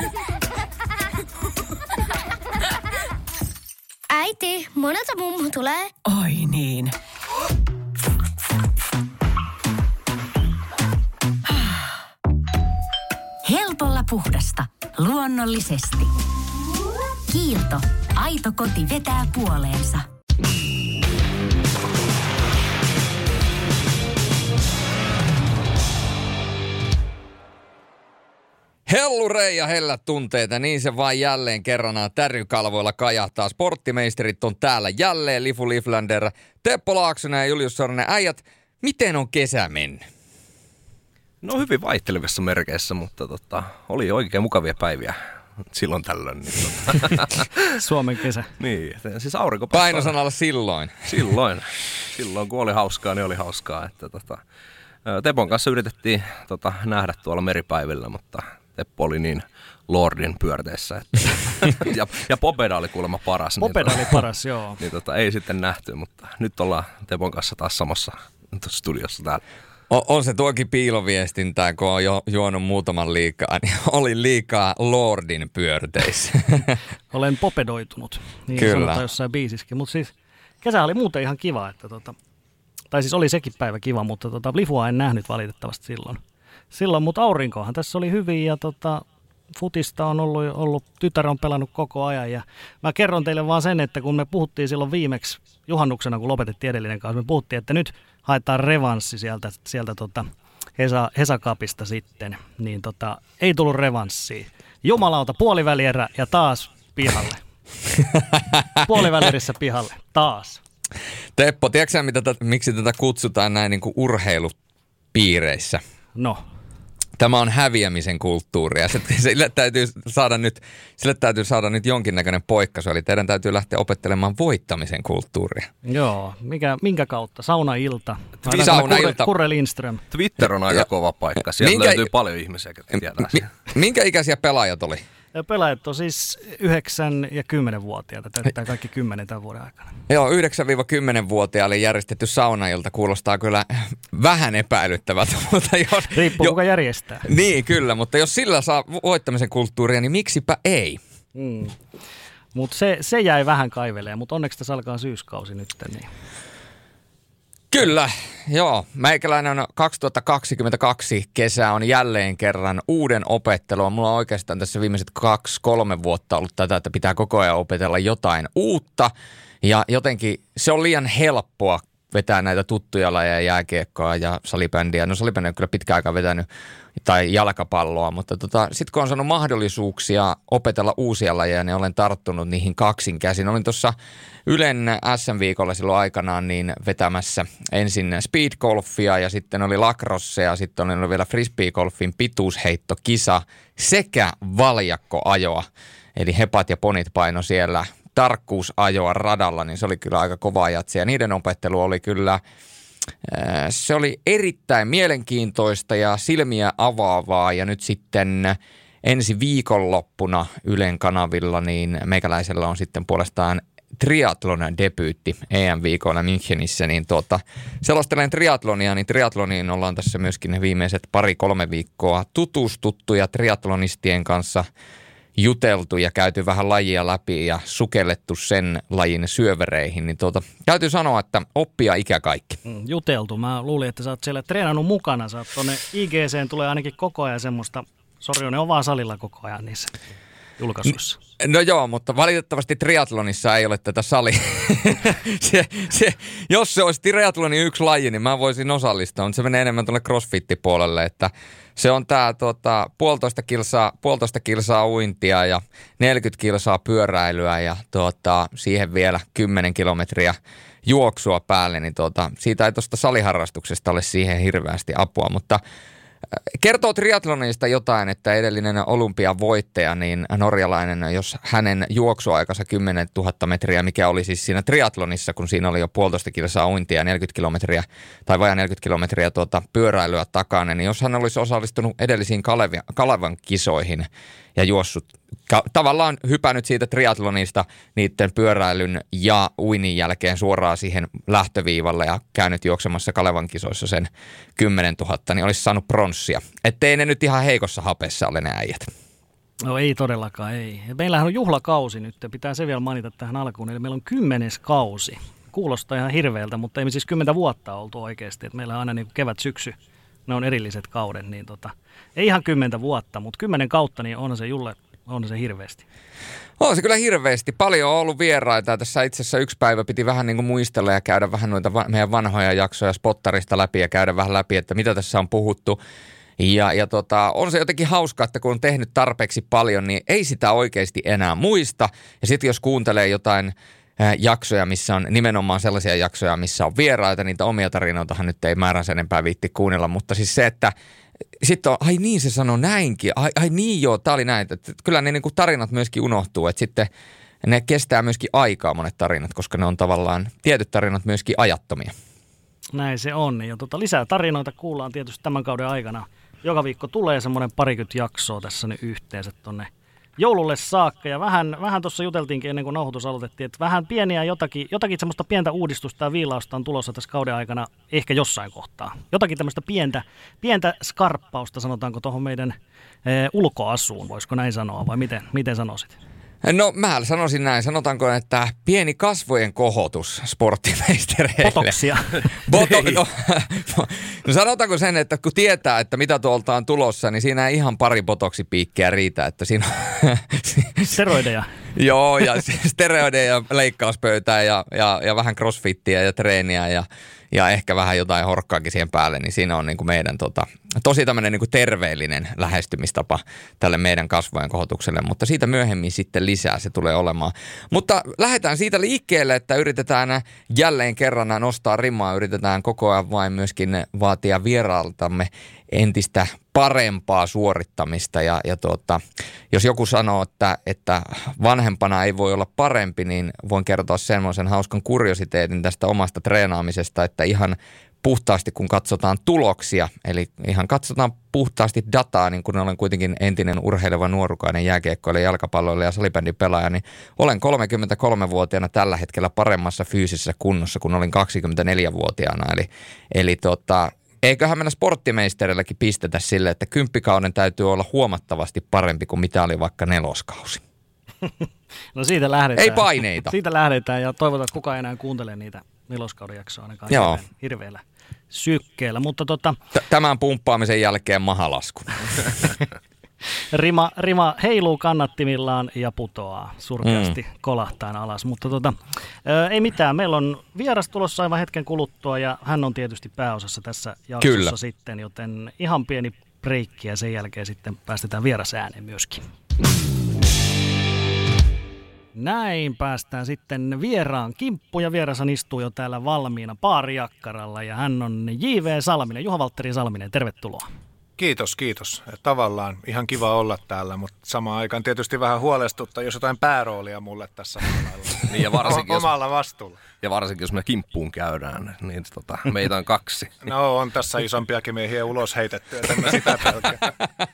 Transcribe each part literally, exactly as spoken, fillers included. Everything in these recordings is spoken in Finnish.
Äiti, monelta mummu tulee? Oi niin. Helpolla puhdasta. Luonnollisesti. Kiilto. Aito koti vetää puoleensa. Hellurei ja hellät tunteita, niin se vain jälleen kerranaan tärrykalvoilla kajahtaa. Sporttimeisterit on täällä jälleen, Lifu Liflander, Teppo Laaksonen ja Julius Sorinen. Äijät, miten on kesä mennyt? No hyvin vaihtelevissa merkeissä, mutta tota, oli oikein mukavia päiviä silloin tällöin. Niin, tota. Suomen kesä. Niin, siis aurinko painosanalla silloin. Silloin. Silloin kun oli hauskaa, niin oli hauskaa. Että, tota, Tepon kanssa yritettiin tota, nähdä tuolla meripäivillä, mutta Teppo oli niin Lordin pyörteissä. Että, ja, ja Popeda oli kuulemma paras. Popeda niin, oli paras, joo. Niin, tota, ei sitten nähty, mutta nyt ollaan Tepon kanssa taas samassa studiossa täällä. O- on se tuokin piiloviestintää, kun on jo juonut muutaman liikaa, niin oli liikaa Lordin pyörteissä. Olen popedoitunut, niin Kyllä. sanotaan jossain biisissäkin. Mutta siis kesä oli muuten ihan kiva, että tota, tai siis oli sekin päivä kiva, mutta tota, Lifua en nähnyt valitettavasti silloin. Silloin, mutta aurinkohan tässä oli hyvin ja tota, futista on ollut, ollut, tytär on pelannut koko ajan. Ja mä kerron teille vaan sen, että kun me puhuttiin silloin viimeksi juhannuksena, kun lopetettiin edellinen kanssa, me puhuttiin, että nyt haetaan revanssi sieltä, sieltä tota Hesa, Hesakapista sitten, niin tota, ei tullut revanssia. Jumalauta, puolivälierä ja taas pihalle. Puolivälirissä pihalle, taas. Teppo, tiedätkö mitä tätä, miksi tätä kutsutaan näin niin kuin urheilupiireissä? No. Tämä on häviämisen kulttuuria. Sille täytyy saada nyt, sille täytyy saada nyt jonkinnäköinen poikkaisu, eli teidän täytyy lähteä opettelemaan voittamisen kulttuuria. Joo, mikä, minkä kautta? Saunailta. Saunailta. Kurre Lindström. Twitter on aika ja kova paikka. Sieltä minkä, löytyy paljon ihmisiä, jotka tietää mi, Minkä ikäisiä pelaajat oli? Ja pelaajat on siis yhdeksän- ja kymmenvuotiaita. Täyttää kaikki kymmenen tämän vuoden aikana. Joo, yhdeksän-kymmenen-vuotiaille järjestetty saunailta kuulostaa kyllä vähän epäilyttävältä. Mutta jos, riippuu jo, kuka järjestää. Niin, kyllä, mutta jos sillä saa voittamisen kulttuuria, niin miksipä ei? Mm. Mutta se, se jäi vähän kaiveleen, mutta onneksi tässä alkaa syyskausi nyt. Niin. Kyllä, joo. Meikäläinen on kaksituhattakaksikymmentäkaksi kesä on jälleen kerran uuden opettelua. Mulla on oikeastaan tässä viimeiset kaksi, kolme vuotta ollut tätä, että pitää koko ajan opetella jotain uutta. Ja jotenkin se on liian helppoa vetää näitä tuttuja lajeja, jääkiekkoa ja salibändiä. No salibändiä on kyllä pitkään aikaa vetänyt, tai jalkapalloa, mutta tota, sitten kun on saanut mahdollisuuksia opetella uusia lajeja, niin olen tarttunut niihin kaksin käsin. Olin tuossa Ylen äs äm-viikolla silloin aikanaan niin vetämässä ensin speedgolfia ja sitten oli lacrosse ja sitten oli vielä frisbeegolfin pituusheittokisa sekä valjakkoajoa. Eli hepat ja ponit paino siellä tarkkuusajoa radalla, niin se oli kyllä aika kova jatsi. Ja niiden opettelu oli kyllä, se oli erittäin mielenkiintoista ja silmiä avaavaa. Ja nyt sitten ensi viikonloppuna Ylen kanavilla, niin meikäläisellä on sitten puolestaan triathlon debyytti E M-viikolla Münchenissä. Niin tuota, selostelen triathlonia, niin triathloniin ollaan tässä myöskin viimeiset pari-kolme viikkoa tutustuttu ja triathlonistien kanssa juteltu ja käyty vähän lajia läpi ja sukellettu sen lajin syövereihin, niin tuota, täytyy sanoa, että oppia ikä kaikki. Juteltu. Mä luulin, että sä oot siellä treenannut mukana. Sä oot tuonne I G C:en tulee ainakin koko ajan semmoista, sori, ne on vaan salilla koko ajan niissä julkaisuissa. No joo, mutta valitettavasti triathlonissa ei ole tätä salia. se, se, jos se olisi triathlonin yksi laji, niin mä voisin osallistua, mutta se menee enemmän tuolle crossfit-puolelle, että se on tää tuota, puolitoista, kilsaa, puolitoista kilsaa uintia ja neljäkymmentä kilsaa pyöräilyä ja tuota, siihen vielä kymmenen kilometriä juoksua päälle, niin tuota, siitä ei tuosta saliharrastuksesta ole siihen hirveästi apua, mutta kertoo triathlonista jotain, että edellinen olympiavoittaja, niin norjalainen, jos hänen juoksuaikansa kymmenen tuhatta metriä, mikä oli siis siinä triathlonissa, kun siinä oli jo puolitoista kilsaa uintia ja neljäkymmentä kilometriä tai vajaa neljäkymmentä kilometriä tuota pyöräilyä takana, niin jos hän olisi osallistunut edellisiin Kalevi, Kalevan kisoihin ja juossut, ka- tavallaan hypännyt siitä triathlonista niiden pyöräilyn ja uinin jälkeen suoraan siihen lähtöviivalle ja käynyt juoksemassa Kalevan kisoissa sen kymmenen tuhatta, niin olisi saanut pronssia. Ettei ne nyt ihan heikossa hapessa ole ne äijät. No ei todellakaan, ei. Meillähän on juhlakausi nyt, pitää se vielä mainita tähän alkuun. Eli meillä on kymmenes kausi. Kuulostaa ihan hirveältä, mutta ei me siis kymmentä vuotta oltu oikeasti. Et meillä on aina niin kuin kevät, syksy, ne on erilliset kaudet. Niin tota, ei ihan kymmentä vuotta, mutta kymmenen kautta niin on se Julle, on se hirveästi. On se kyllä hirveästi. Paljon on ollut vieraita. Tässä itse asiassa yksi päivä piti vähän niin kuin muistella ja käydä vähän noita va- meidän vanhoja jaksoja Spottarista läpi ja käydä vähän läpi, että mitä tässä on puhuttu. Ja, ja tota, on se jotenkin hauska, että kun on tehnyt tarpeeksi paljon, niin ei sitä oikeasti enää muista. Ja sitten jos kuuntelee jotain äh, jaksoja, missä on nimenomaan sellaisia jaksoja, missä on vieraita, niitä omia tarinoitahan nyt ei määränsä enempää viitti kuunnella. Mutta siis se, että sitten on, ai niin se sanoi näinkin, ai, ai niin joo, tää oli näin. Että kyllä ne niin kuin tarinat myöskin unohtuu, että sitten ne kestää myöskin aikaa monet tarinat, koska ne on tavallaan tietyt tarinat myöskin ajattomia. Näin se on. Ja tota, lisää tarinoita kuullaan tietysti tämän kauden aikana. Joka viikko tulee semmoinen parikymmentä jaksoa tässä nyt yhteensä tonne joululle saakka. Ja vähän, vähän tuossa juteltiinkin ennen kuin nauhoitus aloitettiin, että vähän pieniä jotakin, jotakin semmoista pientä uudistusta ja viilausta on tulossa tässä kauden aikana ehkä jossain kohtaa. Jotakin tämmöistä pientä, pientä skarppausta sanotaanko tuohon meidän e, ulkoasuun, voisiko näin sanoa vai miten, miten sanoisit? No mä sanoisin näin, sanotaanko, että pieni kasvojen kohotus sporttimeistereille. Botoksia. Boto, no, no sanotaanko sen, että kun tietää, että mitä tuolta on tulossa, niin siinä ei ihan pari botoksipiikkiä riitä, että siinä on... Steroideja. Joo, ja steroideja, leikkauspöytää ja, ja, ja vähän crossfittiä ja treeniä ja, ja ehkä vähän jotain horkkaakin siihen päälle, niin siinä on niin kuin meidän tota, tosi tämmöinen niin kuin terveellinen lähestymistapa tälle meidän kasvojen kohotukselle, mutta siitä myöhemmin sitten lisää se tulee olemaan. Mutta lähdetään siitä liikkeelle, että yritetään jälleen kerran nostaa rimaa, yritetään koko ajan vain myöskin vaatia vieraaltamme entistä parempaa suorittamista ja, ja tuota, jos joku sanoo, että, että vanhempana ei voi olla parempi, niin voin kertoa semmoisen hauskan kuriositeetin tästä omasta treenaamisesta, että ihan puhtaasti kun katsotaan tuloksia, eli ihan katsotaan puhtaasti dataa, niin kun olen kuitenkin entinen urheileva nuorukainen jääkiekkoilija, jalkapalloilija ja salibändin pelaaja, niin olen kolmekymmentäkolmevuotiaana tällä hetkellä paremmassa fyysisessä kunnossa kuin olin kaksikymmentäneljävuotiaana, eli, eli tota, eiköhän mennä sporttimeisterilläkin pistetä sille, että kymppikauden täytyy olla huomattavasti parempi kuin mitä oli vaikka neloskausi. No siitä lähdetään. Ei paineita. Siitä lähdetään ja toivotaan, että kukaan ei enää kuuntele niitä neloskauden jaksoa ainakaan Joo. hirveellä, hirveellä sykkeellä. Mutta tota, T- tämän pumppaamisen jälkeen mahalasku. Rima, Rima heiluu kannattimillaan ja putoaa surkeasti mm. kolahtaen alas. Mutta tota, ää, ei mitään. Meillä on vieras tulossa aivan hetken kuluttua ja hän on tietysti pääosassa tässä jaksossa Kyllä. sitten, joten ihan pieni breikki ja sen jälkeen sitten päästetään vieras ääneen myöskin. Näin päästään sitten vieraan kimppuun ja vierassa istuu jo täällä valmiina baarijakkaralla ja hän on J V Salminen, Juha-Valtteri Salminen, tervetuloa. Kiitos, kiitos. Tavallaan ihan kiva olla täällä, mutta samaan aikaan tietysti vähän huolestuttaa, jos jotain pääroolia mulle tässä niin ja varsinkin, omalla vastuulla. Ja varsinkin, jos me kimppuun käydään, niin tota, meitä on kaksi. No on tässä isompiakin miehiä ulos heitetty, että mä sitä pelkää.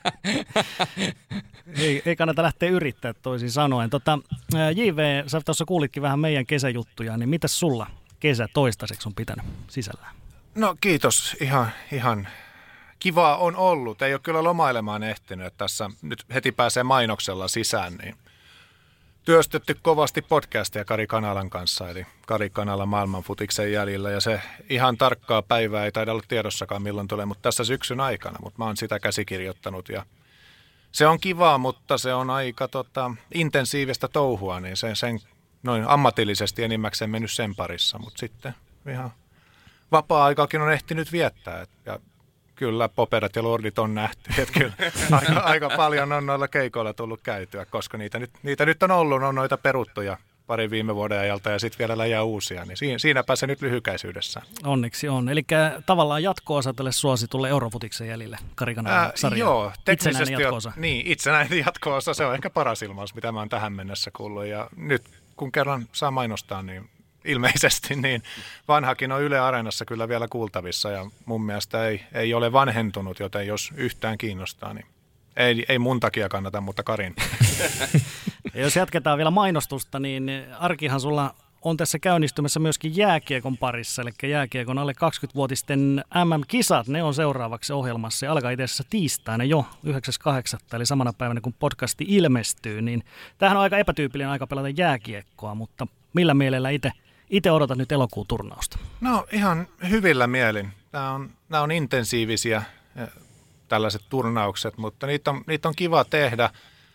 Ei, ei kannata lähteä yrittää toisin sanoen. Tota, J V, sä tuossa kuulitkin vähän meidän kesäjuttuja, niin mitäs sulla kesä toistaiseksi on pitänyt sisällään? No kiitos, ihan, ihan kivaa on ollut. Ei ole kyllä lomailemaan ehtinyt, että tässä nyt heti pääsee mainoksella sisään, niin työstetty kovasti podcastia Kari Kanalan kanssa, eli Kari Kanala maailmanfutiksen jäljellä, ja se ihan tarkkaa päivää ei taida olla tiedossakaan milloin tulee, mutta tässä syksyn aikana, mutta mä oon sitä käsikirjoittanut, ja se on kivaa, mutta se on aika tota, intensiivistä touhua, niin sen, sen noin ammatillisesti enimmäkseen mennyt sen parissa, mutta sitten ihan vapaa-aikakin on ehtinyt viettää, et, ja kyllä Poperat ja Lordit on nähty, että kyllä aika, aika paljon on noilla keikoilla tullut käytyä, koska niitä nyt, niitä nyt on ollut, on noita peruttuja pari viime vuoden ajalta ja sitten vielä läjää uusia, niin siinä, siinäpä se nyt lyhykäisyydessä. Onneksi on, eli tavallaan jatko-osa tälle suositulle Eurofutiksen jäljille, Kari Kanalan sarja. Joo, teknisesti jatko-osa. Jo, niin, itsenäinen jatko-osa, se on ehkä paras ilmaus, mitä mä oon tähän mennessä kuullut, ja nyt kun kerran saa mainostaa, niin ilmeisesti, niin vanhakin on Yle Areenassa kyllä vielä kuultavissa ja mun mielestä ei, ei ole vanhentunut, joten jos yhtään kiinnostaa, niin ei, ei mun takia kannata, mutta Karin. Ja jos jatketaan vielä mainostusta, niin arkihan sulla on tässä käynnistymässä myöskin jääkiekon parissa, eli jääkiekon alle kaksikymmentävuotisten M M-kisat, ne on seuraavaksi ohjelmassa ja alkaa itse asiassa tiistaina jo yhdeksäs kahdeksatta eli samana päivänä kun podcasti ilmestyy, niin tämähän on aika epätyypillinen aika pelata jääkiekkoa, mutta millä mielellä itse itse odotat nyt elokuun turnausta? No ihan hyvillä mielin. Nämä on, nämä on intensiivisiä tällaiset turnaukset, mutta niitä on, niitä on kiva tehdä.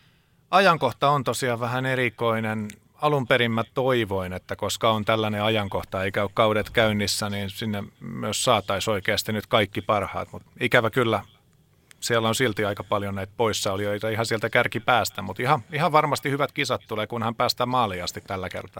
Ajankohta on tosiaan vähän erikoinen. Alun perin mä toivoin, että koska on tällainen ajankohta eikä ole kaudet käynnissä, niin sinne myös saataisiin oikeasti nyt kaikki parhaat. Mutta ikävä kyllä, siellä on silti aika paljon näitä poissaolijoita ihan sieltä kärkipäästä, mutta ihan, ihan varmasti hyvät kisat tulee, kunhan päästään maaliin asti tällä kertaa.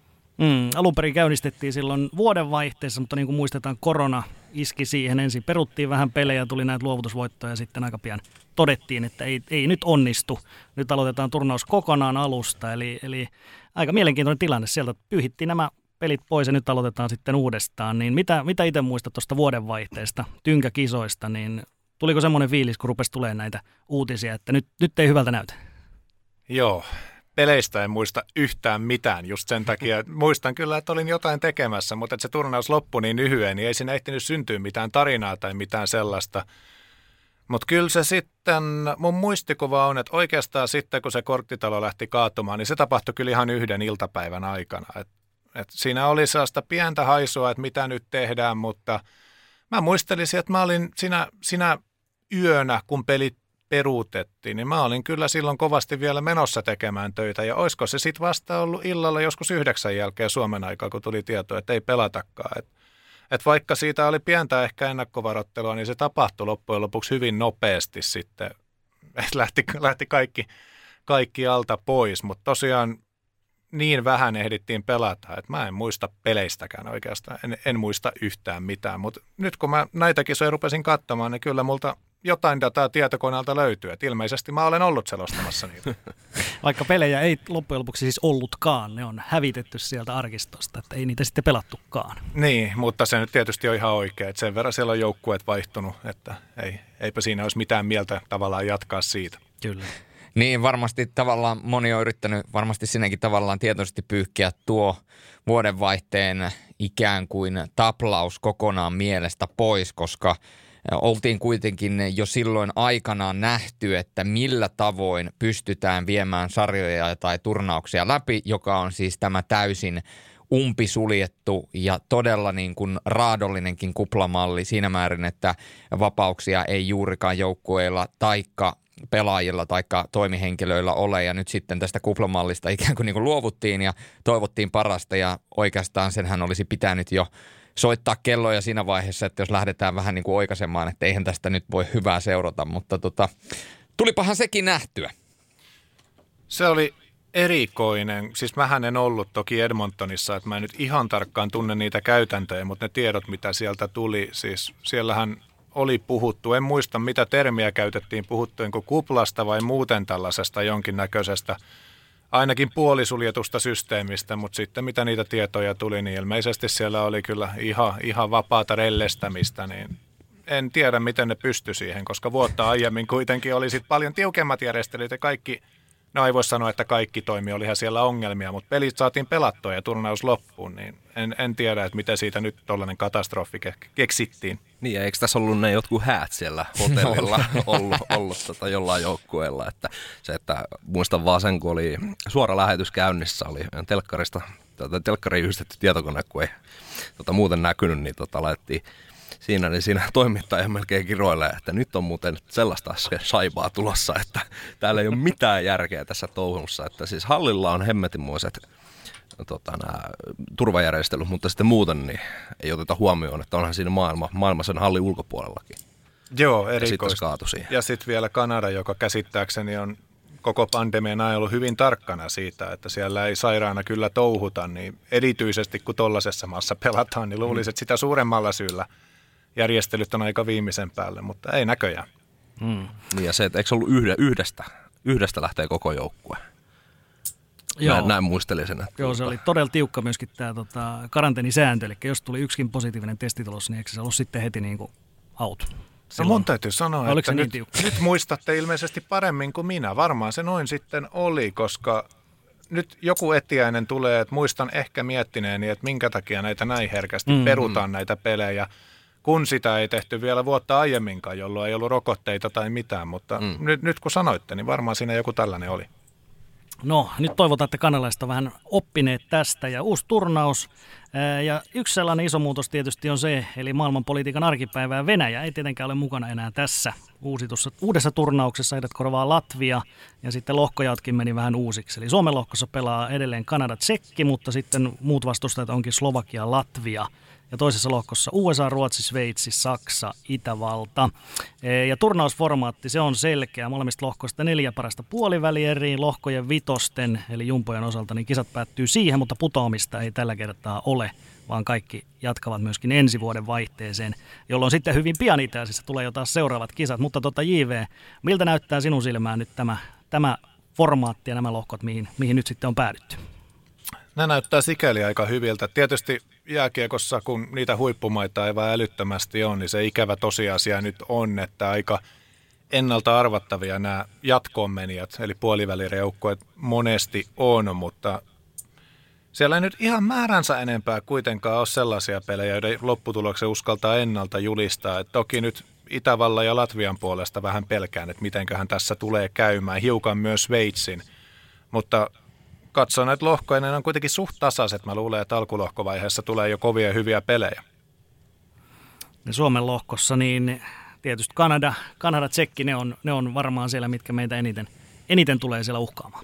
Mm, alun perin käynnistettiin silloin vuodenvaihteessa, mutta niin kuin muistetaan, korona iski siihen. Ensin peruttiin vähän pelejä, tuli näitä luovutusvoittoja ja sitten aika pian todettiin, että ei, ei nyt onnistu. Nyt aloitetaan turnaus kokonaan alusta, eli, eli aika mielenkiintoinen tilanne. Sieltä pyyhittiin nämä pelit pois ja nyt aloitetaan sitten uudestaan. Niin mitä, mitä itse muistat tuosta vuodenvaihteesta, tynkäkisoista, niin tuliko semmoinen fiilis, kun rupesi tulemaan näitä uutisia, että nyt, nyt ei hyvältä näytä? Joo. Peleistä en muista yhtään mitään just sen takia. Muistan kyllä, että olin jotain tekemässä, mutta että se turnaus loppui niin lyhyen, niin ei siinä ehtinyt syntyä mitään tarinaa tai mitään sellaista. Mutta kyllä se sitten, mun muistikuva on, että oikeastaan sitten kun se korttitalo lähti kaatumaan, niin se tapahtui kyllä ihan yhden iltapäivän aikana. Et, et siinä oli sellaista pientä haisua, että mitä nyt tehdään, mutta mä muistelisin, että mä olin siinä, siinä yönä, kun pelit peruutettiin, niin mä olin kyllä silloin kovasti vielä menossa tekemään töitä, ja olisiko se sitten vasta ollut illalla joskus yhdeksän jälkeen Suomen aikaa, kun tuli tieto, että ei pelatakaan. Et, et vaikka siitä oli pientä ehkä ennakkovarottelua, niin se tapahtui loppujen lopuksi hyvin nopeasti sitten, että lähti, lähti kaikki, kaikki alta pois, mutta tosiaan niin vähän ehdittiin pelata, että mä en muista peleistäkään oikeastaan, en, en muista yhtään mitään, mutta nyt kun mä näitä kisoja rupesin katsomaan, niin kyllä multa jotain dataa tietokoneelta löytyy, että ilmeisesti mä olen ollut selostamassa niitä. Vaikka pelejä ei loppujen lopuksi siis ollutkaan, ne on hävitetty sieltä arkistosta, että ei niitä sitten pelattukaan. Niin, mutta se nyt tietysti on ihan oikein, että sen verran siellä on joukkueet vaihtunut, että ei, eipä siinä olisi mitään mieltä tavallaan jatkaa siitä. Kyllä. Niin, varmasti tavallaan moni on yrittänyt, varmasti sinnekin tavallaan tietoisesti pyyhkiä tuo vuodenvaihteen ikään kuin taplaus kokonaan mielestä pois, koska oltiin kuitenkin jo silloin aikanaan nähty, että millä tavoin pystytään viemään sarjoja tai turnauksia läpi, joka on siis tämä täysin umpisuljettu ja todella niin kuin raadollinenkin kuplamalli siinä määrin, että vapauksia ei juurikaan joukkueilla taikka pelaajilla tai toimihenkilöillä ole, ja nyt sitten tästä kuplamallista ikään kuin, niin kuin luovuttiin ja toivottiin parasta, ja oikeastaan senhän olisi pitänyt jo soittaa kelloja siinä vaiheessa, että jos lähdetään vähän niin kuin oikaisemaan, että eihän tästä nyt voi hyvää seurata, mutta tota, tulipahan sekin nähtyä. Se oli erikoinen, siis mähän en ollut toki Edmontonissa, että mä en nyt ihan tarkkaan tunne niitä käytäntöjä, mutta ne tiedot, mitä sieltä tuli, siis siellähän oli puhuttu, en muista mitä termiä käytettiin, puhuttuinko kuplasta vai muuten tällaisesta jonkinnäköisestä, ainakin puolisuljetusta systeemistä, mutta sitten mitä niitä tietoja tuli, niin ilmeisesti siellä oli kyllä ihan, ihan vapaata rellestämistä, niin en tiedä miten ne pystyi siihen, koska vuotta aiemmin kuitenkin oli sit paljon tiukemmat järjestelyt ja kaikki, no ei voi sanoa, että kaikki toimi, olihan siellä ongelmia, mutta pelit saatiin pelattua ja turnaus loppuun, niin en, en tiedä, että miten siitä nyt tollainen katastrofi keksittiin. Niin, ja eikö tässä ollut ne jotkut häät siellä hotellilla ollut, ollut tota jollain joukkueella, että se, että muistan vaan sen, kun oli suora lähetys käynnissä, oli telkkarista, tota, telkkariin yhdistetty tietokone, kun ei tota, muuten näkynyt, niin tota, laitettiin siinä, niin siinä toimittaja melkein kiroilee, että nyt on muuten sellaista saibaa tulossa, että täällä ei ole mitään järkeä tässä touhussa, että siis hallilla on hemmetinmoiset Tota, nämä turvajärjestelyt, mutta sitten muuten niin ei oteta huomioon, että onhan siinä maailma, maailma sen hallin ulkopuolellakin. Joo, erikoista. Ja, ja sitten vielä Kanada, joka käsittääkseni on koko pandemian ajan ollut hyvin tarkkana siitä, että siellä ei sairaana kyllä touhuta, niin erityisesti kun tollaisessa maassa pelataan, niin luulisin, että sitä suuremmalla syyllä järjestelyt on aika viimeisen päälle, mutta ei näköjään. Mm. Niin ja se, että eikö se ollut yhdestä, yhdestä lähtee koko joukkue? Joo. Näin, näin muistelin sen. Joo, se oli todella tiukka myöskin tämä tota, karantenisääntö, eli jos tuli yksikin positiivinen testitulos, niin eikö se ollut sitten heti niin kuin out? No mun täytyy sanoa, Oliko että niin nyt, tiukka? nyt muistatte ilmeisesti paremmin kuin minä. Varmaan se noin sitten oli, koska nyt joku etiäinen tulee, että muistan ehkä miettineeni, että minkä takia näitä näin herkästi mm, perutaan mm. näitä pelejä, kun sitä ei tehty vielä vuotta aiemminkaan, jolloin ei ollut rokotteita tai mitään, mutta mm. nyt, nyt kun sanoitte, niin varmaan siinä joku tällainen oli. No, nyt toivotaan, että kanalaiset on vähän oppineet tästä ja uusi turnaus. Ja yksi sellainen iso muutos tietysti on se, eli maailmanpolitiikan arkipäivää Venäjä ei tietenkään ole mukana enää tässä uusitussa, uudessa turnauksessa. Heidät korvaa Latvia ja sitten lohkojaotkin meni vähän uusiksi. Eli Suomen lohkossa pelaa edelleen Kanada, Tsekki, mutta sitten muut vastustajat onkin Slovakia, Latvia. Ja toisessa lohkossa U S A, Ruotsi, Sveitsi, Saksa, Itävalta. Ja turnausformaatti, se on selkeä. Molemmista lohkoista neljä parasta puolivälieriin. Lohkojen vitosten, eli jumpojen osalta, niin kisat päättyy siihen, mutta putoamista ei tällä kertaa ole, vaan kaikki jatkavat myöskin ensi vuoden vaihteeseen, jolloin sitten hyvin pian itse asiassa tulee jo taas seuraavat kisat. Mutta tota J V, miltä näyttää sinun silmään nyt tämä, tämä formaatti ja nämä lohkot, mihin, mihin nyt sitten on päädytty? Nämä näyttää sikäli aika hyviltä. Tietysti jääkiekossa, kun niitä huippumaita ei vaan älyttömästi on, niin se ikävä tosiasia nyt on, että aika ennalta arvattavia nämä jatkoonmenijät, eli puolivälireukkoet monesti on, mutta siellä ei nyt ihan määränsä enempää kuitenkaan ole sellaisia pelejä, joiden lopputuloksen uskaltaa ennalta julistaa. Et toki nyt Itävallan ja Latvian puolesta vähän pelkään, että mitenköhän tässä tulee käymään, hiukan myös Sveitsin, mutta katsoo näitä lohkoja, ne on kuitenkin suht tasaiset. Mä luulen, että alkulohkovaiheessa tulee jo kovia hyviä pelejä. Ja Suomen lohkossa niin tietysti Kanada, Kanada, Tsekki, ne on, ne on varmaan siellä, mitkä meitä eniten, eniten tulee siellä uhkaamaan.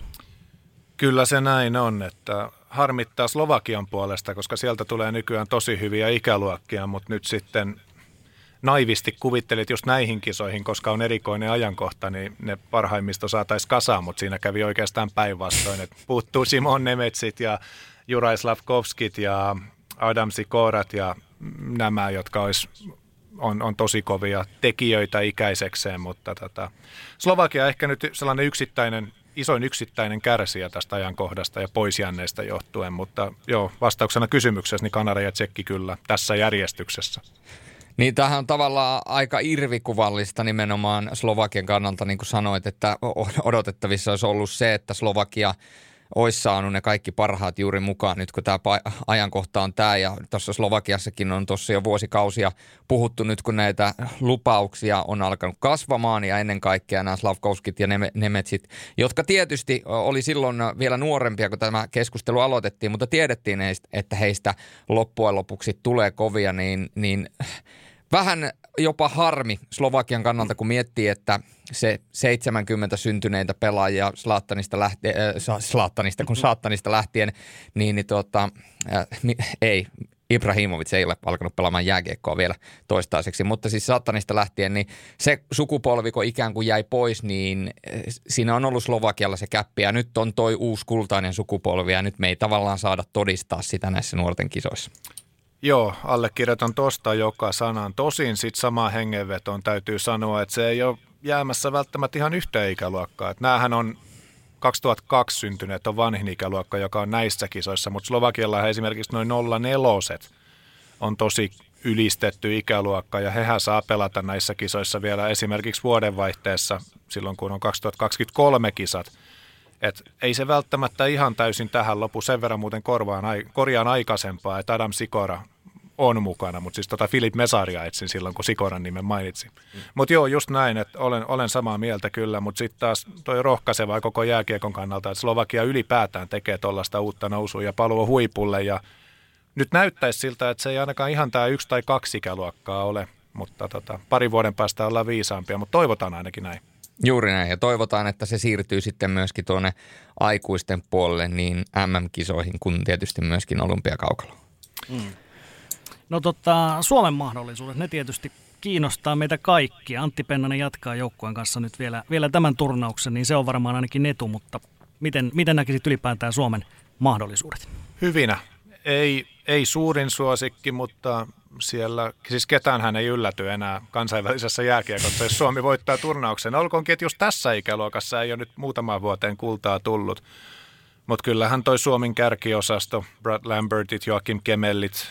Kyllä se näin on, että harmittaa Slovakian puolesta, koska sieltä tulee nykyään tosi hyviä ikäluokkia, mutta nyt sitten naivisti kuvittelit just näihin kisoihin, koska on erikoinen ajankohta, niin ne parhaimmista saataisiin kasaan, mutta siinä kävi oikeastaan päinvastoin, että puuttuu Simon Nemetsit ja Juraj Slavkovskit ja Adam Sikorat ja nämä, jotka olisi, on, on tosi kovia tekijöitä ikäisekseen, mutta tota, Slovakia ehkä nyt sellainen yksittäinen, isoin yksittäinen kärsijä tästä ajankohdasta ja poisjänneistä johtuen, mutta joo, vastauksena kysymyksessä, niin Kanada ja Tsekki kyllä tässä järjestyksessä. Niin tämähän on tavallaan aika irvikuvallista nimenomaan Slovakian kannalta, niin kuin sanoit, että odotettavissa olisi ollut se, että Slovakia olisi saanut ne kaikki parhaat juuri mukaan nyt, kun tämä ajankohta on tämä. Ja tuossa Slovakiassakin on tuossa jo vuosikausia puhuttu nyt, kun näitä lupauksia on alkanut kasvamaan ja ennen kaikkea nämä Slavkovskit ja Nemetsit, jotka tietysti oli silloin vielä nuorempia, kun tämä keskustelu aloitettiin, mutta tiedettiin, että heistä loppujen lopuksi tulee kovia, niin, niin vähän jopa harmi Slovakian kannalta, kun miettii, että se seitsemänkymmentä syntyneitä pelaajia Zlatanista lähtien, äh, Zlatanista kun Saattanista lähtien, niin, niin tuota, äh, ei, Ibrahimovic ei ole alkanut pelaamaan jääkiekkoa vielä toistaiseksi, mutta siis Saattanista lähtien, niin se sukupolvi, kun ikään kuin jäi pois, niin siinä on ollut Slovakialla se käppi, ja nyt on toi uusi kultainen sukupolvi, ja nyt me ei tavallaan saada todistaa sitä näissä nuorten kisoissa. Joo, allekirjoitan tosta joka sanan. Tosin sitten samaan hengenvetoon täytyy sanoa, että se ei ole jäämässä välttämättä ihan yhtä ikäluokkaa. Että näähän on kaksituhattakaksi syntyneet, on vanhin ikäluokka, joka on näissä kisoissa, mutta Slovakialla esimerkiksi noin nolla neloset on tosi ylistetty ikäluokka, ja hehän saa pelata näissä kisoissa vielä esimerkiksi vuodenvaihteessa, silloin kun on kaksituhattakaksikymmentäkolme kisat. Et ei se välttämättä ihan täysin tähän lopu, sen verran muuten korvaan, korjaan aikaisempaa, että Adam Sikora on mukana, mutta siis tota Filip Mesaria etsin silloin, kun Sikoran nimen mainitsin. Mm. Mutta joo, just näin, että olen, olen samaa mieltä kyllä, mutta sitten taas toi rohkaisevaa koko jääkiekon kannalta, että Slovakia ylipäätään tekee tuollaista uutta nousua ja paluu huipulle, ja nyt näyttäisi siltä, että se ei ainakaan ihan tämä yksi tai kaksi ikäluokkaa ole, mutta tota, pari vuoden päästä ollaan viisaampia, mutta toivotaan ainakin näin. Juuri näin, ja toivotaan, että se siirtyy sitten myöskin tuonne aikuisten puolelle niin M M-kisoihin kuin tietysti myöskin olympiakaukaloon. Mm. No tota, Suomen mahdollisuudet, ne tietysti kiinnostaa meitä kaikkia. Antti Pennanen jatkaa joukkueen kanssa nyt vielä, vielä tämän turnauksen, niin se on varmaan ainakin etu, mutta miten, miten näkisit ylipäätään Suomen mahdollisuudet? Hyvinä. Ei, ei suurin suosikki, mutta siellä, siis ketäänhän ei ylläty enää kansainvälisessä jääkiekossa, jos Suomi voittaa turnauksen. Olkoonkin, että just tässä ikäluokassa ei ole nyt muutamaan vuoteen kultaa tullut. Mutta kyllähän toi Suomen kärkiosasto, Brad Lambertit, Joakim Kemellit,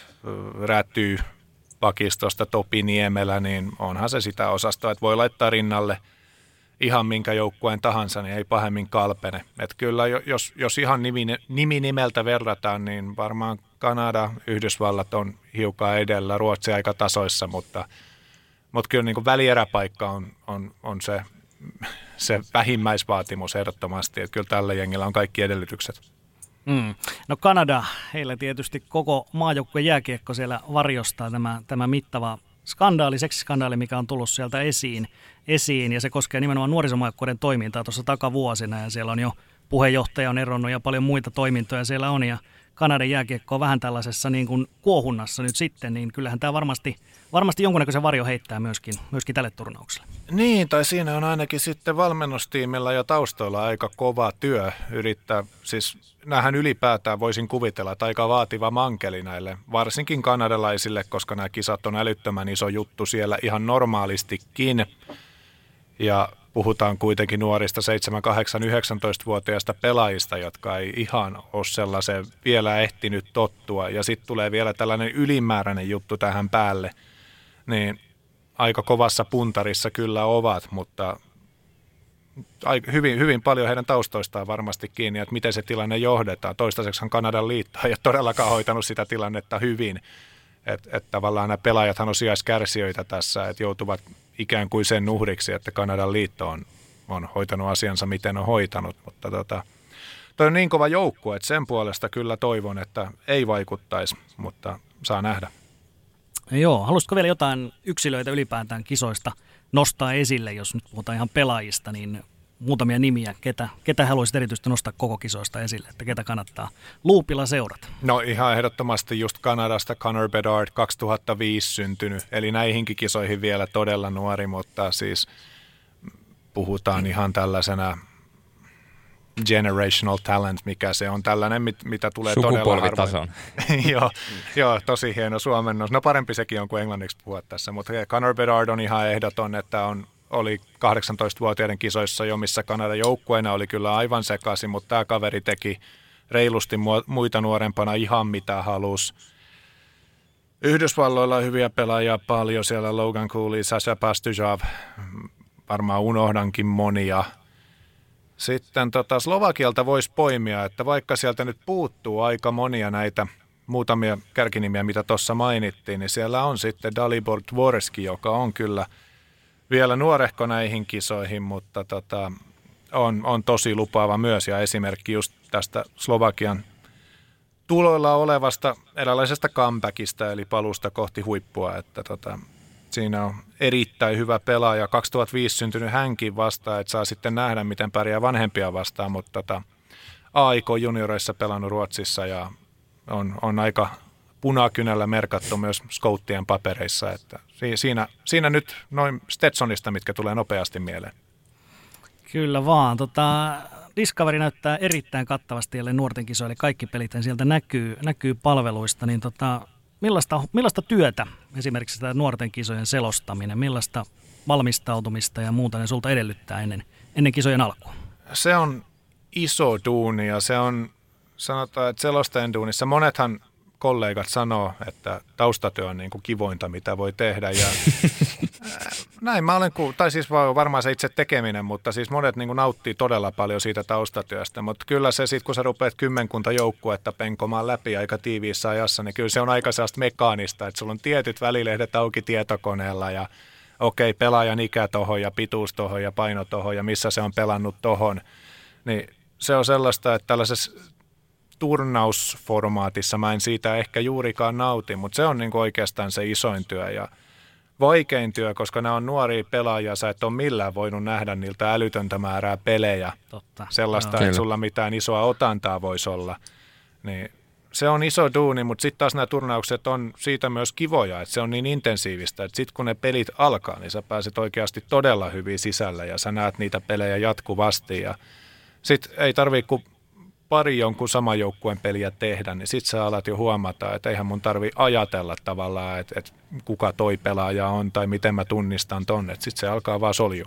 Räty pakistosta, Topi Niemelä, niin onhan se sitä osastoa, että voi laittaa rinnalle ihan minkä joukkueen tahansa, niin ei pahemmin kalpene. Että kyllä, jos, jos ihan nimi, nimi nimeltä verrataan, niin varmaan Kanada, Yhdysvallat on hiukan edellä, Ruotsi aika tasoissa, mutta, mutta kyllä niin kuin välieräpaikka on, on, on se, se vähimmäisvaatimus ehdottomasti, että kyllä tällä jengillä on kaikki edellytykset. Mm. No Kanada, heillä tietysti koko maajoukkueen jääkiekko siellä varjostaa tämä, tämä mittava skandaali, seksiskandaali, mikä on tullut sieltä esiin, esiin ja se koskee nimenomaan nuorisomaajoukkueiden toimintaa tuossa takavuosina ja siellä on jo puheenjohtaja on eronnut ja paljon muita toimintoja siellä on ja Kanadan jääkiekko on vähän tällaisessa niin kuin kuohunnassa nyt sitten, niin kyllähän tämä varmasti, varmasti jonkunnäköisen varjo heittää myöskin, myöskin tälle turnaukselle. Niin, tai siinä on ainakin sitten valmennustiimillä ja taustoilla aika kova työ yrittää, siis näähän ylipäätään voisin kuvitella, että aika vaativa mankeli näille, varsinkin kanadalaisille, koska nämä kisat on älyttömän iso juttu siellä ihan normaalistikin ja puhutaan kuitenkin nuorista seitsemän, kahdeksan, yhdeksäntoista-vuotiaista pelaajista, jotka ei ihan ole sellaisen vielä ehtinyt tottua. Ja sitten tulee vielä tällainen ylimääräinen juttu tähän päälle. Niin aika kovassa puntarissa kyllä ovat, mutta hyvin, hyvin paljon heidän taustoistaan varmasti kiinni, että miten se tilanne johdetaan. Toistaiseksi Kanadan liitto ei ole todellakaan hoitanut sitä tilannetta hyvin. Että et tavallaan nämä pelaajathan on sijaiskärsijöitä tässä, että joutuvat ikään kuin sen uhriksi, että Kanadan liitto on, on hoitanut asiansa, miten on hoitanut. Mutta tota, toi on niin kova joukkue, että sen puolesta kyllä toivon, että ei vaikuttaisi, mutta saa nähdä. Joo, haluaisitko vielä jotain yksilöitä ylipäätään kisoista nostaa esille, jos nyt puhutaan ihan pelaajista, niin muutamia nimiä, ketä, ketä haluaisit erityisesti nostaa koko kisoista esille, että ketä kannattaa luupilla seurata? No ihan ehdottomasti just Kanadasta Connor Bedard kaksituhattaviisi syntynyt, eli näihinkin kisoihin vielä todella nuori, mutta siis puhutaan ihan tällaisena generational talent, mikä se on tällainen, mit, mitä tulee todella harvoin. joo, joo, tosi hieno suomennos. No parempi sekin on kuin englanniksi puhua tässä, mutta Connor Bedard on ihan ehdoton, että on oli kahdeksantoistavuotiaiden kisoissa jo, missä Kanadan joukkueena oli kyllä aivan sekaisin, mutta tämä kaveri teki reilusti muita nuorempana ihan mitä halusi. Yhdysvalloilla on hyviä pelaajia paljon, siellä Logan Cooley, Sasha Pastujov, varmaan unohdankin monia. Sitten tota, Slovakialta voisi poimia, että vaikka sieltä nyt puuttuu aika monia näitä muutamia kärkinimiä, mitä tuossa mainittiin, niin siellä on sitten Dalibor Dvorski, joka on kyllä vielä nuorehko näihin kisoihin, mutta tota, on, on tosi lupaava myös ja esimerkki just tästä Slovakian tuloilla olevasta eräänlaisesta comebackista eli palusta kohti huippua, että tota, siinä on erittäin hyvä pelaaja, kaksituhattaviisi syntynyt hänkin vastaan, että saa sitten nähdä miten pärjää vanhempia vastaan, mutta tota, A I K junioreissa pelannut Ruotsissa ja on, on aika punakynällä merkattu myös scouttien papereissa, että siinä, siinä nyt noin Stetsonista, mitkä tulee nopeasti mieleen. Kyllä vaan. Tota, Discovery näyttää erittäin kattavasti jälleen nuorten kisoille. Kaikki pelit sieltä näkyy, näkyy palveluista. Niin tota, millaista, millaista työtä esimerkiksi tämä nuorten kisojen selostaminen, millaista valmistautumista ja muuta ne sulta edellyttää ennen, ennen kisojen alkua? Se on iso duuni ja se on, sanotaan, että selostajan duunissa monethan kollegat sanoo, että taustatyö on niin kuin kivointa, mitä voi tehdä. Ja näin mä olen, tai siis varmaan se itse tekeminen, mutta siis monet niin kuin nauttii todella paljon siitä taustatyöstä. Mutta kyllä se sitten, kun sä rupeat kymmenkunta joukkuetta penkomaan läpi aika tiiviissä ajassa, niin kyllä se on aika sellaista mekaanista, että sulla on tietyt välilehdet auki tietokoneella ja okei, pelaajan ikä tohon ja pituus tohon ja paino tohon ja missä se on pelannut tohon. Niin se on sellaista, että tällaisessa turnausformaatissa mä en siitä ehkä juurikaan nauti, mutta se on niin kuin oikeastaan se isoin työ ja vaikein työ, koska nämä on nuoria pelaajia, sä et ole millään voinut nähdä niiltä älytöntä määrää pelejä. Totta. Sellaista, no, että sulla mitään isoa otantaa voisi olla. Niin se on iso duuni, mutta sitten taas nämä turnaukset on siitä myös kivoja, että se on niin intensiivistä, että sitten kun ne pelit alkaa, niin sä pääset oikeasti todella hyvin sisällä ja sä näet niitä pelejä jatkuvasti ja sitten ei tarvitse kuin pari jonkun saman joukkueen peliä tehdä, niin sitten sä alat jo huomata, että eihän mun tarvi ajatella tavallaan, että, että kuka toi pelaaja on tai miten mä tunnistan ton, että sitten se alkaa vaan soljua.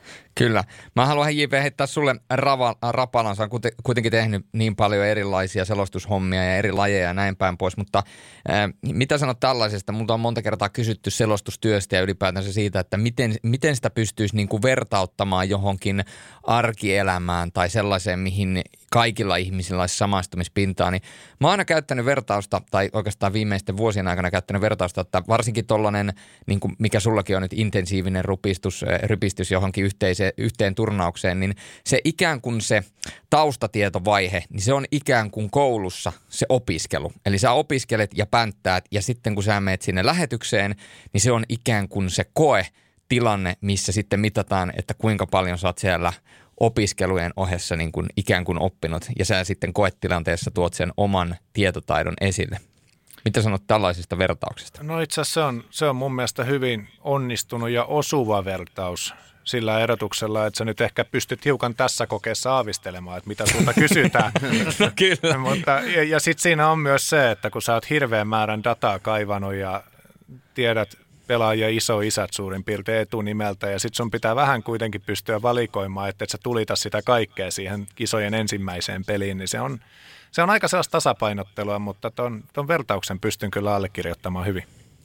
Kyllä. Mä haluan J P heittää sulle rava, rapalan. Sä on kuitenkin tehnyt niin paljon erilaisia selostushommia ja eri lajeja ja näin päin pois, mutta ää, mitä sanot tällaisesta? Multa on monta kertaa kysytty selostustyöstä ja ylipäätänsä siitä, että miten, miten sitä pystyisi niin kuin vertauttamaan johonkin arkielämään tai sellaiseen, mihin kaikilla ihmisillä olisi samaistumispintaa. Niin mä oon aina käyttänyt vertausta, tai oikeastaan viimeisten vuosien aikana käyttänyt vertausta, että varsinkin tollainen, niin kuin mikä sullakin on nyt intensiivinen rupistus, rypistys johonkin yhteiseen, yhteen turnaukseen, niin se ikään kuin se taustatietovaihe, niin se on ikään kuin koulussa se opiskelu. Eli sä opiskelet ja pänttäät, ja sitten kun sä menet sinne lähetykseen, niin se on ikään kuin se koetilanne, missä sitten mitataan, että kuinka paljon sä oot siellä opiskelujen ohessa niin kuin ikään kuin oppinut, ja sä sitten koetilanteessa tuot sen oman tietotaidon esille. Mitä sanot tällaisesta vertauksesta? No itse asiassa se on, se on mun mielestä hyvin onnistunut ja osuva vertaus sillä erotuksella, että sä nyt ehkä pystyt hiukan tässä kokeessa aavistelemaan, että mitä sulta kysytään. No kyllä. Mutta, ja ja sitten siinä on myös se, että kun sä oot hirveän määrän dataa kaivannut ja tiedät pelaajia isoisät suurin piirtein etunimeltä, ja sitten sun pitää vähän kuitenkin pystyä valikoimaan, että et sä tulita sitä kaikkea siihen kisojen ensimmäiseen peliin, niin se on, se on aika sellaista tasapainottelua, mutta ton, ton vertauksen pystyn kyllä allekirjoittamaan hyvin.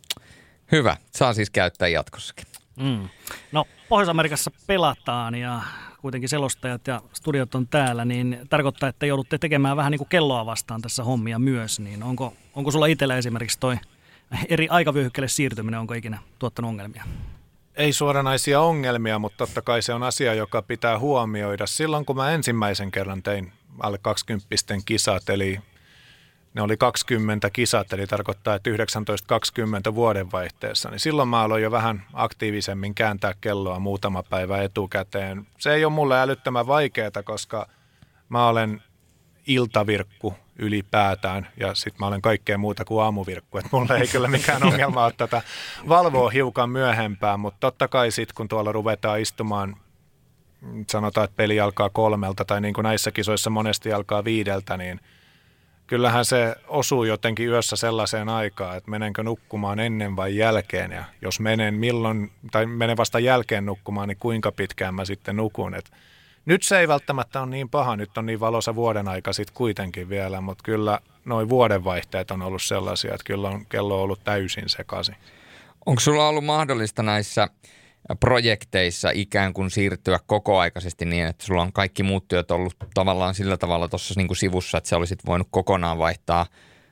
Hyvä. Saa siis käyttää jatkossakin. Mm. No, Pohjois-Amerikassa pelataan ja kuitenkin selostajat ja studiot on täällä, niin tarkoittaa, että joudutte tekemään vähän niin kuin kelloa vastaan tässä hommia myös, niin onko, onko sulla itsellä esimerkiksi toi eri aikavyöhykkeelle siirtyminen, onko ikinä tuottanut ongelmia? Ei suoranaisia ongelmia, mutta totta kai se on asia, joka pitää huomioida. Silloin kun mä ensimmäisen kerran tein alle kaksikymppisten kisat, eli ne oli kaksikymmentä kisat, eli tarkoittaa, että yhdeksäntoista kaksikymmentä vuodenvaihteessa, niin silloin mä aloin jo vähän aktiivisemmin kääntää kelloa muutama päivä etukäteen. Se ei ole mulle älyttömän vaikeaa, koska mä olen iltavirkku ylipäätään, ja sitten mä olen kaikkea muuta kuin aamuvirkku, että mulla ei kyllä mikään ongelma ole tätä valvoa hiukan myöhempään, mutta totta kai sitten kun tuolla ruvetaan istumaan, sanotaan, että peli alkaa kolmelta, tai niin kuin näissä kisoissa monesti alkaa viideltä, niin kyllähän se osuu jotenkin yössä sellaiseen aikaan, että menenkö nukkumaan ennen vai jälkeen, ja jos menen milloin, tai menen vasta jälkeen nukkumaan, niin kuinka pitkään mä sitten nukun, että nyt se ei välttämättä ole niin paha, nyt on niin valoisa vuoden aika sitten kuitenkin vielä, mutta kyllä noin vuodenvaihteet on ollut sellaisia, että kyllä on kello ollut täysin sekaisin. Onko sulla ollut mahdollista näissä projekteissa ikään kuin siirtyä kokoaikaisesti niin, että sulla on kaikki muut työt ollut tavallaan sillä tavalla tuossa niin kuin sivussa, että sä olisit voinut kokonaan vaihtaa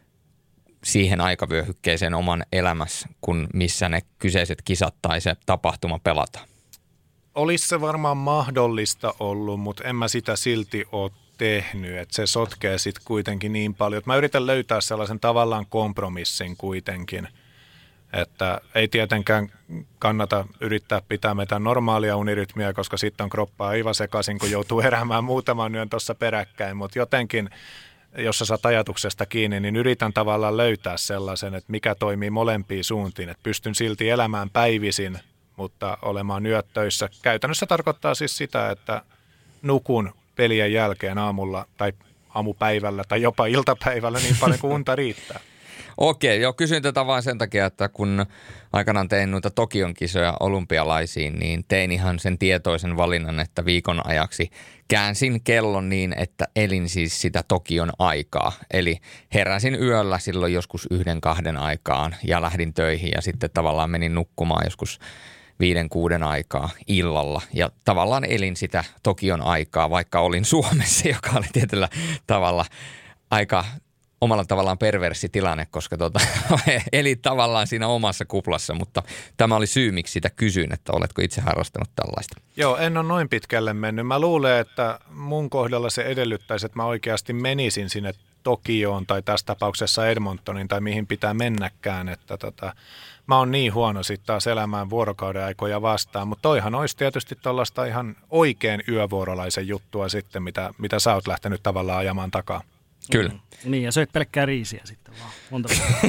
siihen aikavyöhykkeeseen oman elämässä, kun missä ne kyseiset kisat tai se tapahtuma pelataan? Olisi se varmaan mahdollista ollut, mutta en mä sitä silti ole tehnyt, että se sotkee sitten kuitenkin niin paljon, että mä yritän löytää sellaisen tavallaan kompromissin kuitenkin, että ei tietenkään kannata yrittää pitää meitä normaalia unirytmiä, koska sitten on kroppaa aivan sekaisin, kun joutuu heräämään muutaman yön tuossa peräkkäin, mutta jotenkin, jos sä saat ajatuksesta kiinni, niin yritän tavallaan löytää sellaisen, että mikä toimii molempiin suuntiin, että pystyn silti elämään päivisin, mutta olemaan yöt töissä. Käytännössä tarkoittaa siis sitä, että nukun pelien jälkeen aamulla tai aamupäivällä tai jopa iltapäivällä niin paljon kuin unta riittää. Okei, joo, kysyin tätä vain sen takia, että kun aikanaan tein noita Tokion kisoja olympialaisiin, niin tein ihan sen tietoisen valinnan, että viikon ajaksi käänsin kellon niin, että elin siis sitä Tokion aikaa. Eli heräsin yöllä silloin joskus yhden kahden aikaan ja lähdin töihin ja sitten tavallaan menin nukkumaan joskus viiden kuuden aikaa illalla ja tavallaan elin sitä Tokion aikaa, vaikka olin Suomessa, joka oli tietyllä tavalla aika omalla tavallaan perversi tilanne, koska tota, eli tavallaan siinä omassa kuplassa, mutta tämä oli syy, miksi sitä kysyin, että oletko itse harrastanut tällaista. Joo, en ole noin pitkälle mennyt. Mä luulen, että mun kohdalla se edellyttäisi, että mä oikeasti menisin sinne Tokioon tai tässä tapauksessa Edmontoniin tai mihin pitää mennäkään, että tota, mä oon niin huono sitten taas elämään vuorokauden aikoja vastaan, mutta toihan olisi tietysti tuollaista ihan oikein yövuorolaisen juttua sitten, mitä, mitä sä oot lähtenyt tavallaan ajamaan takaa. Kyllä. Mm. Niin, ja söit pelkkää riisiä sitten vaan. Monta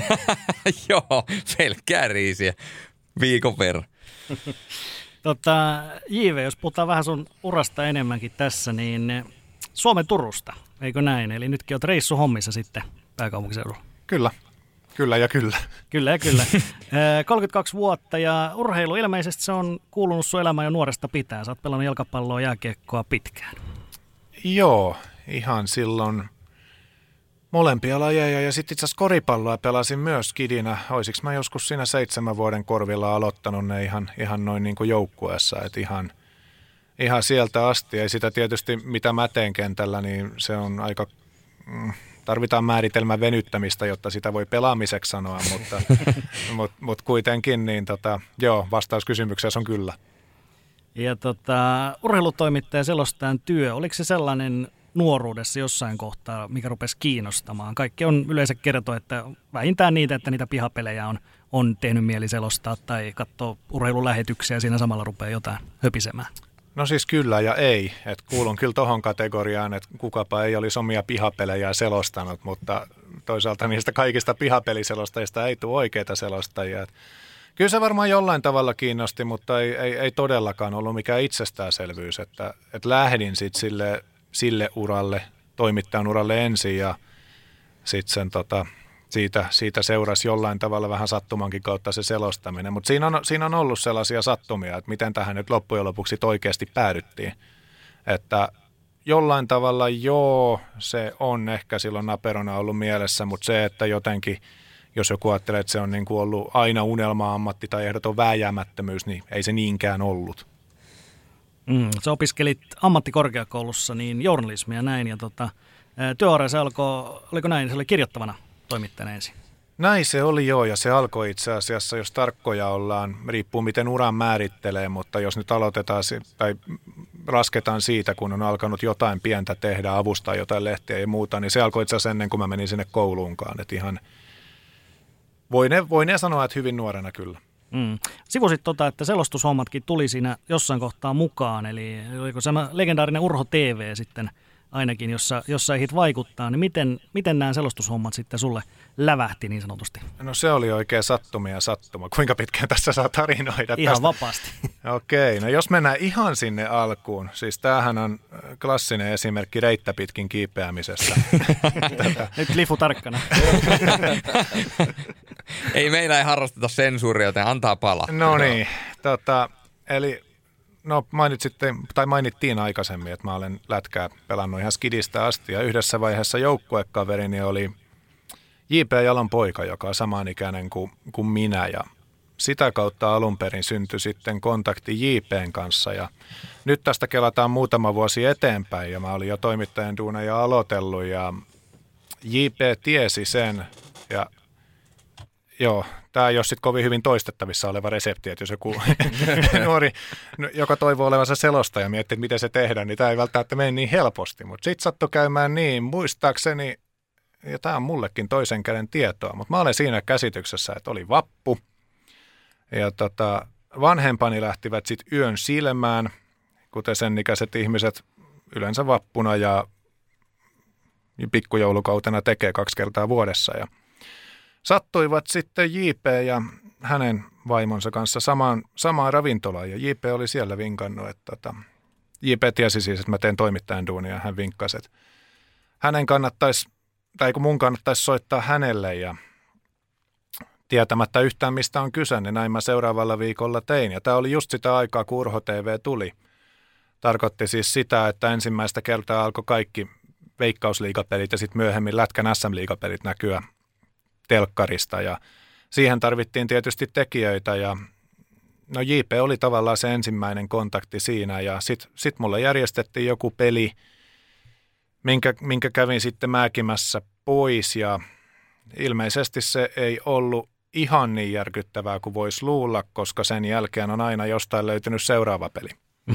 Joo, pelkkää riisiä viikon verran. tota, J V, jos puhutaan vähän sun urasta enemmänkin tässä, niin Suomen Turusta, eikö näin? Eli nytkin olet reissuhommissa sitten pääkaupunkiseudulla. Kyllä. Kyllä ja kyllä. Kyllä ja kyllä. kolmekymmentäkaksi vuotta ja urheilu ilmeisesti se on kuulunut sun elämään jo nuoresta pitää. Sä oot pelannut jalkapalloa ja jääkiekkoa pitkään. Joo, ihan silloin molempia lajeja ja sitten itse asiassa koripalloa pelasin myös kidinä. Olisiko mä joskus siinä seitsemän vuoden korvilla aloittanut ne ihan, ihan noin niin kuin joukkueessa, että ihan, ihan sieltä asti. Ja sitä tietysti mitä mä teen kentällä, niin se on aika, mm, tarvitaan määritelmän venyttämistä, jotta sitä voi pelaamiseksi sanoa, mutta mut, mut kuitenkin niin tota, joo, vastaus kysymykseen on kyllä. Ja tota, urheilutoimittaja selostajan työ, oliko se sellainen nuoruudessa jossain kohtaa, mikä rupesi kiinnostamaan? Kaikki on yleensä kertoa, että vähintään niitä, että niitä pihapelejä on, on tehnyt mieli selostaa tai katsoa urheilulähetyksiä ja siinä samalla rupeaa jotain höpisemään. No siis kyllä ja ei. Et kuulun kyllä tohon kategoriaan, että kukapa ei olisi omia pihapelejä selostanut, mutta toisaalta niistä kaikista pihapeliselostajista ei tule oikeita selostajia. Et kyllä se varmaan jollain tavalla kiinnosti, mutta ei, ei, ei todellakaan ollut mikään itsestäänselvyys, että, että lähdin sitten sille, sille uralle, toimittajan uralle ensin ja sitten sen tota, siitä, siitä seurasi jollain tavalla vähän sattumankin kautta se selostaminen. Mutta siinä on, siinä on ollut sellaisia sattumia, että miten tähän nyt loppujen lopuksi oikeasti päädyttiin. Että jollain tavalla joo, se on ehkä silloin naperona ollut mielessä, mutta se, että jotenkin jos joku ajattelee, että se on niin kuin ollut aina unelma-ammatti tai ehdoton vääjäämättömyys, niin ei se niinkään ollut. Mm, sä opiskelit ammattikorkeakoulussa niin journalismia näin, ja tota, työura se alkoi, oliko näin, se oli kirjoittavana toimittajana ensin? Näin se oli joo, ja se alkoi itse asiassa, jos tarkkoja ollaan, riippuu miten uran määrittelee, mutta jos nyt aloitetaan tai lasketaan siitä, kun on alkanut jotain pientä tehdä, avustaa jotain lehtiä ja muuta, niin se alkoi itse asiassa ennen kuin mä menin sinne kouluunkaan, että ihan Voin, voin sanoa, että hyvin nuorena kyllä. Mm. Sivusit tota, että selostushommatkin tuli siinä jossain kohtaa mukaan, eli oliko se legendaarinen Urho T V sitten ainakin, jossa, jossa ehdit vaikuttaa, niin miten, miten nämä selostushommat sitten sulle lävähti niin sanotusti? No se oli oikein sattumia sattuma. Kuinka pitkään tässä saa tarinoida? Ihan tästä? Vapaasti. Okei, no jos mennään ihan sinne alkuun, siis tämähän on klassinen esimerkki reittä pitkin kiipeämisestä. Nyt lifu tarkkana. Ei meillä ei harrasteta sensuuria, joten antaa palaa. No niin, tota, eli no mainitsitte, tai mainittiin aikaisemmin, että mä olen lätkää pelannut ihan skidistä asti ja yhdessä vaiheessa joukkuekaverini oli J P Jalon poika, joka on samanikäinen kuin, kuin minä ja sitä kautta alun perin syntyi sitten kontakti J P:n kanssa ja nyt tästä kelataan muutama vuosi eteenpäin ja mä olin jo toimittajan duuneja aloitellut ja J P tiesi sen ja joo, tämä ei ole sitten kovin hyvin toistettavissa oleva resepti, että jos joku nuori, joka toivoo olevansa selostaja, miettii, että miten se tehdään, niin tämä ei välttämättä mene niin helposti. Mutta sitten sattui käymään niin, muistaakseni, ja tämä on mullekin toisen käden tietoa, mutta mä olen siinä käsityksessä, että oli vappu. Ja tota, vanhempani lähtivät sitten yön silmään, kuten sen ikäiset ihmiset yleensä vappuna ja pikkujoulukautena tekee kaksi kertaa vuodessa ja sattuivat sitten J P ja hänen vaimonsa kanssa samaan, samaan ravintolaan ja J P oli siellä vinkannut, että tota, J P tiesi siis, että mä teen toimittajan duunia ja hän vinkkasi, että hänen kannattaisi, tai kun mun kannattaisi soittaa hänelle ja tietämättä yhtään mistä on kyse, niin näin mä seuraavalla viikolla tein ja tämä oli just sitä aikaa, kun Urho T V tuli. Tarkoitti siis sitä, että ensimmäistä kertaa alkoi kaikki veikkausliigapelit ja sitten myöhemmin Lätkän S M-liigapelit näkyä telkkarista ja siihen tarvittiin tietysti tekijöitä ja no J P oli tavallaan se ensimmäinen kontakti siinä ja sitten sit mulle järjestettiin joku peli, minkä, minkä kävin sitten määkimässä pois ja ilmeisesti se ei ollut ihan niin järkyttävää kuin voisi luulla, koska sen jälkeen on aina jostain löytynyt seuraava peli.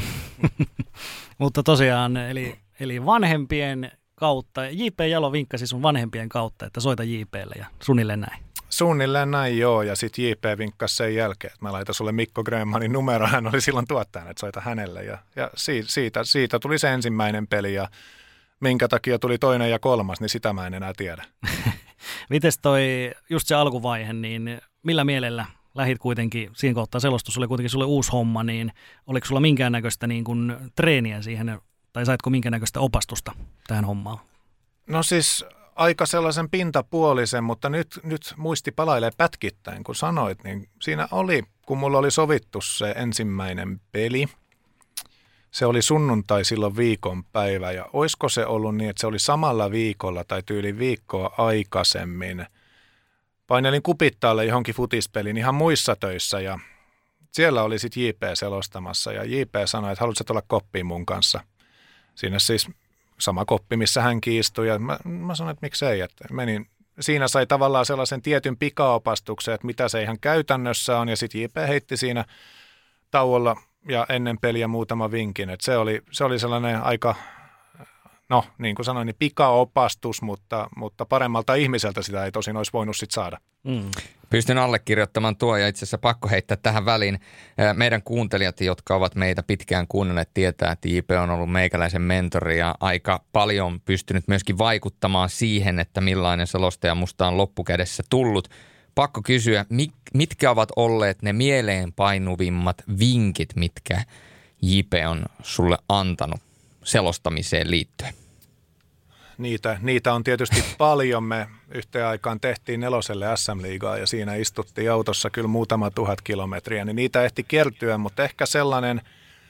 Mutta tosiaan, eli, eli vanhempien kautta. J P Jalo vinkkasi sun vanhempien kautta, että soita J P:lle ja suunnilleen näin. Suunnilleen näin joo, ja sitten J P vinkkasi sen jälkeen, että mä laitan sulle Mikko Grönmanin numero, hän oli silloin tuottajana, että soita hänelle. Ja, ja siitä, siitä tuli se ensimmäinen peli, ja minkä takia tuli toinen ja kolmas, niin sitä mä en enää tiedä. Mites toi, just se alkuvaihe, niin millä mielellä lähit kuitenkin, siinä kohtaa selostus oli kuitenkin sulle uusi homma, niin oliko sulla minkäännäköistä niin kuin treeniä siihen, tai saitko minkäännäköistä opastusta tähän hommaan? No siis aika sellaisen pintapuolisen, mutta nyt, nyt muisti palailee pätkittäin, kun sanoit, niin siinä oli, kun mulla oli sovittu se ensimmäinen peli, se oli sunnuntai silloin viikonpäivä ja olisiko se ollut niin, että se oli samalla viikolla tai tyyli viikkoa aikaisemmin. Painelin kupittaalle johonkin futispeliin ihan muissa töissä ja siellä oli sitten J P selostamassa ja J P sanoi, että haluatko tulla koppiin mun kanssa. Siinä siis sama koppi, missä hän istui ja mä, mä sanoin, että miksei. Että menin, siinä sai tavallaan sellaisen tietyn pikaopastuksen, että mitä se ihan käytännössä on ja sitten J P heitti siinä tauolla ja ennen peliä muutama vinkin. Että se oli, se oli sellainen aika, no niin kuin sanoin, niin pikaopastus, mutta, mutta paremmalta ihmiseltä sitä ei tosin olisi voinut sitten saada. Mm. Pystyn allekirjoittamaan tuo ja itse asiassa pakko heittää tähän väliin. Meidän kuuntelijat, jotka ovat meitä pitkään kuunnelleet, tietää, että J P on ollut meikäläisen mentori ja aika paljon pystynyt myöskin vaikuttamaan siihen, että millainen selostaja musta on loppukädessä tullut. Pakko kysyä, mitkä ovat olleet ne mieleenpainuvimmat vinkit, mitkä J P on sulle antanut selostamiseen liittyen? Niitä, niitä on tietysti paljon. Me yhteen aikaan tehtiin neloselle S M-liigaa ja siinä istuttiin autossa kyllä muutama tuhat kilometriä, niin niitä ehti kertyä, mutta ehkä sellainen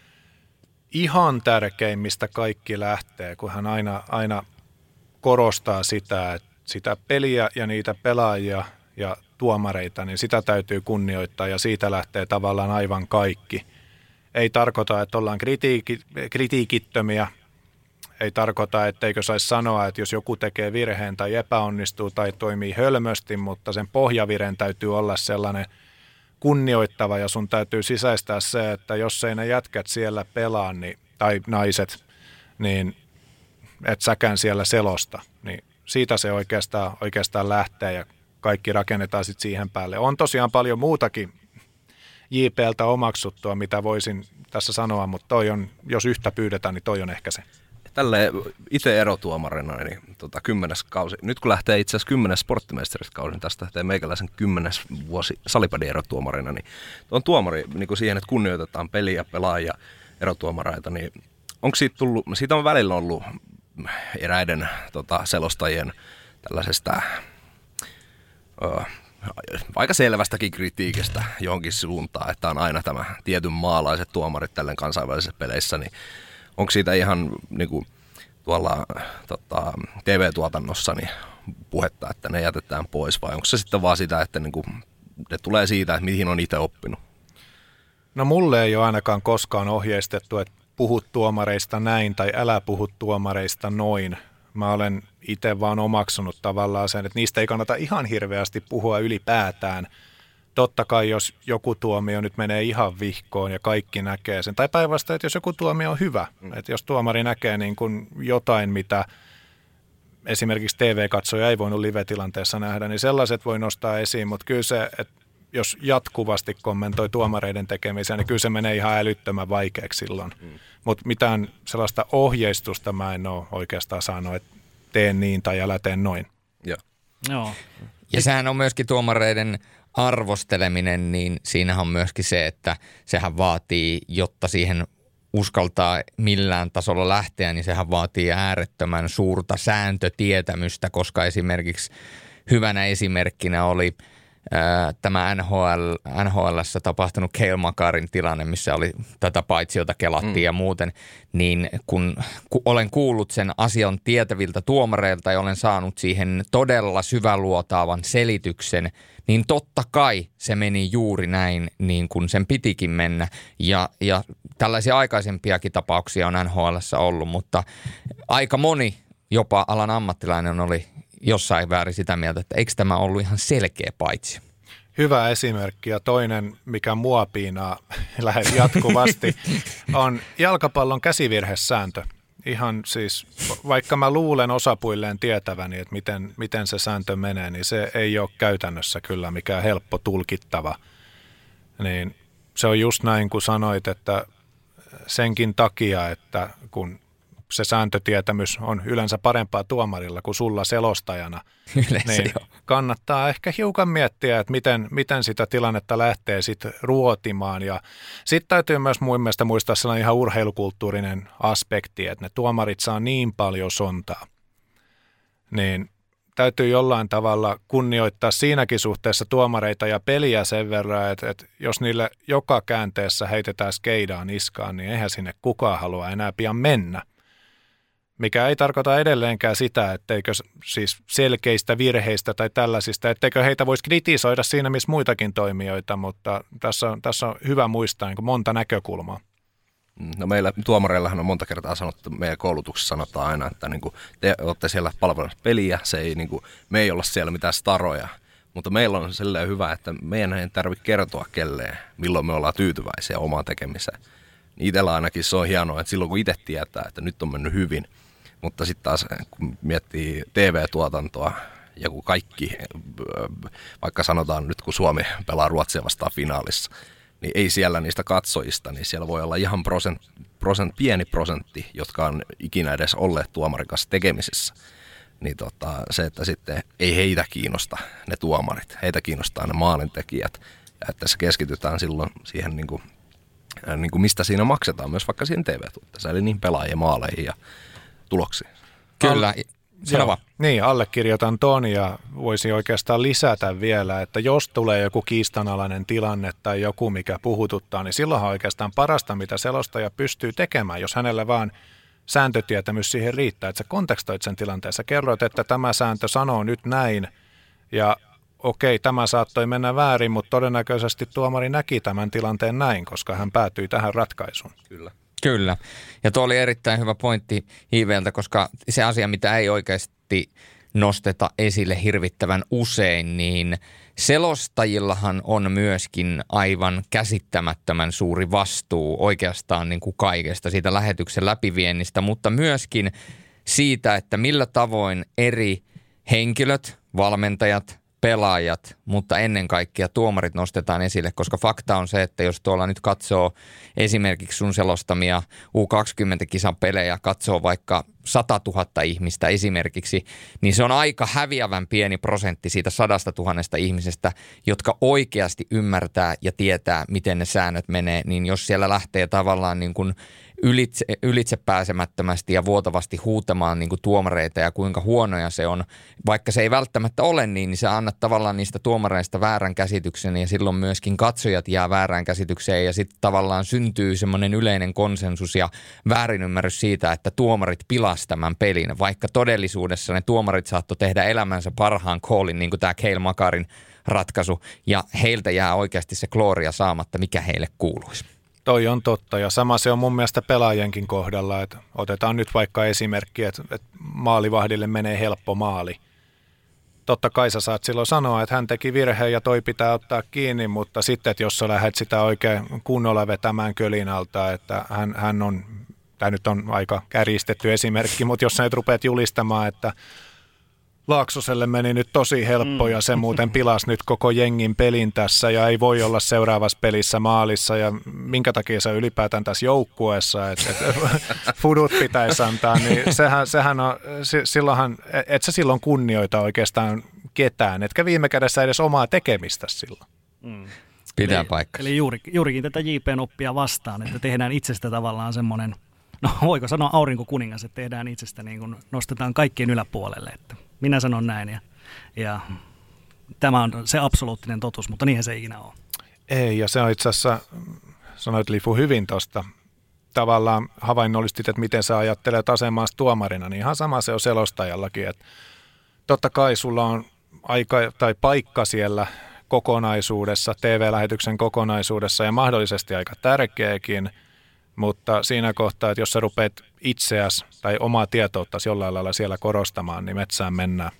ihan tärkein, mistä kaikki lähtee, kun hän aina, aina korostaa sitä, että sitä peliä ja niitä pelaajia ja tuomareita, niin sitä täytyy kunnioittaa ja siitä lähtee tavallaan aivan kaikki. Ei tarkoita, että ollaan kritiiki, kritiikittömiä. Ei tarkoita, etteikö saisi sanoa, että jos joku tekee virheen tai epäonnistuu tai toimii hölmösti, mutta sen pohjaviren täytyy olla sellainen kunnioittava ja sun täytyy sisäistää se, että jos ei ne jätkät siellä pelaa niin, tai naiset, niin et säkään siellä selosta. Niin siitä se oikeastaan, oikeastaan lähtee ja kaikki rakennetaan sitten siihen päälle. On tosiaan paljon muutakin J P:ltä omaksuttua, mitä voisin tässä sanoa, mutta toi on, jos yhtä pyydetään, niin toi on ehkä se. Tälleen itse erotuomarina, niin tota, kymmenes kausi. Nyt kun lähtee itse asiassa kymmenes sporttimesteriskausi, tästä lähtee meikäläisen kymmenes vuosi salipädin erotuomarina, niin on tuomari niin kuin siihen, että kunnioitetaan peliä, pelaajia, erotuomareita, niin onko siitä tullut, siitä on välillä ollut eräiden tota, selostajien tällaisesta ö, aika selvästäkin kritiikistä johonkin suuntaan, että on aina tämä tietyn maalaiset tuomarit tälleen kansainvälisissä peleissä, niin onko siitä ihan niin kuin, tuolla tota, T V-tuotannossa niin puhetta, että ne jätetään pois vai onko se sitten vaan sitä, että niin kuin, ne tulee siitä, että mihin on itse oppinut? No mulle ei ole ainakaan koskaan ohjeistettu, että puhu tuomareista näin tai älä puhu tuomareista noin. Mä olen itse vaan omaksunut tavallaan sen, että niistä ei kannata ihan hirveästi puhua ylipäätään. Totta kai, jos joku tuomio nyt menee ihan vihkoon ja kaikki näkee sen, tai päinvastoin, että jos joku tuomio on hyvä, mm. että jos tuomari näkee niin kuin jotain, mitä esimerkiksi T V-katsoja ei voinut live-tilanteessa nähdä, niin sellaiset voi nostaa esiin, mutta kyllä se, että jos jatkuvasti kommentoi tuomareiden tekemisiä, niin kyllä se menee ihan älyttömän vaikeaksi silloin. Mm. Mutta mitään sellaista ohjeistusta mä en ole oikeastaan saanut, että teen niin tai älä tee noin. Joo. Joo. Ja sehän on myöskin tuomareiden arvosteleminen, niin siinähän on myöskin se, että sehän vaatii, jotta siihen uskaltaa millään tasolla lähteä, niin sehän vaatii äärettömän suurta sääntötietämystä, koska esimerkiksi hyvänä esimerkkinä oli ää, tämä N H L, N H L:ssä tapahtunut Cale Makarin tilanne, missä oli tätä paitsiota kelattiin mm. ja muuten, niin kun, kun olen kuullut sen asian tietäviltä tuomareilta ja olen saanut siihen todella syväluotaavan selityksen, niin totta kai se meni juuri näin niin kuin sen pitikin mennä. Ja, ja tällaisia aikaisempiakin tapauksia on N H L:ssä ollut, mutta aika moni jopa alan ammattilainen oli jossain väärin sitä mieltä, että eikö tämä ollut ihan selkeä paitsi. Hyvä esimerkki ja toinen, mikä mua piinaa lähes jatkuvasti, on jalkapallon käsivirhesääntö. Ihan siis, vaikka mä luulen osapuilleen tietäväni, että miten, miten se sääntö menee, niin se ei ole käytännössä kyllä mikään helppo tulkittava. Niin se on just näin, kun sanoit, että senkin takia, että kun se sääntötietämys on yleensä parempaa tuomarilla kuin sulla selostajana, Yleensä niin jo. kannattaa ehkä hiukan miettiä, että miten, miten sitä tilannetta lähtee sitten ruotimaan. Ja sitten täytyy myös mun mielestä muistaa sellainen ihan urheilukulttuurinen aspekti, että ne tuomarit saa niin paljon sontaa. Niin täytyy jollain tavalla kunnioittaa siinäkin suhteessa tuomareita ja peliä sen verran, että, että jos niille joka käänteessä heitetään skeidaa niskaan, niin eihän sinne kukaan halua enää pian mennä. Mikä ei tarkoita edelleenkään sitä, etteikö siis selkeistä virheistä tai tällaisista, etteikö heitä voisi kritisoida siinä, missä muitakin toimijoita, mutta tässä on, tässä on hyvä muistaa niin monta näkökulmaa. No meillä tuomareillahan on monta kertaa sanottu, meidän koulutuksessa sanotaan aina, että niin kuin te olette siellä palvelemassa peliä, se ei, niin kuin, me ei olla siellä mitään staroja, mutta meillä on silleen hyvä, että meidän ei tarvitse kertoa kelleen, milloin me ollaan tyytyväisiä omaan tekemiseen. Itsellä ainakin se on hienoa, että silloin kun itse tietää, että nyt on mennyt hyvin, mutta sitten taas kun miettii T V-tuotantoa ja kun kaikki, vaikka sanotaan nyt kun Suomi pelaa Ruotsia vastaan finaalissa, niin ei siellä niistä katsojista, niin siellä voi olla ihan prosent, prosent, pieni prosentti, jotka on ikinä edes olleet tuomarin kanssa tekemisissä. Niin tota, se, että sitten ei heitä kiinnosta ne tuomarit, heitä kiinnostaa ne maalintekijät. Ja että se keskitytään silloin siihen, niin kuin, niin kuin mistä siinä maksetaan, myös vaikka siihen T V-tuotteeseen, eli niin pelaajien maaleihin ja tuloksiin. Kyllä, sano vaan. Niin, allekirjoitan ton ja voisin oikeastaan lisätä vielä, että jos tulee joku kiistanalainen tilanne tai joku, mikä puhututtaa, niin silloinhan oikeastaan parasta, mitä selostaja pystyy tekemään, jos hänellä vaan sääntötietämys siihen riittää, että sä kontekstoit sen tilanteessa. Kerroit, että tämä sääntö sanoo nyt näin ja okei, tämä saattoi mennä väärin, mutta todennäköisesti tuomari näki tämän tilanteen näin, koska hän päätyi tähän ratkaisuun. Kyllä. Kyllä. Ja tuo oli erittäin hyvä pointti I V:ltä, koska se asia, mitä ei oikeasti nosteta esille hirvittävän usein, niin selostajillahan on myöskin aivan käsittämättömän suuri vastuu oikeastaan niin kuin kaikesta siitä lähetyksen läpiviennistä, mutta myöskin siitä, että millä tavoin eri henkilöt, valmentajat, pelaajat, mutta ennen kaikkea tuomarit nostetaan esille, koska fakta on se, että jos tuolla nyt katsoo esimerkiksi sun selostamia U kaksikymmentä-kisan pelejä, katsoo vaikka sata tuhatta ihmistä esimerkiksi, niin se on aika häviävän pieni prosentti siitä sadasta tuhannesta ihmisestä, jotka oikeasti ymmärtää ja tietää, miten ne säännöt menee, niin jos siellä lähtee tavallaan niin kuin ylitse, ylitsepääsemättömästi ja vuotavasti huutamaan niin kuin tuomareita ja kuinka huonoja se on, vaikka se ei välttämättä ole niin, niin se annat tavallaan niistä tuomareista väärän käsityksen ja silloin myöskin katsojat jää väärään käsitykseen ja sitten tavallaan syntyy semmoinen yleinen konsensus ja väärinymmärrys siitä, että tuomarit pilaa tämän pelin, vaikka todellisuudessa ne tuomarit saattoi tehdä elämänsä parhaan callin, niin kuin tämä Cale Makarin ratkaisu, ja heiltä jää oikeasti se glooria saamatta, mikä heille kuuluisi. Toi on totta, ja sama se on mun mielestä pelaajienkin kohdalla, että otetaan nyt vaikka esimerkki, että, että maalivahdille menee helppo maali. Totta kai sä saat silloin sanoa, että hän teki virheen ja toi pitää ottaa kiinni, mutta sitten, että jos sä lähdet sitä oikein kunnolla vetämään kölinalta, että hän, hän on... Tämä nyt on aika kärjistetty esimerkki, mutta jos sä nyt rupeat julistamaan, että Laaksoselle meni nyt tosi helppo ja se muuten pilasi nyt koko jengin pelin tässä ja ei voi olla seuraavassa pelissä maalissa ja minkä takia se ylipäätään tässä joukkueessa, että et, fudut pitäisi antaa, niin sehän, sehän on, silloinhan, et sä silloin kunnioita oikeastaan ketään, etkä viime kädessä edes omaa tekemistä silloin. Mm. Pitää eli, paikkansa. Eli juuri, juurikin tätä J P:n oppia vastaan, että tehdään itsestä tavallaan semmoinen, no voiko sanoa aurinkokuningas, että tehdään itsestä niin kuin nostetaan kaikkien yläpuolelle, että minä sanon näin ja, ja tämä on se absoluuttinen totuus, mutta niinhän se ei ikinä ole. Ei, ja se on itse asiassa, sanoit Lifu hyvin tuosta, tavallaan havainnollistit, että miten sä ajattelet asemaasi tuomarina, niin ihan sama se on selostajallakin, että totta kai sulla on aika tai paikka siellä kokonaisuudessa, T V-lähetyksen kokonaisuudessa ja mahdollisesti aika tärkeäkin, mutta siinä kohtaa, että jos sä rupeat itseäsi tai omaa tietouttasi jollain lailla siellä korostamaan, niin metsään mennään.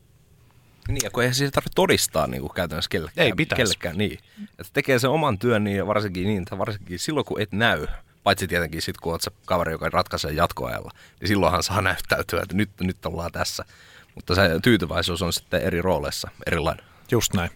Niin, ja kun eihän siitä tarvitse todistaa niin kuin käytännössä kellekään. Ei pitäisi. Kellekään, niin. Että tekee sen oman työn niin, varsinkin niin, että varsinkin silloin kun et näy, paitsi tietenkin sitten kun oot se kaveri, joka ratkaisee jatkoajalla, niin silloinhan saa näyttäytyä, että nyt, nyt ollaan tässä. Mutta se tyytyväisyys on sitten eri rooleissa erilainen. Just näin.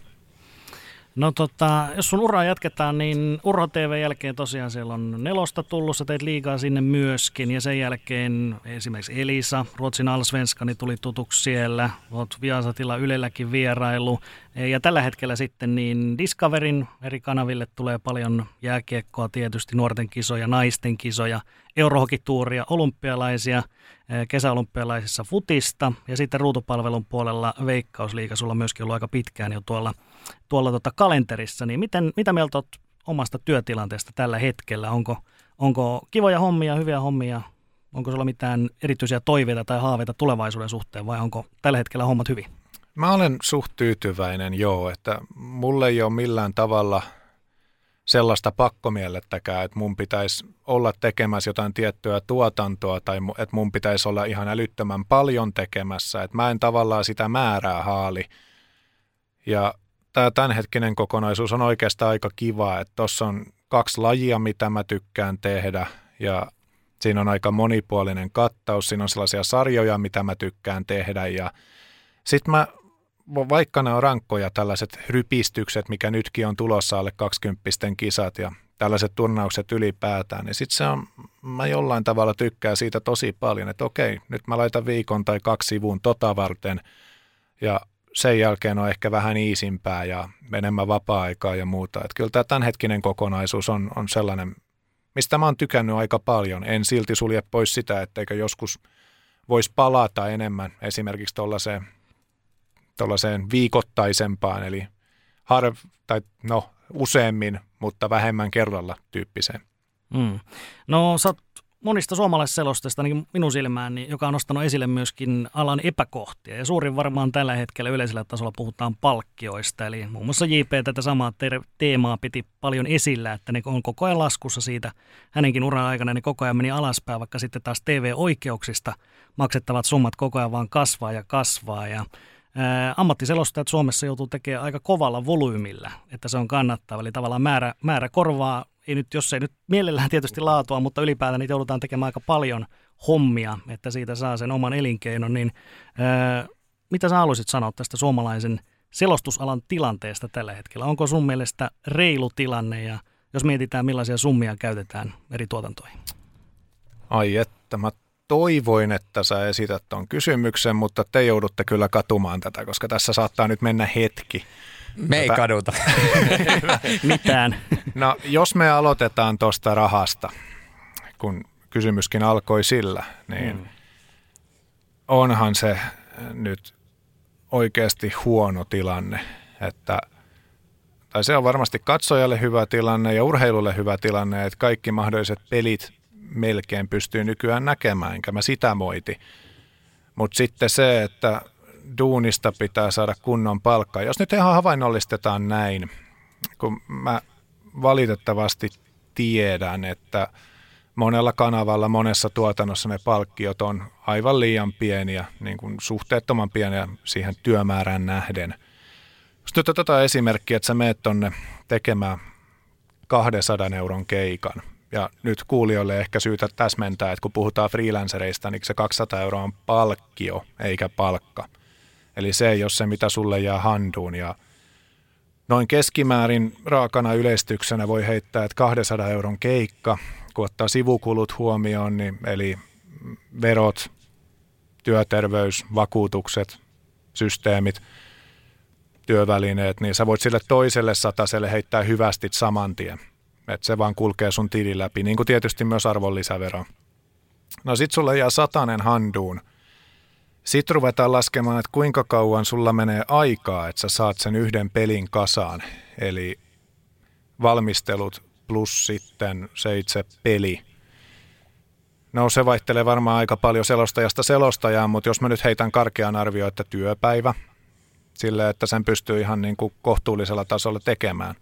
No tota, jos sun uraa jatketaan, niin Urho T V jälkeen tosiaan siellä on nelosta tullut, sä teit liigaa sinne myöskin ja sen jälkeen esimerkiksi Elisa, Ruotsin Allsvenskani tuli tutuksi siellä, oot Viasatilla Ylelläkin vierailu ja tällä hetkellä sitten niin Discoverin eri kanaville tulee paljon jääkiekkoa tietysti, nuorten kisoja, naisten kisoja, eurohokituuria, olympialaisia, kesäolympialaisissa futista ja sitten ruutupalvelun puolella Veikkausliiga, sulla on myöskin ollut aika pitkään jo tuolla, tuolla tota kalenterissa, niin miten, mitä mieltä olet omasta työtilanteesta tällä hetkellä? Onko, onko kivoja hommia, hyviä hommia? Onko sulla mitään erityisiä toiveita tai haaveita tulevaisuuden suhteen vai onko tällä hetkellä hommat hyvin? Mä olen suht tyytyväinen, joo, että mulle ei ole millään tavalla sellaista pakkomiellettäkään, että mun pitäisi olla tekemässä jotain tiettyä tuotantoa tai että mun pitäisi olla ihan älyttömän paljon tekemässä, että mä en tavallaan sitä määrää haali. Ja tämä tämänhetkinen kokonaisuus on oikeastaan aika kiva, että tuossa on kaksi lajia, mitä mä tykkään tehdä ja siinä on aika monipuolinen kattaus, siinä on sellaisia sarjoja, mitä mä tykkään tehdä ja sitten mä, vaikka nämä on rankkoja tällaiset rypistykset, mikä nytkin on tulossa alle kaksikymppisten kisat ja tällaiset turnaukset ylipäätään, niin sitten se on, mä jollain tavalla tykkään siitä tosi paljon, että okei, nyt mä laitan viikon tai kaksi sivuun tota varten ja sen jälkeen on ehkä vähän iisimpää ja enemmän vapaa-aikaa ja muuta. Että kyllä tämä tämänhetkinen kokonaisuus on, on sellainen, mistä mä oon tykännyt aika paljon. En silti sulje pois sitä, etteikö joskus voisi palata enemmän esimerkiksi tuollaiseen tuollaiseen viikoittaisempaan, eli harv, tai no useammin, mutta vähemmän kerralla tyyppiseen. Mm. No sä oot monista suomalaisselostesta, niin minun silmään, niin, joka on nostanut esille myöskin alan epäkohtia. Ja suurin varmaan tällä hetkellä yleisellä tasolla puhutaan palkkioista. Eli muun muassa J P tätä samaa te- teemaa piti paljon esillä, että ne on koko ajan laskussa siitä. Hänenkin uran aikana ne koko ajan meni alaspäin, vaikka sitten taas T V-oikeuksista maksettavat summat koko ajan vaan kasvaa ja kasvaa. Ja ää, ammattiselostajat Suomessa joutuu tekemään aika kovalla volyymillä, että se on kannattava. Eli tavallaan määrä, määrä korvaa. Ei nyt, jos ei nyt mielellään tietysti laatua, mutta ylipäätään niitä joudutaan tekemään aika paljon hommia, että siitä saa sen oman elinkeinon. Niin, ää, mitä sä haluaisit sanoa tästä suomalaisen selostusalan tilanteesta tällä hetkellä? Onko sun mielestä reilu tilanne ja jos mietitään millaisia summia käytetään eri tuotantoihin? Ai että, mä toivoin, että sä esität ton kysymyksen, mutta te joudutte kyllä katumaan tätä, koska tässä saattaa nyt mennä hetki. Me ei kaduta. Mitään. No jos me aloitetaan tuosta rahasta, kun kysymyskin alkoi sillä, niin mm. onhan se nyt oikeasti huono tilanne, että tai se on varmasti katsojalle hyvä tilanne ja urheilulle hyvä tilanne, että kaikki mahdolliset pelit melkein pystyy nykyään näkemään, enkä mä sitä moiti. Mutta sitten se, että duunista pitää saada kunnon palkkaa. Jos nyt ihan havainnollistetaan näin, kun mä valitettavasti tiedän, että monella kanavalla, monessa tuotannossa ne palkkiot on aivan liian pieniä, niin kuin suhteettoman pieniä siihen työmäärään nähden. Jos nyt otetaan esimerkkiä, että sä meet tonne tekemään kahdensadan euron keikan, ja nyt kuulijoille ehkä syytä täsmentää, että kun puhutaan freelancereista, niin se kaksisataa euroa on palkkio eikä palkka. Eli se ei ole se, mitä sulle jää handuun. Ja noin keskimäärin raakana yleistyksenä voi heittää, että kahdensadan euron keikka, kun ottaa sivukulut huomioon, niin eli verot, työterveys, vakuutukset, systeemit, työvälineet, niin sä voit sille toiselle sataselle heittää hyvästit saman tien. Että se vaan kulkee sun tilin läpi, niin kuin tietysti myös arvonlisävero. No sit sulle jää satanen handuun. Sitten ruvetaan laskemaan, että kuinka kauan sulla menee aikaa, että sä saat sen yhden pelin kasaan. Eli valmistelut plus sitten se itse peli. No se vaihtelee varmaan aika paljon selostajasta selostajaan, mutta jos mä nyt heitän karkean arvioon, että työpäivä, sille että sen pystyy ihan niin kuin kohtuullisella tasolla tekemään,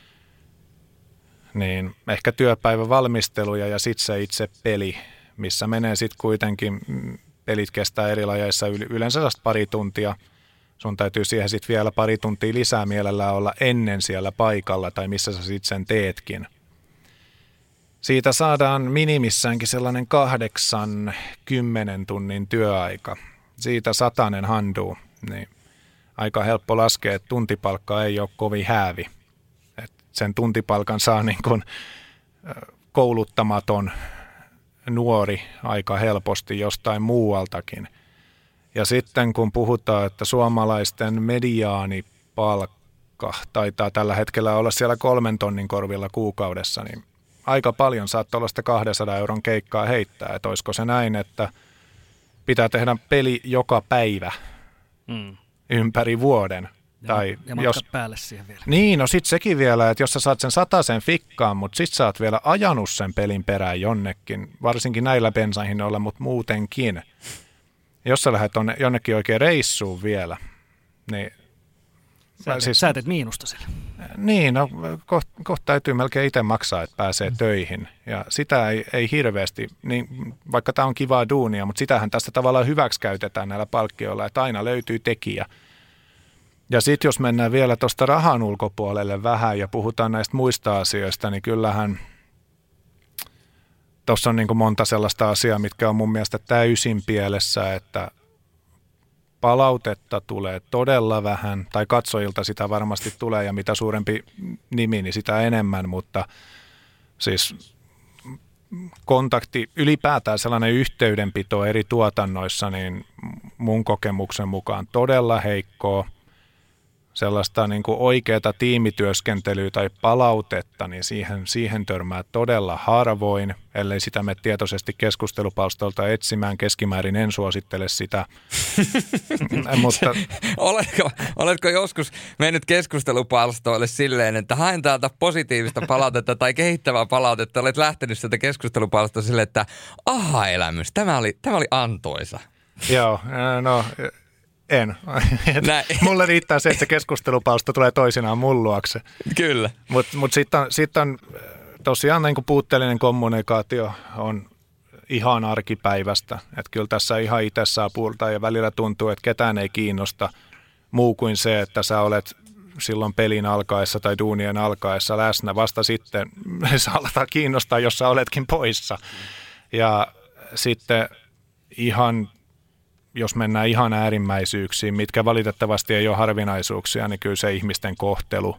niin ehkä työpäivä valmisteluja ja sitten se itse peli, missä menee sitten kuitenkin, pelit kestää eri lajeissa yleensä pari tuntia. Sun täytyy siihen sitten vielä pari tuntia lisää mielellään olla ennen siellä paikalla tai missä sä sitten sen teetkin. Siitä saadaan minimissäänkin sellainen kahdeksan, kymmenen tunnin työaika. Siitä satanen handuu, niin aika helppo laskea, että tuntipalkka ei ole kovin häävi. Et sen tuntipalkan saa niin kuin kouluttamaton nuori aika helposti jostain muualtakin. Ja sitten kun puhutaan, että suomalaisten mediaanipalkka taitaa tällä hetkellä olla siellä kolmen tonnin korvilla kuukaudessa, niin aika paljon saat tuollaista kahdensadan euron keikkaa heittää. Että olisiko se näin, että pitää tehdä peli joka päivä mm. ympäri vuoden. Ja, tai ja jos, päälle siihen vielä. Niin, no sit sekin vielä, että jos sä saat sen satasen fikkaan, mutta sit sä oot vielä ajanut sen pelin perään jonnekin, varsinkin näillä bensahinnoilla, mutta muutenkin. Jos sä lähdet onne, jonnekin oikein reissuun vielä, niin... Sä, siis, sä teet miinusta sillä. Niin, no kohta koht täytyy melkein itse maksaa, että pääsee mm. töihin. Ja sitä ei, ei hirveästi, niin vaikka tämä on kivaa duunia, mutta sitähän tästä tavallaan hyväksi käytetään näillä palkkioilla, että aina löytyy tekijä. Ja sitten jos mennään vielä tuosta rahan ulkopuolelle vähän ja puhutaan näistä muista asioista, niin kyllähän tuossa on niin kuin monta sellaista asiaa, mitkä on mun mielestä täysin pielessä, että palautetta tulee todella vähän, tai katsojilta sitä varmasti tulee, ja mitä suurempi nimi, niin sitä enemmän, mutta siis kontakti, ylipäätään sellainen yhteydenpito eri tuotannoissa, niin mun kokemuksen mukaan todella heikkoa. Sellaista niin kuin oikeaa tiimityöskentelyä tai palautetta, niin siihen, siihen törmää todella harvoin, ellei sitä mene tietoisesti keskustelupalstolta etsimään. Keskimäärin en suosittele sitä. Mutta... oletko, oletko joskus mennyt keskustelupalstoille silleen, että haen täältä positiivista palautetta tai kehittävää palautetta, olet lähtenyt sieltä keskustelupalstoa silleen, että aha-elämys, tämä oli, tämä oli antoisa. Joo, no... En. Mulle riittää se, että se keskustelupalsta tulee toisinaan mun luokse. Kyllä. Mutta mut sitten on, sit on tosiaan niin kuin puutteellinen kommunikaatio on ihan arkipäivästä. Että kyllä tässä ihan itse saa puolta ja välillä tuntuu, että ketään ei kiinnosta muu kuin se, että sä olet silloin pelin alkaessa tai duunien alkaessa läsnä. Vasta sitten se aletaan kiinnostaa, jos sä oletkin poissa. Ja sitten ihan... Jos mennään ihan äärimmäisyyksiin, mitkä valitettavasti ei ole harvinaisuuksia, niin kyllä se ihmisten kohtelu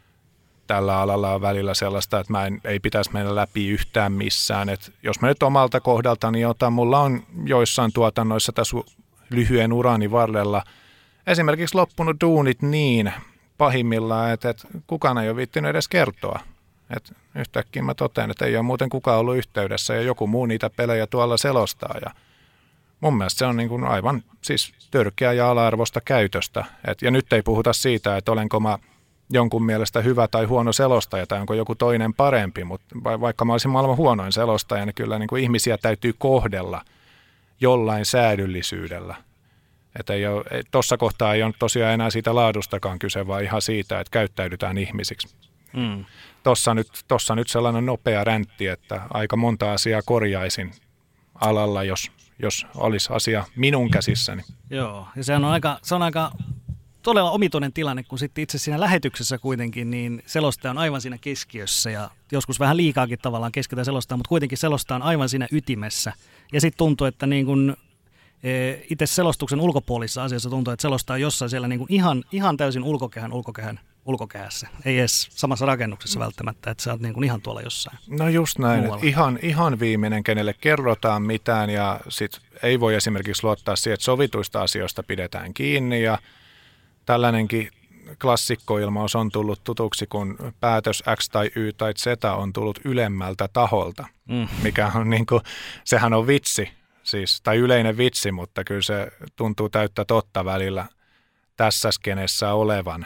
tällä alalla on välillä sellaista, että mä en, ei pitäisi mennä läpi yhtään missään. Et jos mä nyt omalta kohdaltani otan, mulla on joissain tuotannoissa tässä lyhyen urani varrella esimerkiksi loppunut duunit niin pahimmillaan, että, että kukaan ei ole viittinyt edes kertoa. Et yhtäkkiä mä totean, että ei ole muuten kukaan ollut yhteydessä ja joku muu niitä pelejä tuolla selostaa ja mun mielestä se on niin kuin aivan siis törkeä ja ala-arvoista käytöstä. Et, ja nyt ei puhuta siitä, että olenko mä jonkun mielestä hyvä tai huono selostaja tai onko joku toinen parempi, mutta vaikka mä olisin maailman huonoin selostaja, niin kyllä niin kuin ihmisiä täytyy kohdella jollain säädyllisyydellä. Että tuossa kohtaa ei ole tosiaan enää siitä laadustakaan kyse, vaan ihan siitä, että käyttäydytään ihmisiksi. Mm. Tuossa nyt, tossa nyt sellainen nopea räntti, että aika monta asiaa korjaisin alalla, jos... jos olisi asia minun käsissäni. Joo, ja se on aika, se on aika todella omituinen tilanne, kun sitten itse siinä lähetyksessä kuitenkin, niin selostaja on aivan siinä keskiössä ja joskus vähän liikaakin tavallaan keskiötä selostaa, mutta kuitenkin selostaa on aivan siinä ytimessä. Ja sitten tuntuu, että niin kun, e, itse selostuksen ulkopuolisissa asioissa tuntuu, että selostaa on jossain siellä niin kun ihan, ihan täysin ulkokehän ulkokehän ulkokehässä. Ei edes samassa rakennuksessa välttämättä, että sä oot niin kuin ihan tuolla jossain. No just näin, että ihan, ihan viimeinen, kenelle kerrotaan mitään ja sit ei voi esimerkiksi luottaa siihen, että sovituista asioista pidetään kiinni ja tällainenkin klassikkoilmaus on tullut tutuksi, kun päätös X tai Y tai Z on tullut ylemmältä taholta, mm. mikä on niin kuin, sehän on vitsi, siis, tai yleinen vitsi, mutta kyllä se tuntuu täyttä totta välillä tässä skenessä olevan.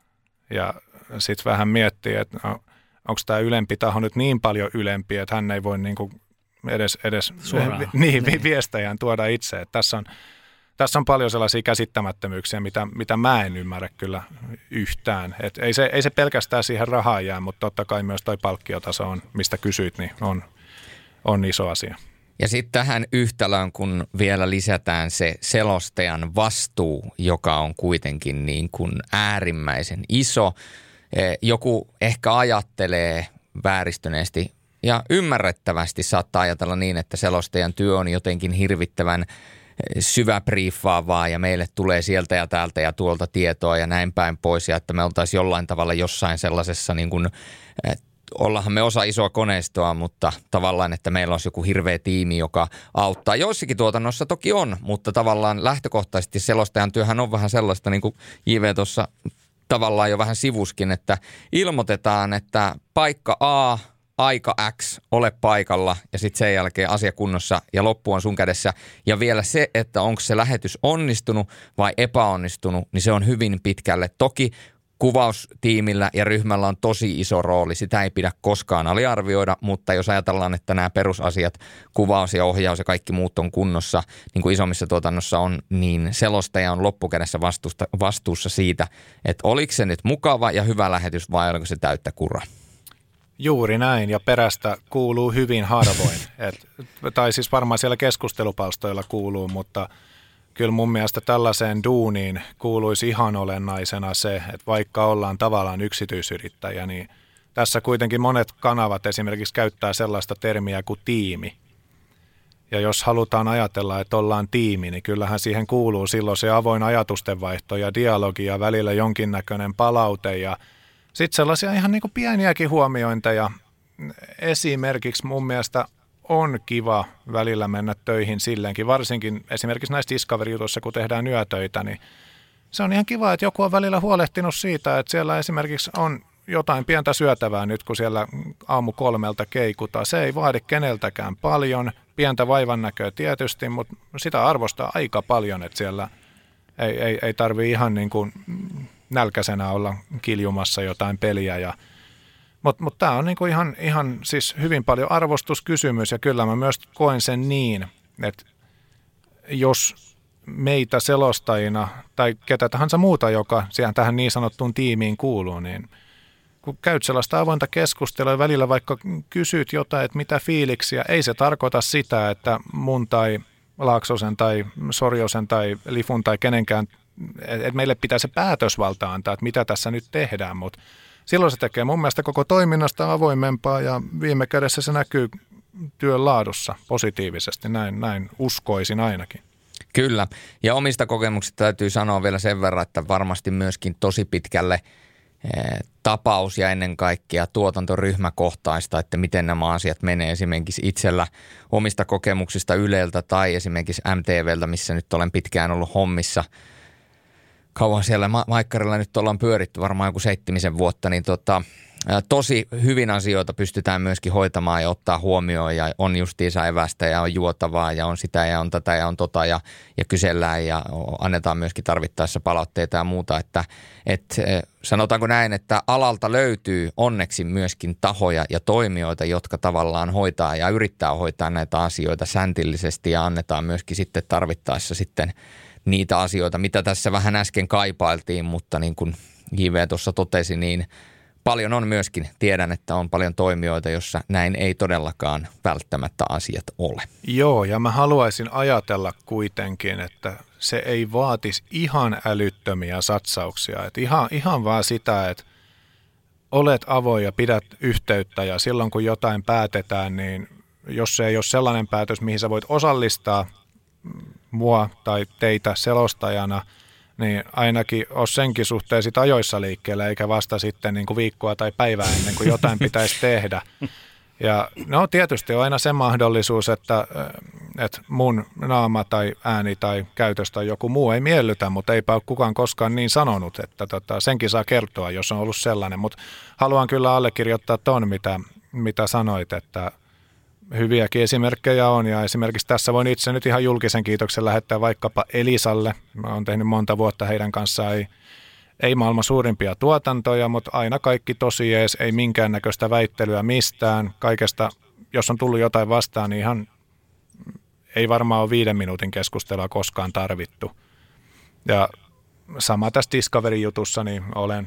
Ja sitten vähän miettii, että no, onko tämä ylempi taho nyt niin paljon ylempi, että hän ei voi niinku edes, edes vi, niin, niin. viesteijän tuoda itse. Että tässä, on, tässä on paljon sellaisia käsittämättömyyksiä, mitä, mitä mä en ymmärrä kyllä yhtään. Et ei, se, ei se pelkästään siihen rahaan jää, mutta totta kai myös toi palkkiotaso on, mistä kysyit, niin on, on iso asia. Ja sitten tähän yhtälöön, kun vielä lisätään se selostajan vastuu, joka on kuitenkin niin kuin äärimmäisen iso. Joku ehkä ajattelee vääristyneesti ja ymmärrettävästi saattaa ajatella niin, että selostajan työ on jotenkin hirvittävän syväbriifaavaa ja meille tulee sieltä ja täältä ja tuolta tietoa ja näin päin pois. Ja että me oltaisiin jollain tavalla jossain sellaisessa niin kuin ollaanhan me osa isoa koneistoa, mutta tavallaan, että meillä olisi joku hirveä tiimi, joka auttaa. Joissakin tuotannossa toki on, mutta tavallaan lähtökohtaisesti selostajan työhän on vähän sellaista, niin kuin J V tuossa tavallaan jo vähän sivuskin, että ilmoitetaan, että paikka A aika X, ole paikalla ja sitten sen jälkeen asia kunnossa ja loppu on sun kädessä. Ja vielä se, että onko se lähetys onnistunut vai epäonnistunut, niin se on hyvin pitkälle. Toki kuvaustiimillä ja ryhmällä on tosi iso rooli. Sitä ei pidä koskaan aliarvioida, mutta jos ajatellaan, että nämä perusasiat, kuvaus ja ohjaus ja kaikki muut on kunnossa, niin kuin isommissa tuotannossa on, niin selostaja on loppukädessä vastuusta, vastuussa siitä, että oliko se nyt mukava ja hyvä lähetys vai oliko se täyttä kuraa. Juuri näin, ja perästä kuuluu hyvin harvoin. Et, tai siis varmaan siellä keskustelupalstoilla kuuluu, mutta kyllä mun mielestä tällaiseen duuniin kuuluisi ihan olennaisena se, että vaikka ollaan tavallaan yksityisyrittäjä, niin tässä kuitenkin monet kanavat esimerkiksi käyttää sellaista termiä kuin tiimi. Ja jos halutaan ajatella, että ollaan tiimi, niin kyllähän siihen kuuluu silloin se avoin ajatustenvaihto ja dialogi ja välillä jonkinnäköinen palaute ja sitten sellaisia ihan niin kuin pieniäkin huomiointeja. Esimerkiksi mun mielestä on kiva välillä mennä töihin silleenkin, varsinkin esimerkiksi näissä Discovery-jutuissa, kun tehdään yötöitä, niin se on ihan kiva, että joku on välillä huolehtinut siitä, että siellä esimerkiksi on jotain pientä syötävää nyt, kun siellä aamu kolmelta keikutaan. Se ei vaadi keneltäkään paljon, pientä vaivan näköä tietysti, mutta sitä arvostaa aika paljon, että siellä ei, ei, ei tarvitse ihan niin kuin nälkäisenä olla kiljumassa jotain peliä. Ja, mutta mut tämä on niinku ihan, ihan siis hyvin paljon arvostuskysymys ja kyllä mä myös koen sen niin, että jos meitä selostajina tai ketä tahansa muuta, joka siihen tähän niin sanottuun tiimiin kuuluu, niin kun käyt sellaista avointa keskustelua ja välillä vaikka kysyt jotain, että mitä fiiliksiä, ei se tarkoita sitä, että mun tai Laaksosen tai Sorjosen tai Lifun tai kenenkään, että meille pitää se päätösvalta antaa, että mitä tässä nyt tehdään, mutta silloin se tekee mun mielestä koko toiminnasta avoimempaa ja viime kädessä se näkyy työn laadussa positiivisesti, näin, näin uskoisin ainakin. Kyllä, ja omista kokemuksista täytyy sanoa vielä sen verran, että varmasti myöskin tosi pitkälle tapaus ja ennen kaikkea tuotantoryhmäkohtaista, että miten nämä asiat menee esimerkiksi itsellä omista kokemuksista Yleltä tai esimerkiksi M T V:ltä, missä nyt olen pitkään ollut hommissa. Kauan siellä ma- Maikkarilla nyt ollaan pyöritty varmaan joku seitsemisen vuotta, niin tota, tosi hyvin asioita pystytään myöskin hoitamaan ja ottaa huomioon ja on justiinsa evästä ja on juotavaa ja on sitä ja on tätä ja on tota ja, ja kysellään ja annetaan myöskin tarvittaessa palautteita ja muuta, että et, sanotaanko näin, että alalta löytyy onneksi myöskin tahoja ja toimijoita, jotka tavallaan hoitaa ja yrittää hoitaa näitä asioita säntillisesti ja annetaan myöskin sitten tarvittaessa sitten niitä asioita, mitä tässä vähän äsken kaipailtiin, mutta niin kuin J V tuossa totesi, niin paljon on myöskin, tiedän, että on paljon toimijoita, jossa näin ei todellakaan välttämättä asiat ole. Joo, ja mä haluaisin ajatella kuitenkin, että se ei vaatisi ihan älyttömiä satsauksia. Että ihan, ihan vaan sitä, että olet avoin ja pidät yhteyttä ja silloin kun jotain päätetään, niin jos se ei ole sellainen päätös, mihin sä voit osallistaa mua tai teitä selostajana, niin ainakin ole senkin suhteen sit ajoissa liikkeellä, eikä vasta sitten niin kuin viikkoa tai päivää ennen kuin jotain pitäisi tehdä. Ja no tietysti on aina se mahdollisuus, että, että mun naama tai ääni tai käytös tai joku muu ei miellytä, mutta eipä ole kukaan koskaan niin sanonut, että tota, senkin saa kertoa, jos on ollut sellainen. Mutta haluan kyllä allekirjoittaa ton, mitä, mitä sanoit, että hyviäkin esimerkkejä on ja esimerkiksi tässä voin itse nyt ihan julkisen kiitoksen lähettää vaikkapa Elisalle. Mä oon tehnyt monta vuotta heidän kanssaan, ei, ei maailman suurimpia tuotantoja, mutta aina kaikki tosi jees, ei minkäännäköistä väittelyä mistään. Kaikesta, jos on tullut jotain vastaan, niin ihan ei varmaan ole viiden minuutin keskustelua koskaan tarvittu. Ja sama tässä Discovery-jutussa, niin olen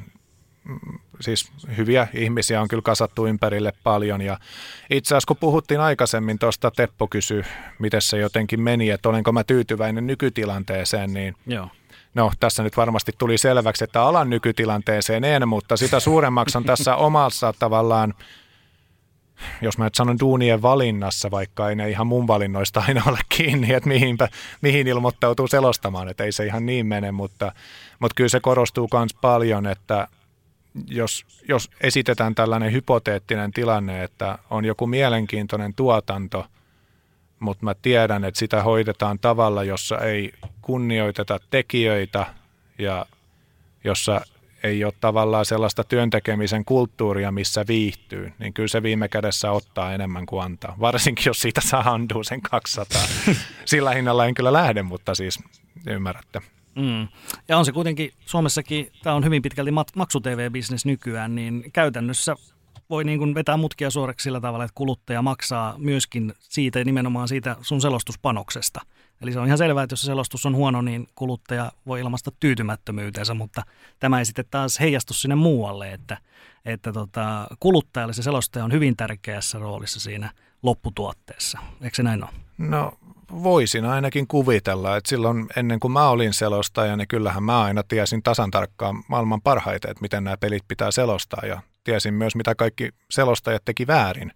siis hyviä ihmisiä on kyllä kasattu ympärille paljon ja itse asiassa kun puhuttiin aikaisemmin tuosta, Teppo kysyi, miten se jotenkin meni, että olenko mä tyytyväinen nykytilanteeseen, niin Joo. No tässä nyt varmasti tuli selväksi, että alan nykytilanteeseen en, mutta sitä suuremmaksi on tässä omassa tavallaan, jos mä nyt sanon duunien valinnassa, vaikka ei ne ihan mun valinnoista aina ole kiinni, että mihinpä, mihin ilmoittautuu selostamaan, että ei se ihan niin mene, mutta, mutta kyllä se korostuu myös paljon, että Jos, jos esitetään tällainen hypoteettinen tilanne, että on joku mielenkiintoinen tuotanto, mutta mä tiedän, että sitä hoidetaan tavalla, jossa ei kunnioiteta tekijöitä ja jossa ei ole tavallaan sellaista työntekemisen kulttuuria, missä viihtyy, niin kyllä se viime kädessä ottaa enemmän kuin antaa. Varsinkin, jos siitä saa handua sen kaksisataa. Sillä hinnalla en kyllä lähde, mutta siis ymmärrätte. Mm. Ja on se kuitenkin, Suomessakin tämä on hyvin pitkälti maksu-T V-bisnes nykyään, niin käytännössä voi niin kuin vetää mutkia suoreksi sillä tavalla, että kuluttaja maksaa myöskin siitä nimenomaan siitä sun selostuspanoksesta. Eli se on ihan selvää, että jos se selostus on huono, niin kuluttaja voi ilmaista tyytymättömyytensä, mutta tämä ei sitten taas heijastu sinne muualle, että, että tota, kuluttajalle se selostaja on hyvin tärkeässä roolissa siinä lopputuotteessa. Eikö se näin ole? No voisin ainakin kuvitella, että silloin ennen kuin mä olin selostaja, niin kyllähän mä aina tiesin tasan tarkkaan maailman parhaiten, että miten nämä pelit pitää selostaa ja tiesin myös, mitä kaikki selostajat teki väärin.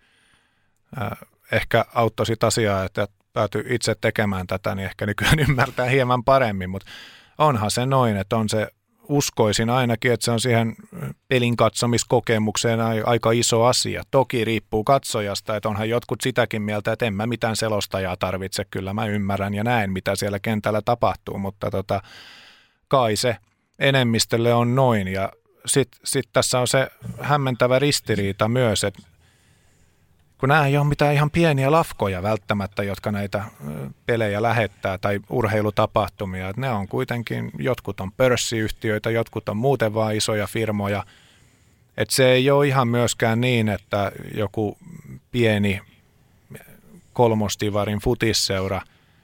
Ehkä auttoi sit asiaa, että päätyi itse tekemään tätä, niin ehkä nykyään ymmärtää hieman paremmin, mutta onhan se noin, että on se, uskoisin ainakin, että se on siihen pelin katsomiskokemukseen aika iso asia. Toki riippuu katsojasta, että onhan jotkut sitäkin mieltä, että en mä mitään selostajaa tarvitse, kyllä mä ymmärrän ja näen, mitä siellä kentällä tapahtuu, mutta tota, kai se enemmistölle on noin ja sitten sit tässä on se hämmentävä ristiriita myös, että kun nämä ei ole mitään ihan pieniä lafkoja välttämättä, jotka näitä pelejä lähettää tai urheilutapahtumia. Että ne on kuitenkin, jotkut on pörssiyhtiöitä, jotkut on muuten vaan isoja firmoja. Että se ei ole ihan myöskään niin, että joku pieni kolmostivarin futisseura,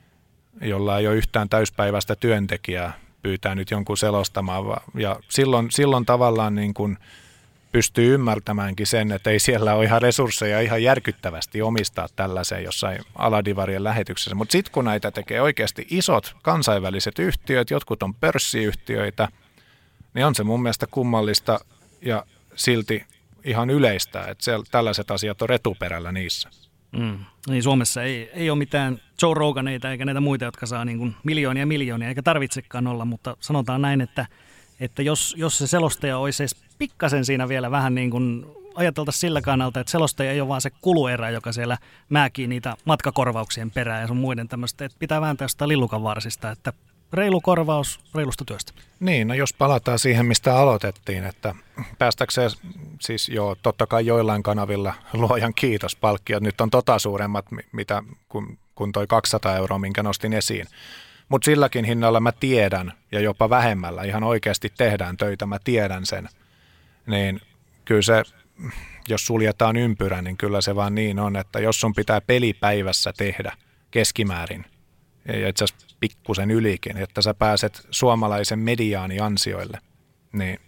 jolla ei ole yhtään täyspäiväistä työntekijää, pyytää nyt jonkun selostamaan. Ja silloin, silloin tavallaan niin kuin pystyy ymmärtämäänkin sen, että ei siellä ole ihan resursseja ihan järkyttävästi omistaa tällaiseen jossain aladivarien lähetyksessä. Mutta sitten kun näitä tekee oikeasti isot kansainväliset yhtiöt, jotkut on pörssiyhtiöitä, niin on se mun mielestä kummallista ja silti ihan yleistä, että siellä tällaiset asiat on retuperällä niissä. Mm. Niin Suomessa ei, ei ole mitään Joe Roganeita eikä näitä muita, jotka saa niin kuin miljoonia ja miljoonia, eikä tarvitsekaan olla, mutta sanotaan näin, että Että jos, jos se selostaja olisi edes pikkasen siinä vielä vähän niin kuin ajateltaisiin sillä kannalta, että selostaja ei ole vaan se kuluerä, joka siellä määkii niitä matkakorvauksien perään ja sun muiden tämmöistä, että pitää vääntää jostain lillukan varsista, että reilu korvaus reilusta työstä. Niin, no jos palataan siihen, mistä aloitettiin, että päästäkseen siis joo, totta kai joillain kanavilla luojan kiitos palkkiot, nyt on tota suuremmat, mitä kun, kun toi kaksisataa euroa, minkä nostin esiin. Mutta silläkin hinnalla mä tiedän, ja jopa vähemmällä, ihan oikeasti tehdään töitä, mä tiedän sen. Niin kyllä se, jos suljetaan ympyrä, niin kyllä se vaan niin on, että jos sun pitää pelipäivässä tehdä keskimäärin, ja itse asiassa pikkusen ylikin, että sä pääset suomalaisen mediaani ansioille, niin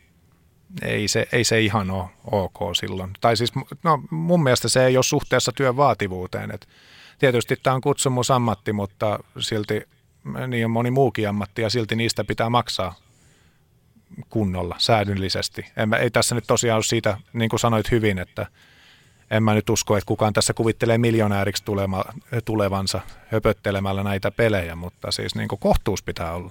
ei se, ei se ihan ole ok silloin. Tai siis no, mun mielestä se ei ole suhteessa työn vaativuuteen. Et tietysti tämä on kutsumusammatti, mutta silti niin on moni muukin ammatti ja silti niistä pitää maksaa kunnolla, säädyllisesti. En, ei tässä nyt tosiaan ole siitä, niin kuin sanoit hyvin, että en mä nyt usko, että kukaan tässä kuvittelee miljonääriksi tulema, tulevansa höpöttelemällä näitä pelejä, mutta siis niin kuin kohtuus pitää olla.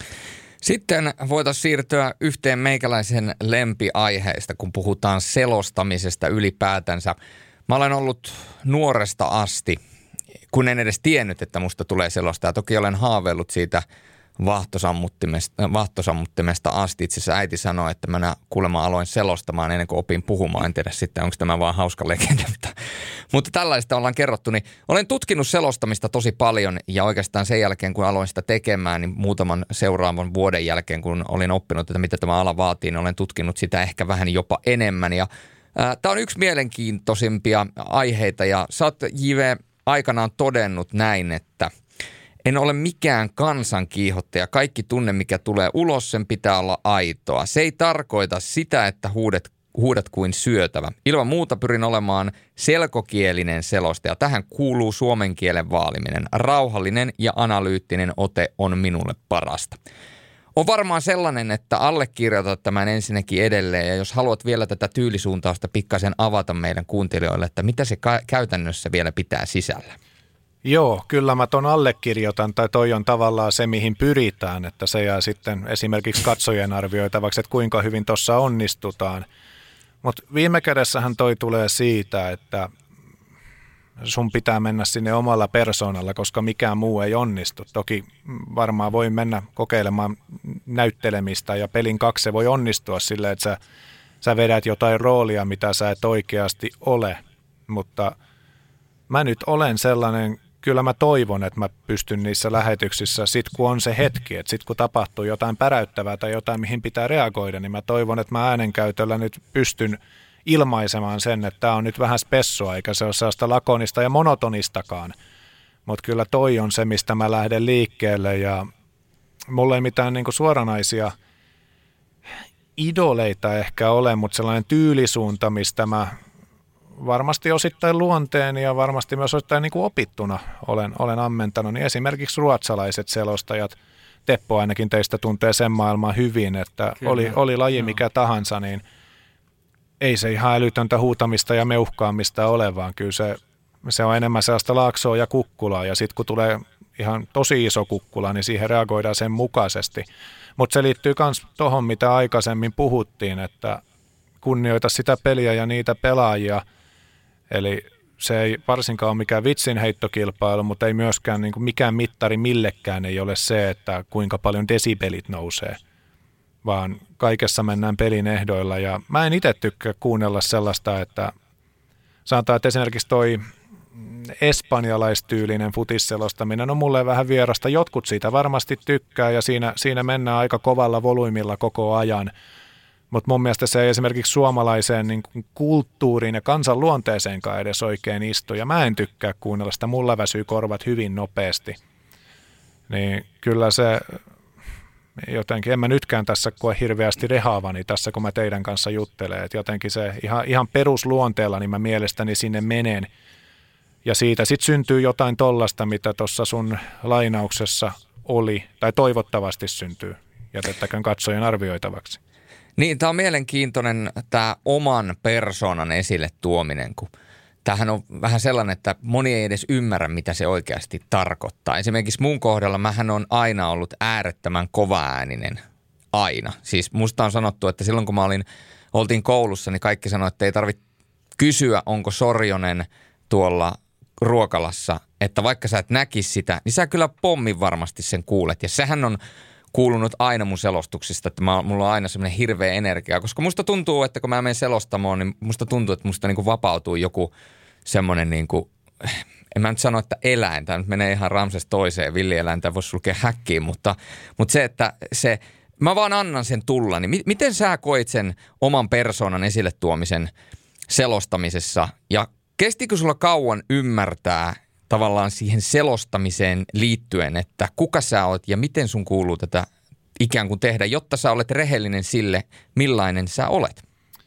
Sitten voitaisiin siirtyä yhteen meikäläisen lempiaiheesta, kun puhutaan selostamisesta ylipäätänsä. Mä olen ollut nuoresta asti, kun en edes tiennyt, että musta tulee selostaja. Toki olen haaveillut siitä vahtosammuttimesta, vahtosammuttimesta asti. Itse asiassa äiti sanoi, että mä kuulemma aloin selostamaan ennen kuin opin puhumaan. En tiedä sitten, onko tämä vaan hauska legenda. Mutta, mutta tällaista ollaan kerrottu. Niin olen tutkinut selostamista tosi paljon ja oikeastaan sen jälkeen, kun aloin sitä tekemään, niin muutaman seuraavan vuoden jälkeen, kun olin oppinut, että mitä tämä ala vaatii, niin olen tutkinut sitä ehkä vähän jopa enemmän. Ja ää, tämä on yksi mielenkiintoisimpia aiheita ja sä oot, J V, aikanaan todennut näin, että en ole mikään kansankiihottaja. Kaikki tunne, mikä tulee ulos, sen pitää olla aitoa. Se ei tarkoita sitä, että huudet, huudat kuin syötävä. Ilman muuta pyrin olemaan selkokielinen selostaja. Tähän kuuluu suomen kielen vaaliminen. Rauhallinen ja analyyttinen ote on minulle parasta. On varmaan sellainen, että allekirjoitat tämän ensinnäkin edelleen. Ja jos haluat vielä tätä tyylisuuntausta pikkasen avata meidän kuuntelijoille, että mitä se ka- käytännössä vielä pitää sisällä. Joo, kyllä mä ton allekirjoitan, tai toi on tavallaan se, mihin pyritään, että se jää sitten esimerkiksi katsojien arvioitavaksi, että kuinka hyvin tuossa onnistutaan. Mutta viime kädessähän toi tulee siitä, että sun pitää mennä sinne omalla persoonalla, koska mikään muu ei onnistu. Toki varmaan voi mennä kokeilemaan näyttelemistä ja pelin kaksi se voi onnistua silleen, että sä, sä vedät jotain roolia, mitä sä et oikeasti ole. Mutta mä nyt olen sellainen, kyllä mä toivon, että mä pystyn niissä lähetyksissä, sit kun on se hetki, että sit kun tapahtuu jotain päräyttävää tai jotain, mihin pitää reagoida, niin mä toivon, että mä äänenkäytöllä nyt pystyn ilmaisemaan sen, että tämä on nyt vähän spessua, eikä se ole sellaista lakonista ja monotonistakaan. Mutta kyllä toi on se, mistä mä lähden liikkeelle, ja mulla ei mitään niinku suoranaisia idoleita ehkä ole, mutta sellainen tyylisuunta, mistä mä varmasti osittain luonteen ja varmasti myös osittain niinku opittuna olen, olen ammentanut, niin esimerkiksi ruotsalaiset selostajat, Teppo ainakin teistä tuntee sen maailman hyvin, että oli, oli laji mikä tahansa, niin ei se ihan älytöntä huutamista ja meuhkaamista ole, vaan kyllä se, se on enemmän sellaista laaksoa ja kukkulaa, ja sitten kun tulee ihan tosi iso kukkula, niin siihen reagoidaan sen mukaisesti. Mutta se liittyy myös tuohon, mitä aikaisemmin puhuttiin, että kunnioita sitä peliä ja niitä pelaajia, eli se ei varsinkaan ole mikään vitsinheittokilpailu, mutta ei myöskään niin kuin mikään mittari millekään ei ole se, että kuinka paljon desibelit nousee, vaan kaikessa mennään pelin ehdoilla. Ja mä en itse tykkää kuunnella sellaista, että sanotaan, että esimerkiksi toi espanjalaistyylinen futisselostaminen on mulle vähän vierasta. Jotkut siitä varmasti tykkää ja siinä, siinä mennään aika kovalla volyymilla koko ajan. Mutta mun mielestä se ei esimerkiksi suomalaiseen niin kuin kulttuuriin ja kansan luonteeseenkaan edes oikein istu. Ja mä en tykkää kuunnella sitä, mulla väsyy korvat hyvin nopeasti. Niin kyllä se jotenkin, en mä nytkään tässä koe hirveästi rehaavani tässä, kun mä teidän kanssa juttelen. Et jotenkin se ihan, ihan perusluonteella, niin mä mielestäni sinne menen. Ja siitä sitten syntyy jotain tollasta, mitä tuossa sun lainauksessa oli, tai toivottavasti syntyy. Jätettäkään katsojen arvioitavaksi. Niin, tämä on mielenkiintoinen tämä oman persoonan esille tuominen, kun tämähän on vähän sellainen, että moni ei edes ymmärrä, mitä se oikeasti tarkoittaa. Esimerkiksi mun kohdalla mähän on aina ollut äärettömän kovaääninen, aina. Siis musta on sanottu, että silloin kun mä olin, oltiin koulussa, niin kaikki sanoivat, että ei tarvitse kysyä, onko Sorjonen tuolla ruokalassa, että vaikka sä et näkisi sitä, niin sä kyllä pommin varmasti sen kuulet. Ja sehän on kuulunut aina mun selostuksista, että mä, mulla on aina semmoinen hirveä energia, koska musta tuntuu, että kun mä menen selostamoon, niin musta tuntuu, että musta niinku vapautuu joku semmoinen niinku, en mä nyt sano, että eläin, tämä nyt menee ihan Ramses toiseen, villieläintä voisi sulkea häkkiin, mutta, mutta se, että se, mä vaan annan sen tulla, niin miten sä koit sen oman persoonan esille tuomisen selostamisessa ja kestikö sulla kauan ymmärtää tavallaan siihen selostamiseen liittyen, että kuka sä oot ja miten sun kuuluu tätä ikään kuin tehdä, jotta sä olet rehellinen sille, millainen sä olet?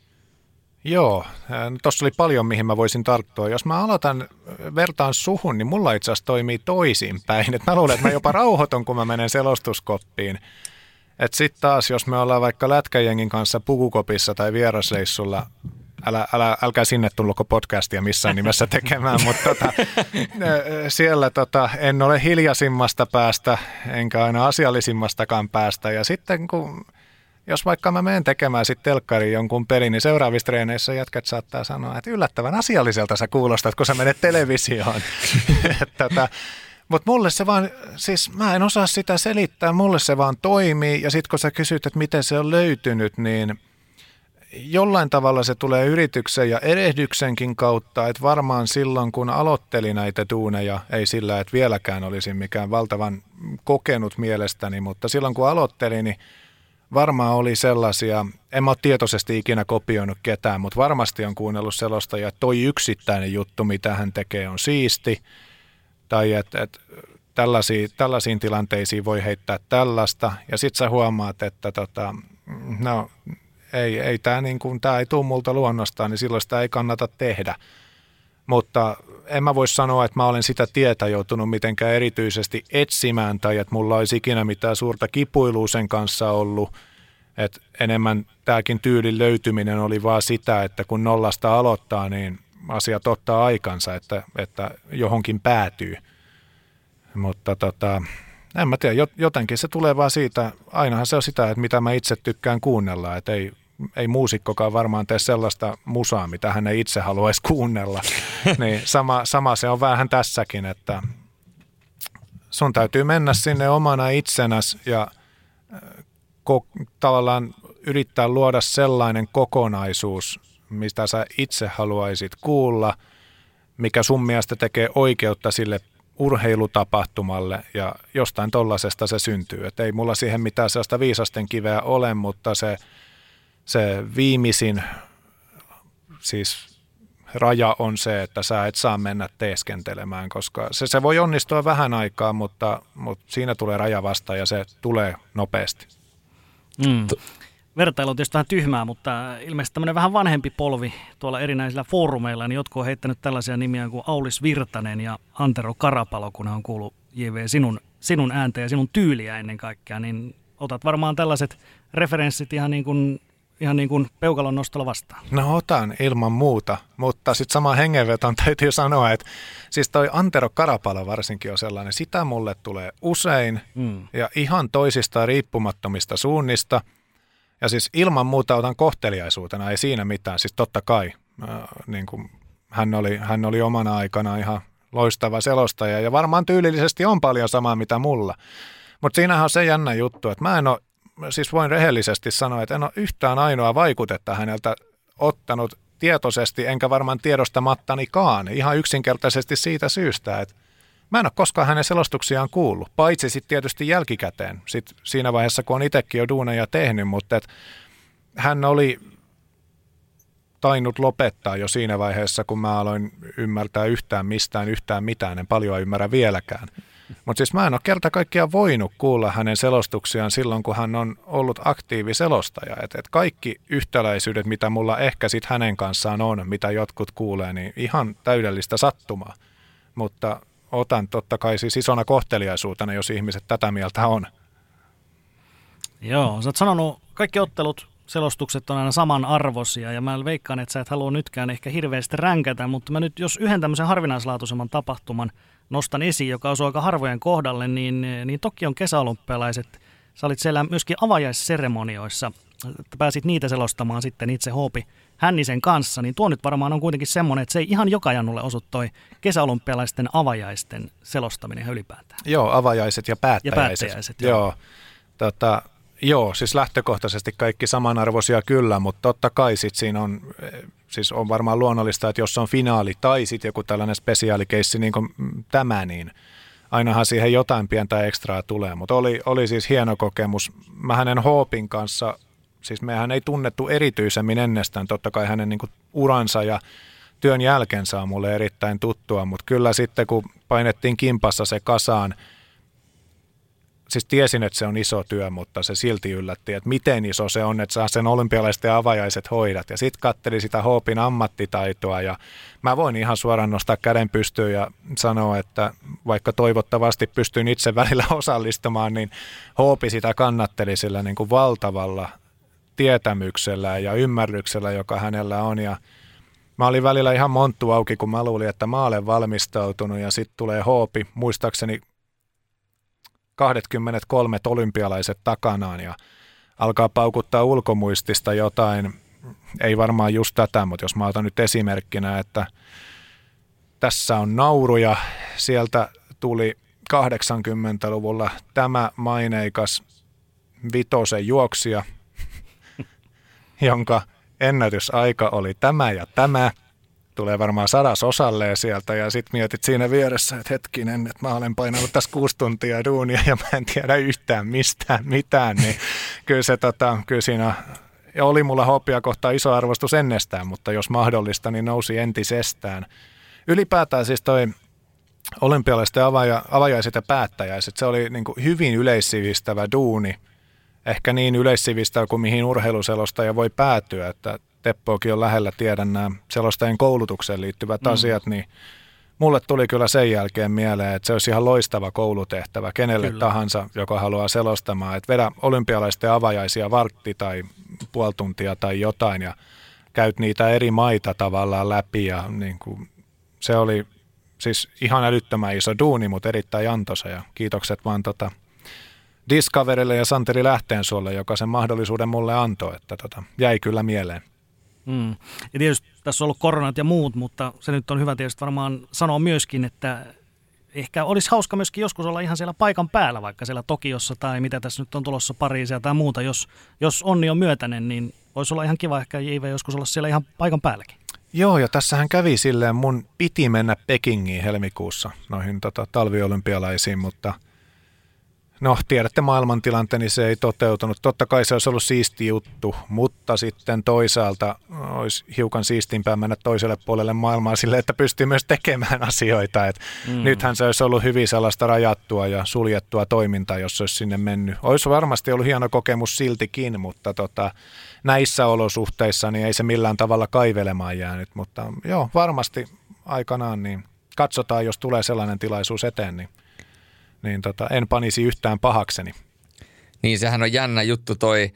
Joo, tuossa oli paljon, mihin mä voisin tarttua. Jos mä aloitan vertaan suhun, niin mulla itse asiassa toimii toisinpäin. Et mä luulen, että mä jopa rauhoiton, kun mä menen selostuskoppiin. Että sitten taas, jos me ollaan vaikka lätkäjengin kanssa pukukopissa tai vierasreissulla, Älä, älä, älkää sinne tulloko podcastia missään nimessä tekemään, mutta tota, siellä tota, en ole hiljaisimmasta päästä, enkä aina asiallisimmastakaan päästä. Ja sitten kun, jos vaikka mä menen tekemään sitten telkkariin jonkun pelin, niin seuraavissa treeneissä jätkät saattaa sanoa, että yllättävän asialliselta sä kuulostat, kun sä menet televisioon. tota, mutta mulle se vaan, siis mä en osaa sitä selittää, mulle se vaan toimii. Ja sitten kun sä kysyt, että miten se on löytynyt, niin jollain tavalla se tulee yrityksen ja erehdyksenkin kautta, että varmaan silloin kun aloittelin näitä duuneja, ei sillä, että vieläkään olisin mikään valtavan kokenut mielestäni, mutta silloin kun aloittelin, niin varmaan oli sellaisia, en mä ole tietoisesti ikinä kopioinut ketään, mutta varmasti on kuunnellut selostajia, että toi yksittäinen juttu, mitä hän tekee, on siisti, tai että et, tällaisiin, tällaisiin tilanteisiin voi heittää tällaista, ja sit sä huomaat, että tota, no, Ei, ei tämä niin kuin, tää ei tule multa luonnostaan, niin silloin sitä ei kannata tehdä. Mutta en mä voi sanoa, että mä olen sitä tietä joutunut mitenkään erityisesti etsimään tai että mulla olisi ikinä mitään suurta kipuilua sen kanssa ollut. Et enemmän tämäkin tyylin löytyminen oli vaan sitä, että kun nollasta aloittaa, niin asiat ottaa aikansa, että, että johonkin päätyy. Mutta tota, en mä tiedä, jotenkin se tulee vaan siitä, ainahan se on sitä, että mitä mä itse tykkään kuunnella, että ei ei muusikkokaan varmaan tee sellaista musaa, mitä hän ei itse haluaisi kuunnella. Niin sama, sama se on vähän tässäkin, että sun täytyy mennä sinne omana itsenäs ja ko- tavallaan yrittää luoda sellainen kokonaisuus, mistä sä itse haluaisit kuulla, mikä sun mielestä tekee oikeutta sille urheilutapahtumalle ja jostain tollasesta se syntyy. Et ei mulla siihen mitään sellaista viisasten kiveä ole, mutta se, se viimeisin siis raja on se, että sä et saa mennä teeskentelemään, koska se, se voi onnistua vähän aikaa, mutta, mutta siinä tulee raja vastaan ja se tulee nopeasti. Mm. Vertailu on tietysti vähän tyhmää, mutta ilmeisesti tämmöinen vähän vanhempi polvi tuolla erinäisillä foorumeilla, niin jotkut on heittänyt tällaisia nimiä kuin Aulis Virtanen ja Antero Karapalo, kun hän on kuullut J V sinun, sinun ääntä ja sinun tyyliä ennen kaikkea, niin otat varmaan tällaiset referenssit ihan niin kuin, ihan niin kuin peukalon nostolla vastaan. No otan ilman muuta, mutta sitten sama hengenveton täytyy sanoa, että siis toi Antero Karapalo varsinkin on sellainen, sitä mulle tulee usein mm. ja ihan toisistaan riippumattomista suunnista. Ja siis ilman muuta otan kohteliaisuutena, ei siinä mitään, siis totta kai. Äh, niin kuin hän, oli, hän oli omana aikana ihan loistava selostaja ja varmaan tyylillisesti on paljon samaa mitä mulla. Mutta siinähän on se jännä juttu, että mä en ole, siis voin rehellisesti sanoa, että en ole yhtään ainoa vaikutetta häneltä ottanut tietoisesti, enkä varmaan tiedostamattanikaan, ihan yksinkertaisesti siitä syystä, että mä en ole koskaan hänen selostuksiaan kuullut, paitsi sitten tietysti jälkikäteen, sit siinä vaiheessa kun on itsekin jo duuneja tehnyt, mutta et hän oli tainnut lopettaa jo siinä vaiheessa, kun mä aloin ymmärtää yhtään mistään, yhtään mitään, en paljon ymmärrä vieläkään. Mutta siis mä en ole kerta kaikkiaan voinut kuulla hänen selostuksiaan silloin, kun hän on ollut aktiiviselostaja. Et, et kaikki yhtäläisyydet, mitä mulla ehkä sitten hänen kanssaan on, mitä jotkut kuulee, niin ihan täydellistä sattumaa, mutta otan totta kai siis isona kohteliaisuutena, jos ihmiset tätä mieltä on. Joo, sä oot sanonut, kaikki ottelut, selostukset on aina samanarvoisia ja mä veikkaan, että sä et halua nytkään ehkä hirveästi ränkätä, mutta mä nyt jos yhden tämmöisen harvinaislaatuisemman tapahtuman nostan esiin, joka osuu aika harvojen kohdalle, niin, niin Tokion kesäolympialaiset, sä olit siellä myöskin avajaisseremonioissa, että pääsit niitä selostamaan sitten itse Hoopi Hännisen kanssa, niin tuo nyt varmaan on kuitenkin semmoinen, että se ei ihan joka jannulle osu toi kesäolympialaisten avajaisten selostaminen ylipäätään. Joo, avajaiset ja päättäjäiset. Ja päättäjäiset, joo. Joo, tota, joo, siis lähtökohtaisesti kaikki samanarvoisia kyllä, mutta totta kai sit siinä on, siis on varmaan luonnollista, että jos on finaali tai sitten joku tällainen spesiaalikeissi niin kuin tämä, niin ainahan siihen jotain pientä ekstraa tulee, mutta oli, oli siis hieno kokemus. Mä hänen Hoopin kanssa, siis mehän ei tunnettu erityisemmin ennestään, totta kai hänen niin kuin uransa ja työn jälkensä on mulle erittäin tuttua, mutta kyllä sitten kun painettiin kimpassa se kasaan, siis tiesin, että se on iso työ, mutta se silti yllätti, että miten iso se on, että saa sen olympialaisten avajaiset hoidat. Ja sitten katselin sitä Hoopin ammattitaitoa ja mä voin ihan suoraan nostaa käden pystyyn ja sanoa, että vaikka toivottavasti pystyin itse välillä osallistumaan, niin Hoopi sitä kannatteli sillä niin kuin valtavalla tietämyksellä ja ymmärryksellä, joka hänellä on. Ja mä olin välillä ihan monttu auki, kun mä luulin, että mä olen valmistautunut ja sitten tulee Hoopi, muistaakseni kaksikymmentäkolme olympialaiset takanaan ja alkaa paukuttaa ulkomuistista jotain, ei varmaan just tätä, mutta jos mä otan nyt esimerkkinä, että tässä on nauruja, sieltä tuli kahdeksankymmentäluvulla tämä maineikas vitosen juoksija, jonka ennätysaika oli tämä ja tämä. Tulee varmaan sadasosalleen sieltä ja sitten mietit siinä vieressä, että hetkinen, että mä olen painanut tässä kuusi tuntia duunia ja mä en tiedä yhtään mistään mitään, niin kyllä, se, tota, kyllä siinä ja oli mulla Hoopia kohtaan iso arvostus ennestään, mutta jos mahdollista, niin nousi entisestään. Ylipäätään siis toi olympialaisten avaja, avajaiset ja päättäjäiset, se oli niin kuin hyvin yleissivistävä duuni, ehkä niin yleissivistävä kuin mihin urheiluselostaja voi päätyä, että Teppoakin on lähellä, tiedän nämä selostajien koulutukseen liittyvät mm. asiat, niin mulle tuli kyllä sen jälkeen mieleen, että se olisi ihan loistava koulutehtävä kenelle kyllä. tahansa, joka haluaa selostamaan, että vedä olympialaisten avajaisia vartti tai puoli tuntia tai jotain ja käyt niitä eri maita tavallaan läpi ja niin kuin, se oli siis ihan älyttömän iso duuni, mutta erittäin antoisa ja kiitokset vaan tota Discoverylle ja Santeri Lähteensuolle, joka sen mahdollisuuden mulle antoi, että tota, jäi kyllä mieleen. Mm. Ja tietysti tässä on ollut koronat ja muut, mutta se nyt on hyvä tietysti varmaan sanoa myöskin, että ehkä olisi hauska myöskin joskus olla ihan siellä paikan päällä, vaikka siellä Tokiossa tai mitä tässä nyt on tulossa, Pariisia tai muuta. Jos, jos onni on myötäinen, niin voisi olla ihan kiva ehkä J V joskus olla siellä ihan paikan päälläkin. Joo, ja tässähän kävi silleen, mun piti mennä Pekingiin helmikuussa noihin tota, talviolympialaisiin, mutta no tiedätte maailmantilanteen, niin se ei toteutunut. Totta kai se olisi ollut siisti juttu, mutta sitten toisaalta olisi hiukan siistimpää mennä toiselle puolelle maailmaa silleen, että pystyy myös tekemään asioita. Et mm. Nythän se olisi ollut hyvin sellaista rajattua ja suljettua toimintaa, jos olisi sinne mennyt. Olisi varmasti ollut hieno kokemus siltikin, mutta tota, näissä olosuhteissa niin ei se millään tavalla kaivelemaan jäänyt. Mutta joo, varmasti aikanaan niin katsotaan, jos tulee sellainen tilaisuus eteen, niin niin tota, en panisi yhtään pahakseni. Niin, sehän on jännä juttu toi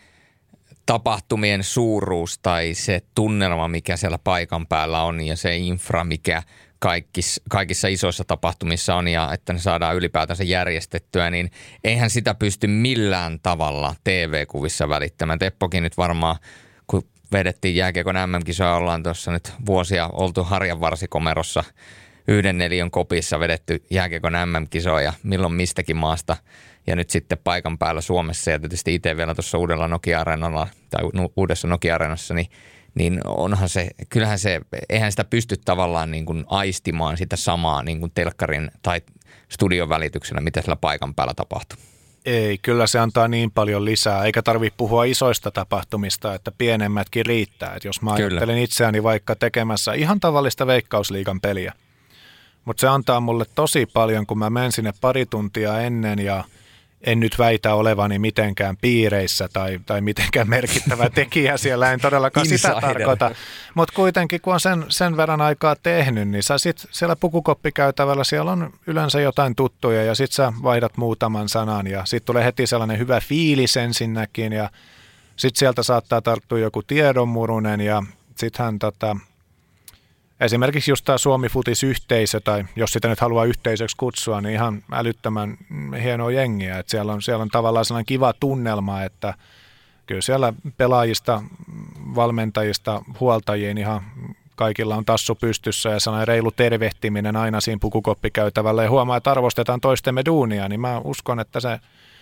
tapahtumien suuruus tai se tunnelma, mikä siellä paikan päällä on ja se infra, mikä kaikissa, kaikissa isoissa tapahtumissa on ja että ne saadaan ylipäätänsä järjestettyä, niin eihän sitä pysty millään tavalla T V-kuvissa välittämään. Teppokin nyt varmaan, kun vedettiin jääkiekon M M-kisoja, ollaan tuossa nyt vuosia oltu harjanvarsikomerossa yhden neliön kopissa vedetty jääkiekon M M-kisoja milloin mistäkin maasta ja nyt sitten paikan päällä Suomessa ja tietysti itse vielä tuossa uudella Nokia-areenalla tai uudessa Nokia-areenassa, niin, niin onhan se, kyllähän se, eihän sitä pysty tavallaan niin kuin aistimaan sitä samaa niin kuin telkkarin tai studion välityksenä, mitä siellä paikan päällä tapahtuu. Ei, kyllä se antaa niin paljon lisää, eikä tarvitse puhua isoista tapahtumista, että pienemmätkin riittää. Et jos mä ajattelen kyllä itseäni vaikka tekemässä ihan tavallista Veikkausliigan peliä, mutta se antaa mulle tosi paljon, kun mä menen sinne pari tuntia ennen ja en nyt väitä olevani mitenkään piireissä tai, tai mitenkään merkittävä tekijä siellä, en todellakaan sitä tarkoita. Mutta kuitenkin, kun on sen, sen verran aikaa tehnyt, niin sä sit siellä pukukoppikäytävällä, siellä on yleensä jotain tuttuja ja sit sä vaihdat muutaman sanan ja sit tulee heti sellainen hyvä fiilis ensinnäkin ja sit sieltä saattaa tarttua joku tiedonmurunen ja sittenhän tota... Esimerkiksi just tämä Suomi-futisyhteisö, tai jos sitä nyt haluaa yhteisöksi kutsua, niin ihan älyttömän hienoa jengiä. Että siellä on, siellä on tavallaan sellainen kiva tunnelma, että kyllä siellä pelaajista, valmentajista, huoltajien ihan kaikilla on tassu pystyssä ja sellainen reilu tervehtiminen aina siinä pukukoppikäytävällä ja huomaa, että arvostetaan toistemme duunia, niin mä uskon, että se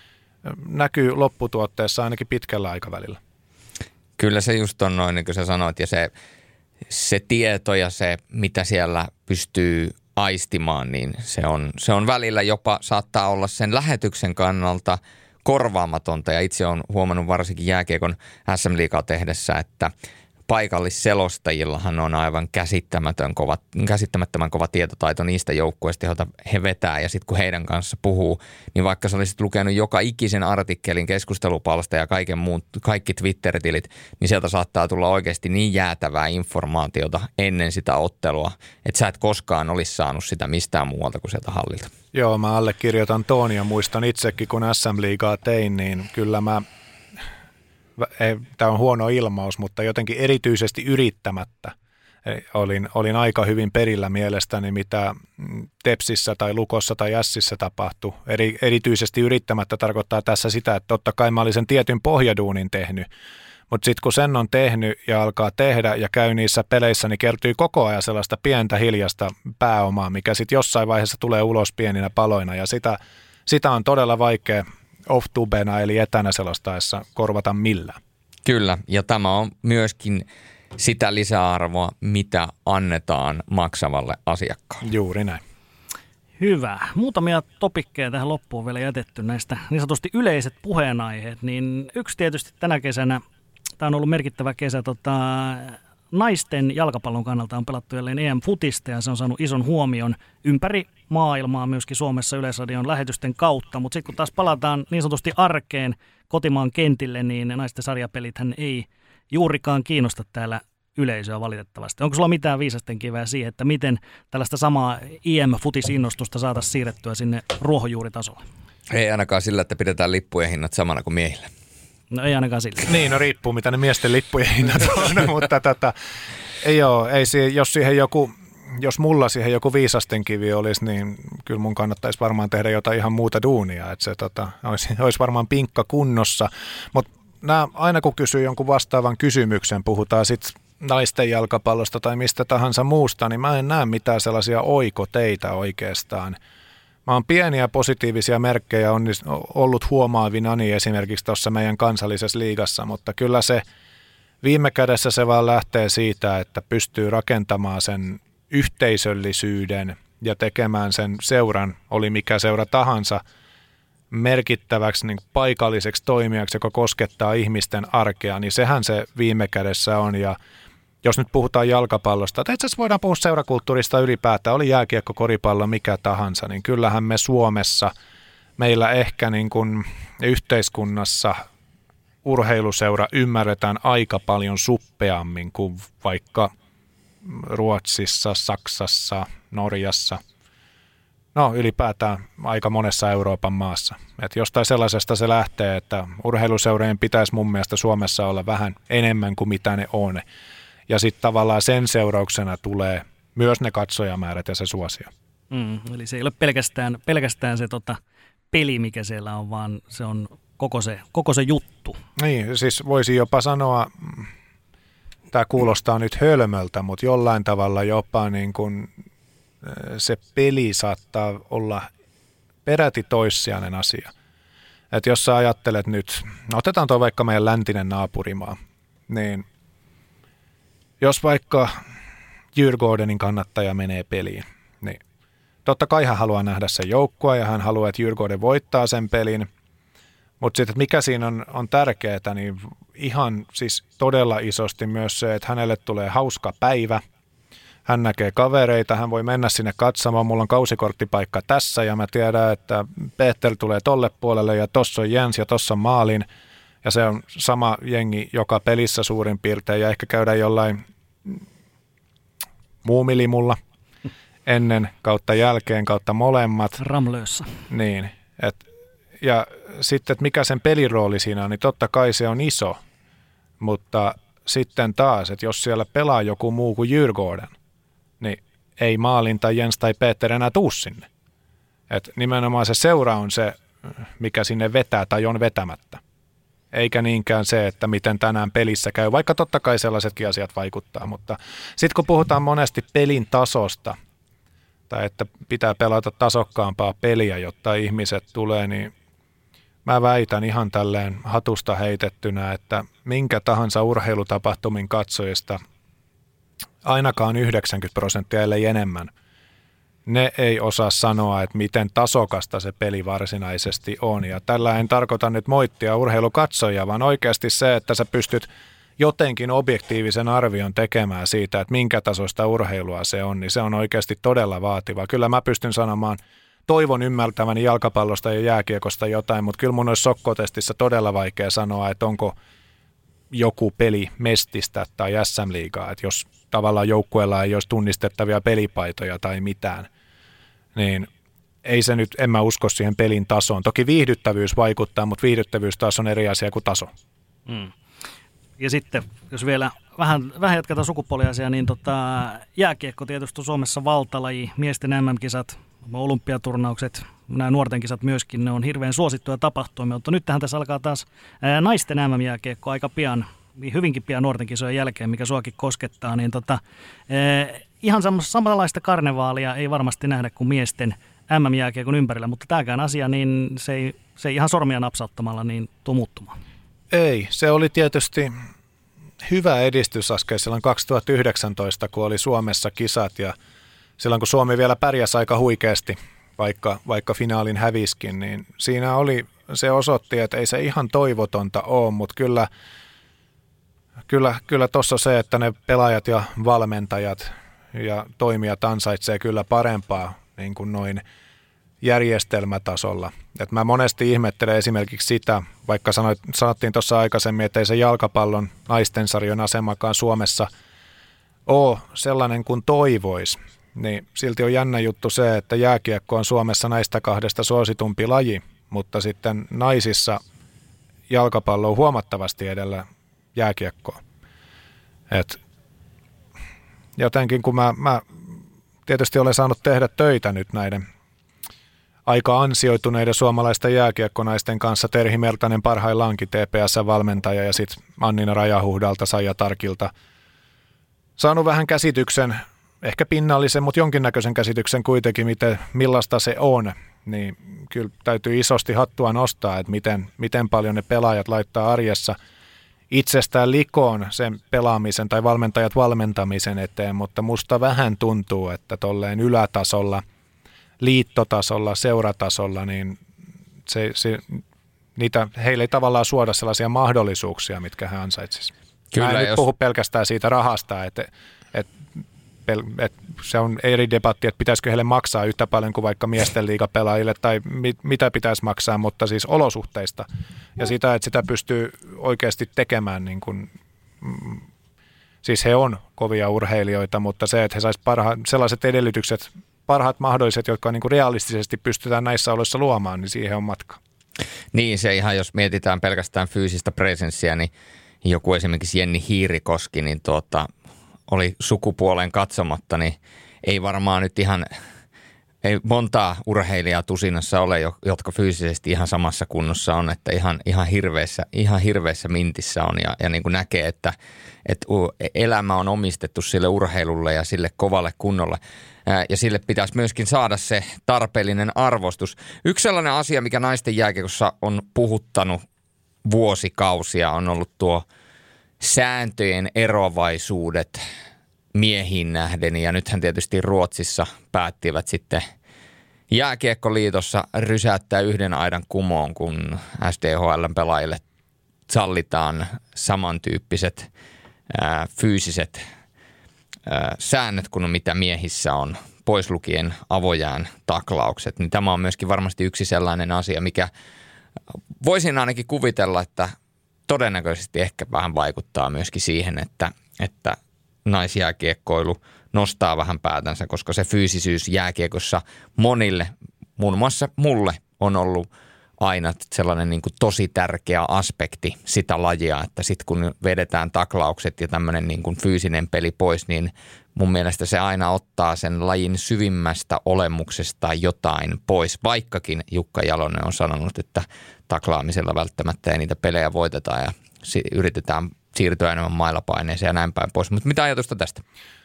näkyy lopputuotteessa ainakin pitkällä aikavälillä. Kyllä se just on noin, niin kuin sä sanoit, ja se Se tieto ja se, mitä siellä pystyy aistimaan, niin se on, se on välillä jopa saattaa olla sen lähetyksen kannalta korvaamatonta. Ja itse olen huomannut varsinkin jääkiekon S M-liigaa tehdessä, että paikallisselostajillahan on aivan käsittämätön kova, käsittämättömän kova tietotaito niistä joukkueista, joita he vetää. Ja sitten kun heidän kanssa puhuu, niin vaikka sä olisit lukenut joka ikisen artikkelin, keskustelupalsta ja kaiken muun, kaikki Twitter-tilit, niin sieltä saattaa tulla oikeasti niin jäätävää informaatiota ennen sitä ottelua, että sä et koskaan olisi saanut sitä mistään muualta kuin sieltä hallilta. Joo, mä allekirjoitan tuon ja muistan itsekin, kun S M-liigaa tein, niin kyllä mä... Tämä on huono ilmaus, mutta jotenkin erityisesti yrittämättä olin, olin aika hyvin perillä mielestäni, mitä Tepsissä tai Lukossa tai Ässissä tapahtui. Eri, erityisesti yrittämättä tarkoittaa tässä sitä, että totta kai mä olin sen tietyn pohjaduunin tehnyt, mutta sitten kun sen on tehnyt ja alkaa tehdä ja käy niissä peleissä, niin kertyy koko ajan sellaista pientä hiljasta pääomaa, mikä sitten jossain vaiheessa tulee ulos pieninä paloina ja sitä, sitä on todella vaikea off-tubena eli etänä selostaessa korvata millään. Kyllä, ja tämä on myöskin sitä lisäarvoa, mitä annetaan maksavalle asiakkaalle. Juuri näin. Hyvä. Muutamia topikkeja tähän loppuun vielä jätetty näistä niin sanotusti yleiset puheenaiheet. Niin yksi tietysti tänä kesänä, tämä on ollut merkittävä kesä, tota, naisten jalkapallon kannalta on pelattu jälleen E M-futista ja se on saanut ison huomion ympäri maailmaa myöskin Suomessa Yleisradion lähetysten kautta. Mutta sitten kun taas palataan niin sanotusti arkeen kotimaan kentille, niin naisten sarjapelithän ei juurikaan kiinnosta täällä yleisöä valitettavasti. Onko sulla mitään viisasten kivää siihen, että miten tällaista samaa I M-futisinnostusta saataisiin siirrettyä sinne ruohonjuuritasolle? Ei ainakaan sillä, että pidetään lippujen hinnat samana kuin miehillä. No ei ainakaan sillä. Niin, no riippuu mitä ne miesten lippujen hinnat on, mutta tota, ei oo, ei si- jos siihen joku jos mulla siihen joku viisastenkivi olisi, niin kyllä mun kannattaisi varmaan tehdä jotain ihan muuta duunia, että se tota, olisi, olisi varmaan pinkka kunnossa, mutta aina kun kysyy jonkun vastaavan kysymyksen, puhutaan sitten naisten jalkapallosta tai mistä tahansa muusta, niin mä en näe mitään sellaisia oikoteitä oikeastaan. Mä oon pieniä positiivisia merkkejä on ollut huomaavinani esimerkiksi tuossa meidän kansallisessa liigassa, mutta kyllä se viime kädessä se vaan lähtee siitä, että pystyy rakentamaan sen yhteisöllisyyden ja tekemään sen seuran, oli mikä seura tahansa, merkittäväksi niin paikalliseksi toimijaksi, joka koskettaa ihmisten arkea, niin sehän se viime kädessä on. Ja jos nyt puhutaan jalkapallosta, tai itse asiassa voidaan puhua seurakulttuurista ylipäätään, oli jääkiekko, koripallo, mikä tahansa, niin kyllähän me Suomessa, meillä ehkä niin kuin yhteiskunnassa urheiluseura ymmärretään aika paljon suppeammin kuin vaikka Ruotsissa, Saksassa, Norjassa, no ylipäätään aika monessa Euroopan maassa. Et jostain sellaisesta se lähtee, että urheiluseurojen pitäisi mun mielestä Suomessa olla vähän enemmän kuin mitä ne on. Ja sitten tavallaan sen seurauksena tulee myös ne katsojamäärät ja se suosio. Mm, eli se ei ole pelkästään, pelkästään se tota, peli, mikä siellä on, vaan se on koko se, koko se juttu. Niin, siis voisi jopa sanoa, tämä kuulostaa nyt hölmöltä, mutta jollain tavalla jopa niin kuin se peli saattaa olla peräti toissijainen asia. Että jos sä ajattelet nyt, no otetaan tuo vaikka meidän läntinen naapurimaa, niin jos vaikka Djurgårdenin kannattaja menee peliin, niin totta kai hän haluaa nähdä sen joukkoa ja hän haluaa, että Djurgården voittaa sen pelin, mutta sitten mikä siinä on, on tärkeää, niin ihan siis todella isosti myös se, että hänelle tulee hauska päivä, hän näkee kavereita, hän voi mennä sinne katsomaan, mulla on kausikorttipaikka tässä ja mä tiedän, että Peter tulee tolle puolelle ja tossa on Jens ja tossa on Maalin. Ja se on sama jengi joka pelissä suurin piirtein ja ehkä käydään jollain muumilimulla ennen kautta jälkeen kautta molemmat. Ramlössä. Niin. Et, ja sitten, että mikä sen pelirooli siinä on, niin totta kai se on iso. Mutta sitten taas, että jos siellä pelaa joku muu kuin Djurgården, niin ei Maalin tai Jens tai Peter enää tuu sinne. Et nimenomaan se seura on se, mikä sinne vetää tai on vetämättä. Eikä niinkään se, että miten tänään pelissä käy, vaikka totta kai sellaisetkin asiat vaikuttaa. Mutta sitten kun puhutaan monesti pelin tasosta, tai että pitää pelata tasokkaampaa peliä, jotta ihmiset tulee, niin mä väitän ihan tälleen hatusta heitettynä, että minkä tahansa urheilutapahtumin katsojista ainakaan yhdeksänkymmentä prosenttia ellei enemmän, ne ei osaa sanoa, että miten tasokasta se peli varsinaisesti on. Ja tällä en tarkoita nyt moittia urheilukatsoja, vaan oikeasti se, että sä pystyt jotenkin objektiivisen arvion tekemään siitä, että minkä tasoista urheilua se on, niin se on oikeasti todella vaativa. Kyllä mä pystyn sanomaan, toivon ymmärtäväni jalkapallosta ja jääkiekosta jotain, mutta kyllä mun olisi sokkotestissä todella vaikea sanoa, että onko joku peli Mestistä tai S M-liigaa, että jos tavallaan joukkueella ei olisi tunnistettavia pelipaitoja tai mitään, niin ei se nyt, en mä usko siihen pelin tasoon. Toki viihdyttävyys vaikuttaa, mutta viihdyttävyys taas on eri asia kuin taso. Mm. Ja sitten, jos vielä vähän, vähän jatketaan sukupuoliasia, niin tota, jääkiekko tietysti Suomessa valtalaji, miesten M M-kisat, olympiaturnaukset, nämä nuorten kisat myöskin, ne on hirveän suosittuja tapahtumia, mutta nythän tässä alkaa taas ää, naisten M M-jääkiekko aika pian, hyvinkin pian nuorten kisojen jälkeen, mikä suakin koskettaa, niin tota, ää, ihan samanlaista karnevaalia ei varmasti nähdä kuin miesten M M-jääkiekon ympärillä, mutta tämäkään asia, niin se ei, se ei ihan sormia napsauttamalla niin tuu muuttumaan. Ei, se oli tietysti hyvä edistysaskel silloin kaksituhattayhdeksäntoista, kun oli Suomessa kisat ja silloin kun Suomi vielä pärjäsi aika huikeasti, vaikka, vaikka finaalin häviskin, niin siinä oli, se osoitti, että ei se ihan toivotonta ole, mutta kyllä kyllä, kyllä tuossa se, että ne pelaajat ja valmentajat ja toimijat ansaitsee kyllä parempaa niin kuin noin järjestelmätasolla. Et mä monesti ihmettelen esimerkiksi sitä, vaikka sanoit, sanottiin tuossa aikaisemmin, että ei se jalkapallon naisten sarjan asemakaan Suomessa ole sellainen kuin toivoisi, niin silti on jännä juttu se, että jääkiekko on Suomessa näistä kahdesta suositumpi laji, mutta sitten naisissa jalkapallo on huomattavasti edellä jääkiekkoa. Et jotenkin kun mä, mä tietysti olen saanut tehdä töitä nyt näiden aika ansioituneiden suomalaisten jääkiekkonaisten kanssa. Terhi Mertanen parhaillaankin T P S-valmentaja ja sitten Annina Rajahuhdalta, Saija Tarkilta. Saanut vähän käsityksen, ehkä pinnallisen, mutta jonkinnäköisen käsityksen kuitenkin, miten, millaista se on. Niin kyllä täytyy isosti hattua nostaa, että miten, miten paljon ne pelaajat laittaa arjessa itsestään likoon sen pelaamisen tai valmentajat valmentamisen eteen, mutta musta vähän tuntuu, että tolleen ylätasolla, liittotasolla, seuratasolla, niin se, se, niitä, heille ei tavallaan suoda sellaisia mahdollisuuksia, mitkä he ansaitsisivat. Mä en jos... nyt puhu pelkästään siitä rahasta, että, että, että se on eri debatti, että pitäisikö heille maksaa yhtä paljon kuin vaikka miesten liigapelaajille tai mit, mitä pitäisi maksaa, mutta siis olosuhteista ja sitä, että sitä pystyy oikeasti tekemään, niin kuin, mm, siis he on kovia urheilijoita, mutta se, että he saisivat parha, sellaiset edellytykset, parhaat mahdolliset, jotka niin kuin realistisesti pystytään näissä oloissa luomaan, niin siihen on matka. Niin, se ihan, jos mietitään pelkästään fyysistä presenssiä, niin joku esimerkiksi Jenni Hiirikoski, niin tuota, oli sukupuoleen katsomatta, niin ei varmaan nyt ihan, ei montaa urheilijaa tusinassa ole, jotka fyysisesti ihan samassa kunnossa on, että ihan, ihan, hirveässä, ihan hirveässä mintissä on ja, ja niin kuin näkee, että, että elämä on omistettu sille urheilulle ja sille kovalle kunnolle. Ja sille pitäisi myöskin saada se tarpeellinen arvostus. Yksi sellainen asia, mikä naisten jääkiekossa on puhuttanut vuosikausia, on ollut tuo sääntöjen eroavaisuudet miehiin nähden. Ja nythän tietysti Ruotsissa päättivät sitten Jääkiekkoliitossa rysäyttää yhden aidan kumoon, kun S D H L-pelaajille sallitaan samantyyppiset ää, fyysiset ää, säännöt kuin mitä miehissä on, pois lukien avojään taklaukset. Niin tämä on myöskin varmasti yksi sellainen asia, mikä voisin ainakin kuvitella, että todennäköisesti ehkä vähän vaikuttaa myöskin siihen, että, että naisjääkiekkoilu nostaa vähän päätänsä, koska se fyysisyys jääkiekossa monille, muun muassa mulle, on ollut aina sellainen niin kuin tosi tärkeä aspekti sitä lajia, että sitten kun vedetään taklaukset ja tämmöinen niin kuin fyysinen peli pois, niin mun mielestä se aina ottaa sen lajin syvimmästä olemuksesta jotain pois, vaikkakin Jukka Jalonen on sanonut, että taklaamisella välttämättä ei niitä pelejä voiteta ja yritetään siirtyä enemmän mailapaineeseen ja näin päin pois. Mutta mitä ajatusta tästä?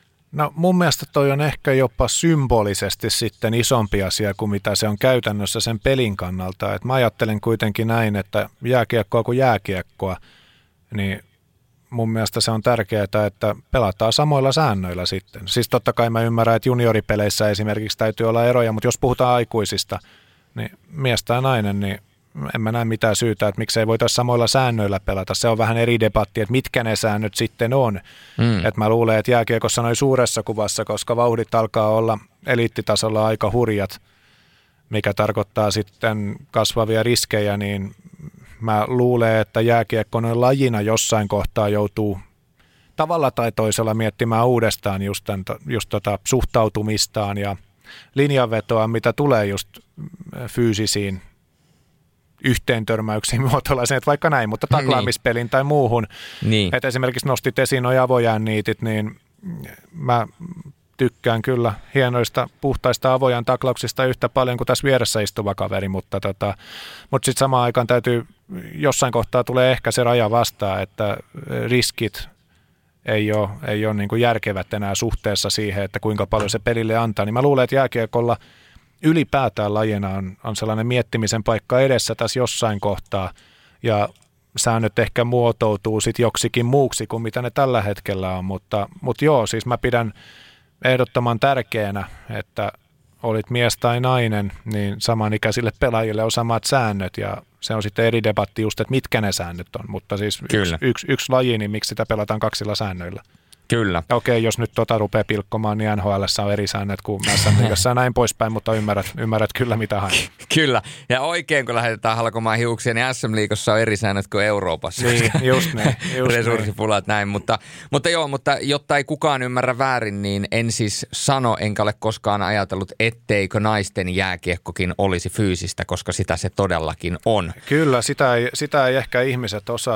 No mun mielestä toi on ehkä jopa symbolisesti sitten isompi asia kuin mitä se on käytännössä sen pelin kannalta. Et mä ajattelen kuitenkin näin, että jääkiekkoa kuin jääkiekkoa, niin mun mielestä se on tärkeää, että pelataan samoilla säännöillä sitten. Siis totta kai mä ymmärrän, että junioripeleissä esimerkiksi täytyy olla eroja, mutta jos puhutaan aikuisista, niin mies tai nainen, niin en mä näe mitään syytä, että miksei voitaisiin samoilla säännöillä pelata. Se on vähän eri debatti, että mitkä ne säännöt sitten on. Mm. Et mä luulen, että jääkiekossa noin suuressa kuvassa, koska vauhdit alkaa olla eliittitasolla aika hurjat, mikä tarkoittaa sitten kasvavia riskejä, niin mä luulen, että jääkiekko noin lajina jossain kohtaa joutuu tavalla tai toisella miettimään uudestaan just, tämän, just tota suhtautumistaan ja linjanvetoa, mitä tulee just fyysisiin yhteentörmäyksiin muotoillaisen, vaikka näin, mutta taklaamispelin tai muuhun. Niin. Että esimerkiksi nostit esiin nuo avojään niitit, niin mä tykkään kyllä hienoista puhtaista avojan taklauksista yhtä paljon kuin tässä vieressä istuva kaveri, mutta, tota, mutta sitten samaan aikaan täytyy, jossain kohtaa tulee ehkä se raja vastaan, että riskit ei ole, ei ole niin kuin järkevät enää suhteessa siihen, että kuinka paljon se pelille antaa. Niin mä luulen, että jääkiekolla ylipäätään lajina on, on sellainen miettimisen paikka edessä tässä jossain kohtaa, ja säännöt ehkä muotoutuu sitten joksikin muuksi kuin mitä ne tällä hetkellä on, mutta, mutta joo, siis mä pidän ehdottoman tärkeänä, että olit mies tai nainen, niin samanikäisille pelaajille on samat säännöt, ja se on sitten eri debatti just, että mitkä ne säännöt on, mutta siis yksi, yksi, yksi laji, niin miksi sitä pelataan kaksilla säännöillä. Kyllä. Okei, jos nyt tota rupeaa pilkkomaan, niin N H L:ssä on eri säännöt kuin M S M-liigassa ja näin poispäin, mutta ymmärrät, ymmärrät kyllä mitä hain. Kyllä, ja oikein kun lähdetään halkomaan hiuksia, niin S M-liigassa on eri säännöt kuin Euroopassa. Niin, just niin. Resurssipulat näin, mutta, mutta joo, mutta jotta ei kukaan ymmärrä väärin, niin en siis sano, enkä ole koskaan ajatellut, etteikö naisten jääkiekkokin olisi fyysistä, koska sitä se todellakin on. Kyllä, sitä ei, sitä ei ehkä ihmiset osaa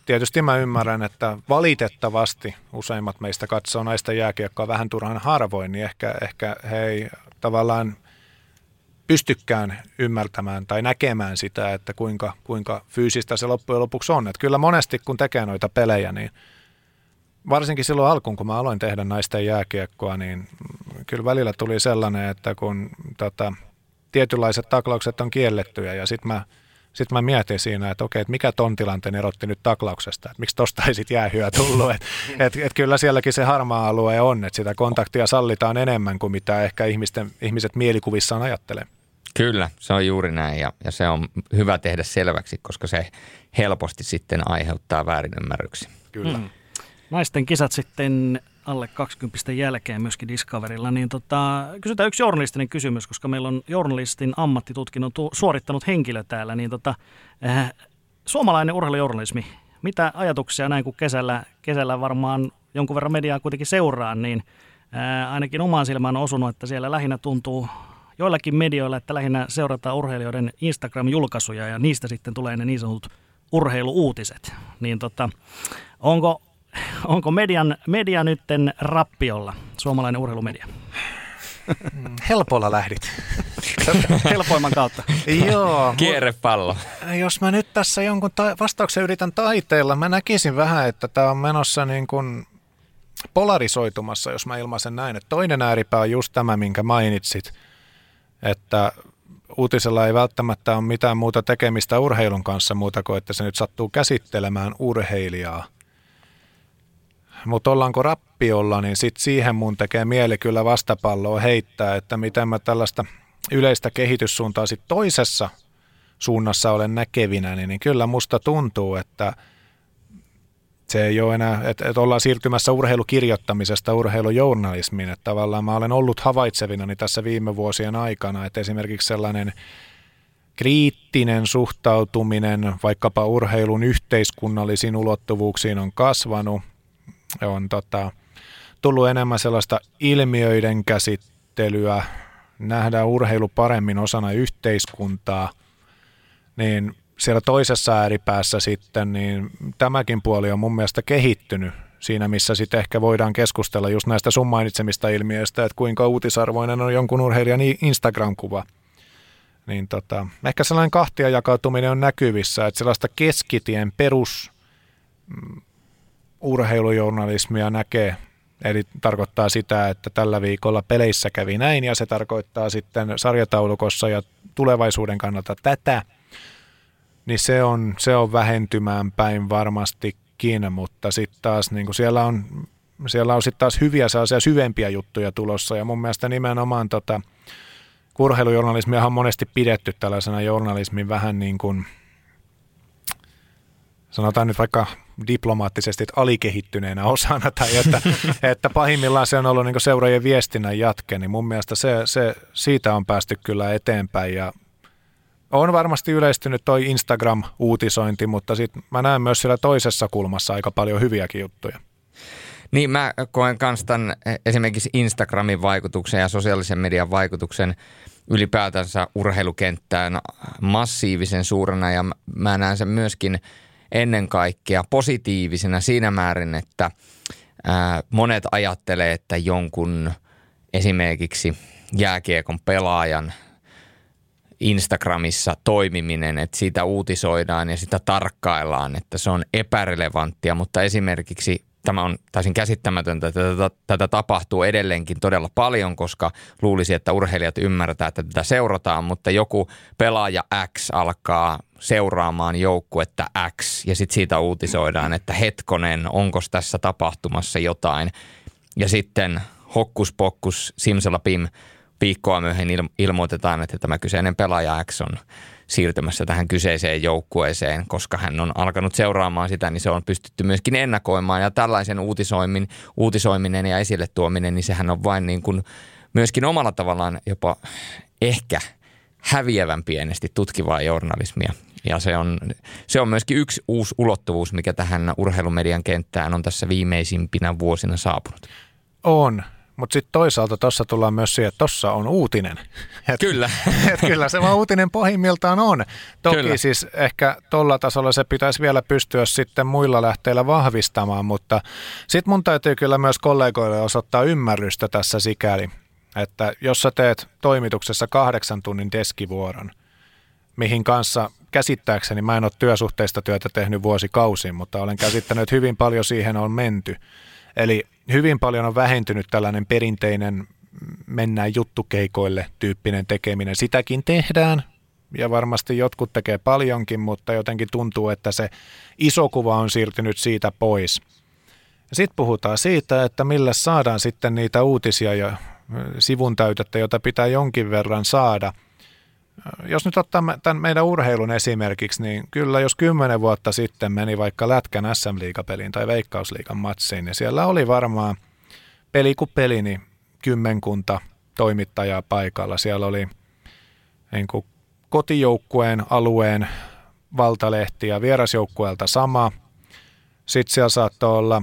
tietysti mä ymmärrän, että valitettavasti useimmat meistä katsoo naisten jääkiekkoa vähän turhan harvoin, niin ehkä, ehkä he ei tavallaan pystykään ymmärtämään tai näkemään sitä, että kuinka, kuinka fyysistä se loppujen lopuksi on. Että kyllä monesti, kun tekee noita pelejä, niin varsinkin silloin alkuun, kun mä aloin tehdä naisten jääkiekkoa, niin kyllä välillä tuli sellainen, että kun tota, tietynlaiset taklaukset on kiellettyjä ja sitten mä, sit mä mietin siinä, että okei, että mikä ton tilanteen erotti nyt taklauksesta, että miksi tosta ei sitten jäähyä tullut. Että et, et kyllä sielläkin se harmaa alue on, että sitä kontaktia sallitaan enemmän kuin mitä ehkä ihmisten, ihmiset mielikuvissaan ajattelee. Kyllä, se on juuri näin ja, ja se on hyvä tehdä selväksi, koska se helposti sitten aiheuttaa väärinymmärryksiä. Kyllä. Mm. Naisten kisat sitten alle kaksikymmentä jälkeen myöskin Discoverilla, niin tota, kysytään yksi journalistinen kysymys, koska meillä on journalistin ammattitutkinnon tu- suorittanut henkilö täällä, niin tota, äh, suomalainen urheilujournalismi, mitä ajatuksia näin, kun kesällä, kesällä varmaan jonkun verran mediaa kuitenkin seuraa, niin äh, ainakin omaan silmään on osunut, että siellä lähinnä tuntuu joillakin medioilla, että lähinnä seurataan urheilijoiden Instagram-julkaisuja ja niistä sitten tulee ne niin sanotut urheiluuutiset. Niin tota, onko, onko median, media nytten rappiolla, suomalainen urheilumedia? Helpolla lähdit. Helpoimman kautta. Joo. Kierrepallo. Jos mä nyt tässä jonkun ta- vastauksen yritän taiteella, mä näkisin vähän, että tämä on menossa niin kuin polarisoitumassa, jos mä ilmaisen näin. Että toinen ääripää on just tämä, minkä mainitsit, että uutisella ei välttämättä ole mitään muuta tekemistä urheilun kanssa muuta kuin, että se nyt sattuu käsittelemään urheilijaa. Mutta ollaanko rappiolla, niin sit siihen mun tekee mieli kyllä vastapalloa heittää, että miten mä tällaista yleistä kehityssuuntaa sit toisessa suunnassa olen näkevinä, niin kyllä musta tuntuu, että se ei ole enää, että, että ollaan siirtymässä urheilukirjoittamisesta urheilujournalismiin, että tavallaan mä olen ollut havaitsevinani tässä viime vuosien aikana, että esimerkiksi sellainen kriittinen suhtautuminen vaikkapa urheilun yhteiskunnallisiin ulottuvuuksiin on kasvanut, on tota, tullut enemmän sellaista ilmiöiden käsittelyä, nähdään urheilu paremmin osana yhteiskuntaa, niin siellä toisessa ääripäässä sitten, niin tämäkin puoli on mun mielestä kehittynyt siinä, missä sitten ehkä voidaan keskustella just näistä sun mainitsemista ilmiöistä, että kuinka uutisarvoinen on jonkun urheilijan Instagram-kuva. Niin tota, ehkä sellainen kahtia jakautuminen on näkyvissä, että sellaista keskitien perus urheilujournalismia näkee. Eli tarkoittaa sitä, että tällä viikolla peleissä kävi näin ja se tarkoittaa sitten sarjataulukossa ja tulevaisuuden kannalta tätä. Niin se on, se on vähentymään päin varmastikin, mutta sitten taas niin kuin siellä on, siellä on sitten taas hyviä sellaisia syvempiä juttuja tulossa ja mun mielestä nimenomaan tota, urheilujournalismia on monesti pidetty tällaisena journalismin vähän niin kuin, sanotaan nyt vaikka diplomaattisesti, että alikehittyneenä osana tai että, että pahimmillaan se on ollut niin kuin seuraajien viestinnän jatke, niin mun mielestä se, se, siitä on päästy kyllä eteenpäin ja on varmasti yleistynyt toi Instagram-uutisointi, mutta sitten mä näen myös siellä toisessa kulmassa aika paljon hyviäkin juttuja. Niin mä koen myös tämän esimerkiksi Instagramin vaikutuksen ja sosiaalisen median vaikutuksen ylipäätänsä urheilukenttään massiivisen suurena ja mä näen sen myöskin ennen kaikkea positiivisena siinä määrin, että ää, monet ajattelee, että jonkun esimerkiksi jääkiekon pelaajan Instagramissa toimiminen, että siitä uutisoidaan ja sitä tarkkaillaan, että se on epärelevanttia, mutta esimerkiksi tämä on täysin käsittämätöntä, että tätä, tätä tapahtuu edelleenkin todella paljon, koska luulisi, että urheilijat ymmärtää, että tätä seurataan, mutta joku pelaaja X alkaa seuraamaan joukkuetta X ja sitten siitä uutisoidaan, että hetkonen, onko tässä tapahtumassa jotain ja sitten hokkus pokkus simsalabim viikkoa myöhemmin il- ilmoitetaan, että tämä kyseinen pelaaja X on siirtymässä tähän kyseiseen joukkueeseen, koska hän on alkanut seuraamaan sitä, niin se on pystytty myöskin ennakoimaan. Ja tällaisen uutisoimin, uutisoiminen ja esille tuominen, niin sehän on vain niin kuin myöskin omalla tavallaan jopa ehkä häviävän pienesti tutkivaa journalismia. Ja se on, se on myöskin yksi uusi ulottuvuus, mikä tähän urheilumedian kenttään on tässä viimeisimpinä vuosina saapunut. On. Mutta sitten toisaalta tuossa tullaan myös siihen, että tuossa on uutinen. Et, Kyllä. Et kyllä se vaan uutinen pohjimmiltaan on. Toki Kyllä. siis ehkä tuolla tasolla se pitäisi vielä pystyä sitten muilla lähteillä vahvistamaan, mutta sitten mun täytyy kyllä myös kollegoille osoittaa ymmärrystä tässä sikäli, että jos sä teet toimituksessa kahdeksan tunnin deskivuoron, mihin kanssa käsittääkseni, mä en ole työsuhteista työtä tehnyt vuosikausiin, mutta olen käsittänyt, että hyvin paljon siihen on menty. Eli hyvin paljon on vähentynyt tällainen perinteinen mennään juttukeikoille tyyppinen tekeminen. Sitäkin tehdään ja varmasti jotkut tekee paljonkin, mutta jotenkin tuntuu, että se iso kuva on siirtynyt siitä pois. Sitten puhutaan siitä, että millä saadaan sitten niitä uutisia ja sivun täytettä, jota pitää jonkin verran saada. Jos nyt ottaa tämän meidän urheilun esimerkiksi, niin kyllä jos kymmenen vuotta sitten meni vaikka Lätkän äs äm-liigapeliin tai Veikkausliigan matsiin, niin siellä oli varmaan peli kuin peli, niin kymmenkunta toimittajaa paikalla. Siellä oli niin kuin kotijoukkueen alueen valtalehti ja vierasjoukkueelta sama. Sitten siellä saattoi olla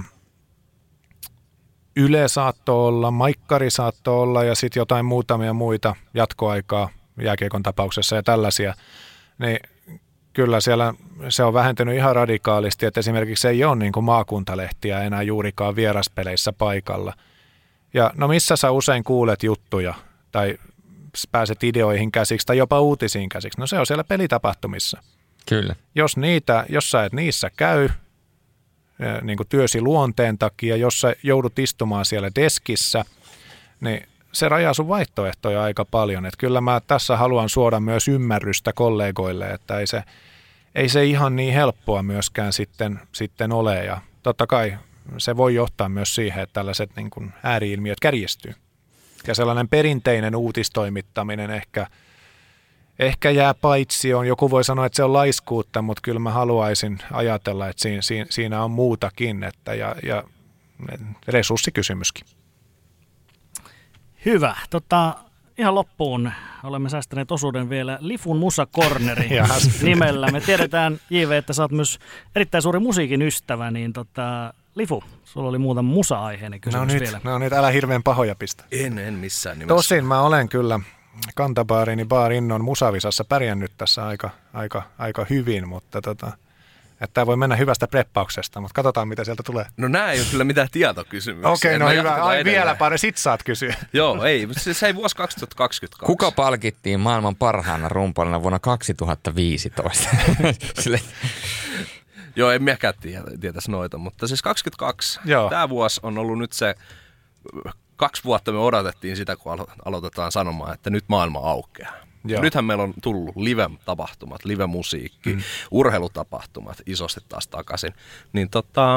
Yle saattoi olla, Maikkari saattoi olla ja sitten jotain muutamia muita jatkoaikaa jääkiekon tapauksessa ja tällaisia, niin kyllä siellä se on vähentynyt ihan radikaalisti, että esimerkiksi ei ole niin kuin maakuntalehtiä enää juurikaan vieraspeleissä paikalla. Ja no missä sä usein kuulet juttuja tai pääset ideoihin käsiksi tai jopa uutisiin käsiksi? No se on siellä pelitapahtumissa. Kyllä. Jos, niitä, jos sä et niissä käy niin kuin työsi luonteen takia, jos sä joudut istumaan siellä deskissä, niin se rajaa sun vaihtoehtoja aika paljon. Että kyllä mä tässä haluan suoda myös ymmärrystä kollegoille, että ei se, ei se ihan niin helppoa myöskään sitten, sitten ole. Ja totta kai se voi johtaa myös siihen, että tällaiset niin kuin ääriilmiöt kärjistyy. Ja sellainen perinteinen uutistoimittaminen ehkä, ehkä jää paitsioon. Joku voi sanoa, että se on laiskuutta, mutta kyllä mä haluaisin ajatella, että siinä, siinä, siinä on muutakin että ja, ja resurssikysymyskin. Hyvä. Tota, ihan loppuun olemme säästäneet osuuden vielä Lifun Musa-korneri nimellä. Me tiedetään, J V, että sä oot myös erittäin suuri musiikin ystävä, niin tota, Lifu, sulla oli muutama musa-aiheinen kysymys no nyt, vielä. No nyt, älä hirveän pahoja pistä. En, en missään nimessä. Tosin mä olen kyllä Kantabaarini Baarinnon musavisassa pärjännyt tässä aika, aika, aika hyvin, mutta tota, että tämä voi mennä hyvästä preppauksesta, mutta katsotaan mitä sieltä tulee. No nää ei ole kyllä mitään tietokysymyksiä. Okei, okay, no hyvä. Ai, edelleen. vielä pari, sit saat kysyä. Joo, ei, se, se ei vuosi kaksituhattakaksikymmentäkaksi. Kuka palkittiin maailman parhaana rumpalina vuonna kaksituhattaviisitoista? Sille... Joo, en minäkään tietäisi noita, mutta siis kaksikymmentäkaksi. Joo. Tämä vuosi on ollut nyt se, kaksi vuotta me odotettiin sitä, kun alo- aloitetaan sanomaan, että nyt maailma aukeaa. Joo. Nythän meillä on tullut live-tapahtumat, live-musiikki, mm. urheilutapahtumat isosti taas takaisin. Niin tota,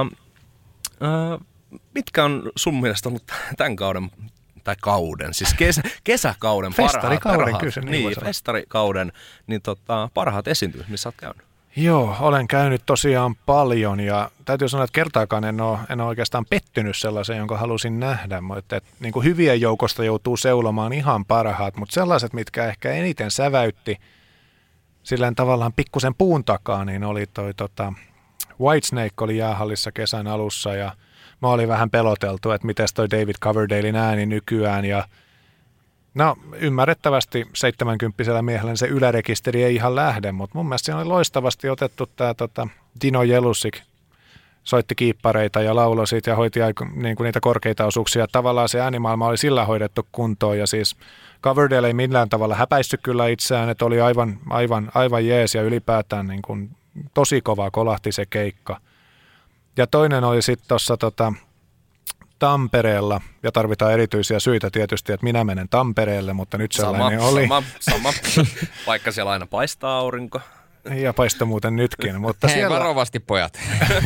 äh, mitkä on sun mielestä ollut tämän kauden, tai kauden, siis kesä, kesäkauden parhaat, parhaat kysy, niin, niin festarikauden, niin tota, parhaat esiintymiset, missä olet käynyt? Joo, olen käynyt tosiaan paljon ja täytyy sanoa, että kertaakaan en ole, en ole oikeastaan pettynyt sellaisen, jonka halusin nähdä. Mutta että, niin kuin hyvien joukosta joutuu seulomaan ihan parhaat, mutta sellaiset, mitkä ehkä eniten säväytti silleen tavallaan pikkusen puun takaa, niin oli toi tota, Whitesnake oli jäähallissa kesän alussa ja mä olin vähän peloteltu, että miten toi David Coverdalein ääni nykyään ja no ymmärrettävästi seitsemänkymppisellä miehellä se ylärekisteri ei ihan lähde, mutta mun mielestä siinä oli loistavasti otettu tämä tota, Dino Jelusik, soitti kiippareita ja lauloi siitä ja hoiti aika, niin kuin niitä korkeita osuuksia. Tavallaan se äänimaailma oli sillä hoidettu kuntoon ja siis Coverdale ei millään tavalla häpäisty kyllä itseään, että oli aivan, aivan, aivan jees ja ylipäätään niin kuin tosi kova kolahti se keikka. Ja toinen oli sitten tuossa tota, Tampereella, ja tarvitaan erityisiä syitä tietysti, että minä menen Tampereelle, mutta nyt sellainen sama, oli. Sama, sama, vaikka siellä aina paistaa aurinko. Ja paistaa muuten nytkin. Mutta hei, siellä... varovasti pojat.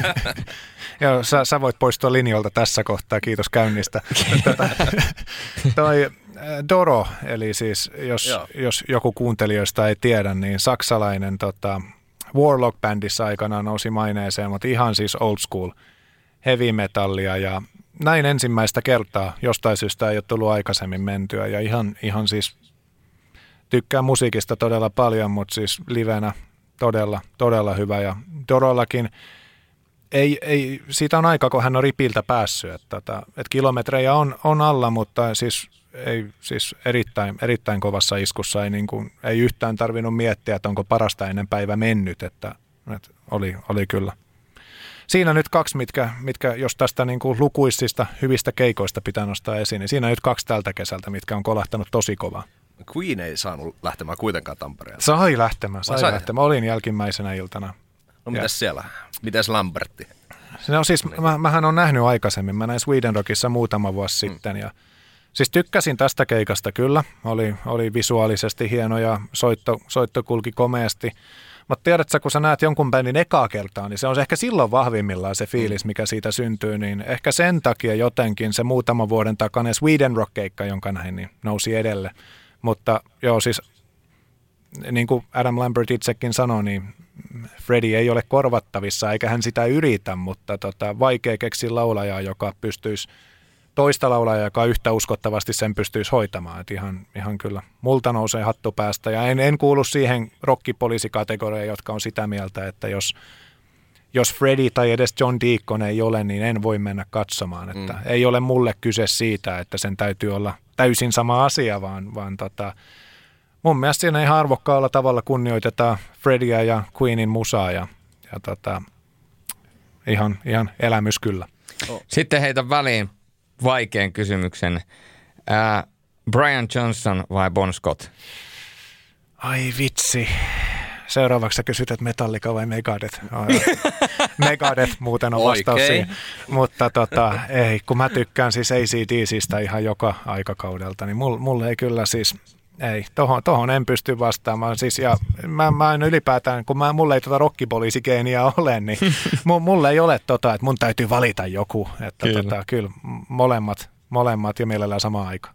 Joo, sä, sä voit poistua linjoilta tässä kohtaa, kiitos käynnistä. Tätä, toi Doro, eli siis jos, jos joku kuuntelijoista ei tiedä, niin saksalainen tota, Warlock-bändissä aikanaan nousi maineeseen, mutta ihan siis old school heavy metallia ja näin ensimmäistä kertaa, jostain syystä ei ole tullut aikaisemmin mentyä ja ihan, ihan siis tykkään musiikista todella paljon, mutta siis livenä todella, todella hyvä ja Dorollakin ei, ei, siitä on aika, kun hän on ripiltä päässyt. Että, että, että kilometrejä on, on alla, mutta siis, ei, siis erittäin, erittäin kovassa iskussa ei, niin kuin, ei yhtään tarvinnut miettiä, että onko parasta ennen päivä mennyt. Että, että oli, oli kyllä. Siinä nyt kaksi, mitkä, mitkä jos tästä niin kuin lukuisista hyvistä keikoista pitää nostaa esiin, niin siinä on nyt kaksi tältä kesältä, mitkä on kolahtanut tosi kovaa. Queen ei saanut lähtemään kuitenkaan Tampereelta. Sai lähtemään, sai, sai lähtemään. Olin jälkimmäisenä iltana. No mitäs siellä? Mitäs Lambertti? No siis, mä, mähän on nähnyt aikaisemmin. Mä näin Sweden Rockissa muutama vuosi hmm. sitten. Ja, siis tykkäsin tästä keikasta kyllä. Oli, oli visuaalisesti hieno ja soitto, soitto kulki komeasti. Mutta tiedätkö, kun sä näet jonkun bändin ekaa kertaa, niin se on ehkä silloin vahvimmillaan se fiilis, mikä siitä syntyy. Niin ehkä sen takia jotenkin se muutama vuoden takainen Sweden Rock-keikka, jonka näin, niin nousi edelle. Mutta joo, siis niin kuin Adam Lambert itsekin sanoi, niin Freddie ei ole korvattavissa, eikä hän sitä yritä, mutta tota, vaikea keksiä laulajaa, joka pystyisi, toista laulajaa, joka yhtä uskottavasti sen pystyisi hoitamaan. Et ihan, ihan kyllä multa nousee hattu päästä, ja en, en kuulu siihen rockipoliisikategoriaan, jotka on sitä mieltä, että jos, jos Freddie tai edes John Deacon ei ole, niin en voi mennä katsomaan. Että mm. ei ole mulle kyse siitä, että sen täytyy olla täysin sama asia, vaan, vaan tota, mun mielestä siinä ihan arvokkaalla tavalla kunnioitetaan Freddieä ja Queenin musaa ja, ja tota, ihan, ihan elämys kyllä. Sitten heitä väliin vaikean kysymyksen. Ää, Brian Johnson vai Bon Scott? Ai vitsi. Seuraavaksi sä kysyt, että Metallica vai Megadeth? Megadeth muuten on vastaus siihen. Mutta tota, ei, kun mä tykkään siis A C D C:stä ihan joka aikakaudelta, niin mulle mul ei kyllä siis, ei, tohon, tohon en pysty vastaamaan. Siis, ja mä, mä en ylipäätään, kun mä, mulle ei tota rockipoliisigeeniä ole, niin mulle ei ole tota, että mun täytyy valita joku. Että kyllä, tota, kyllä molemmat, molemmat ja mielellään samaan aikaan.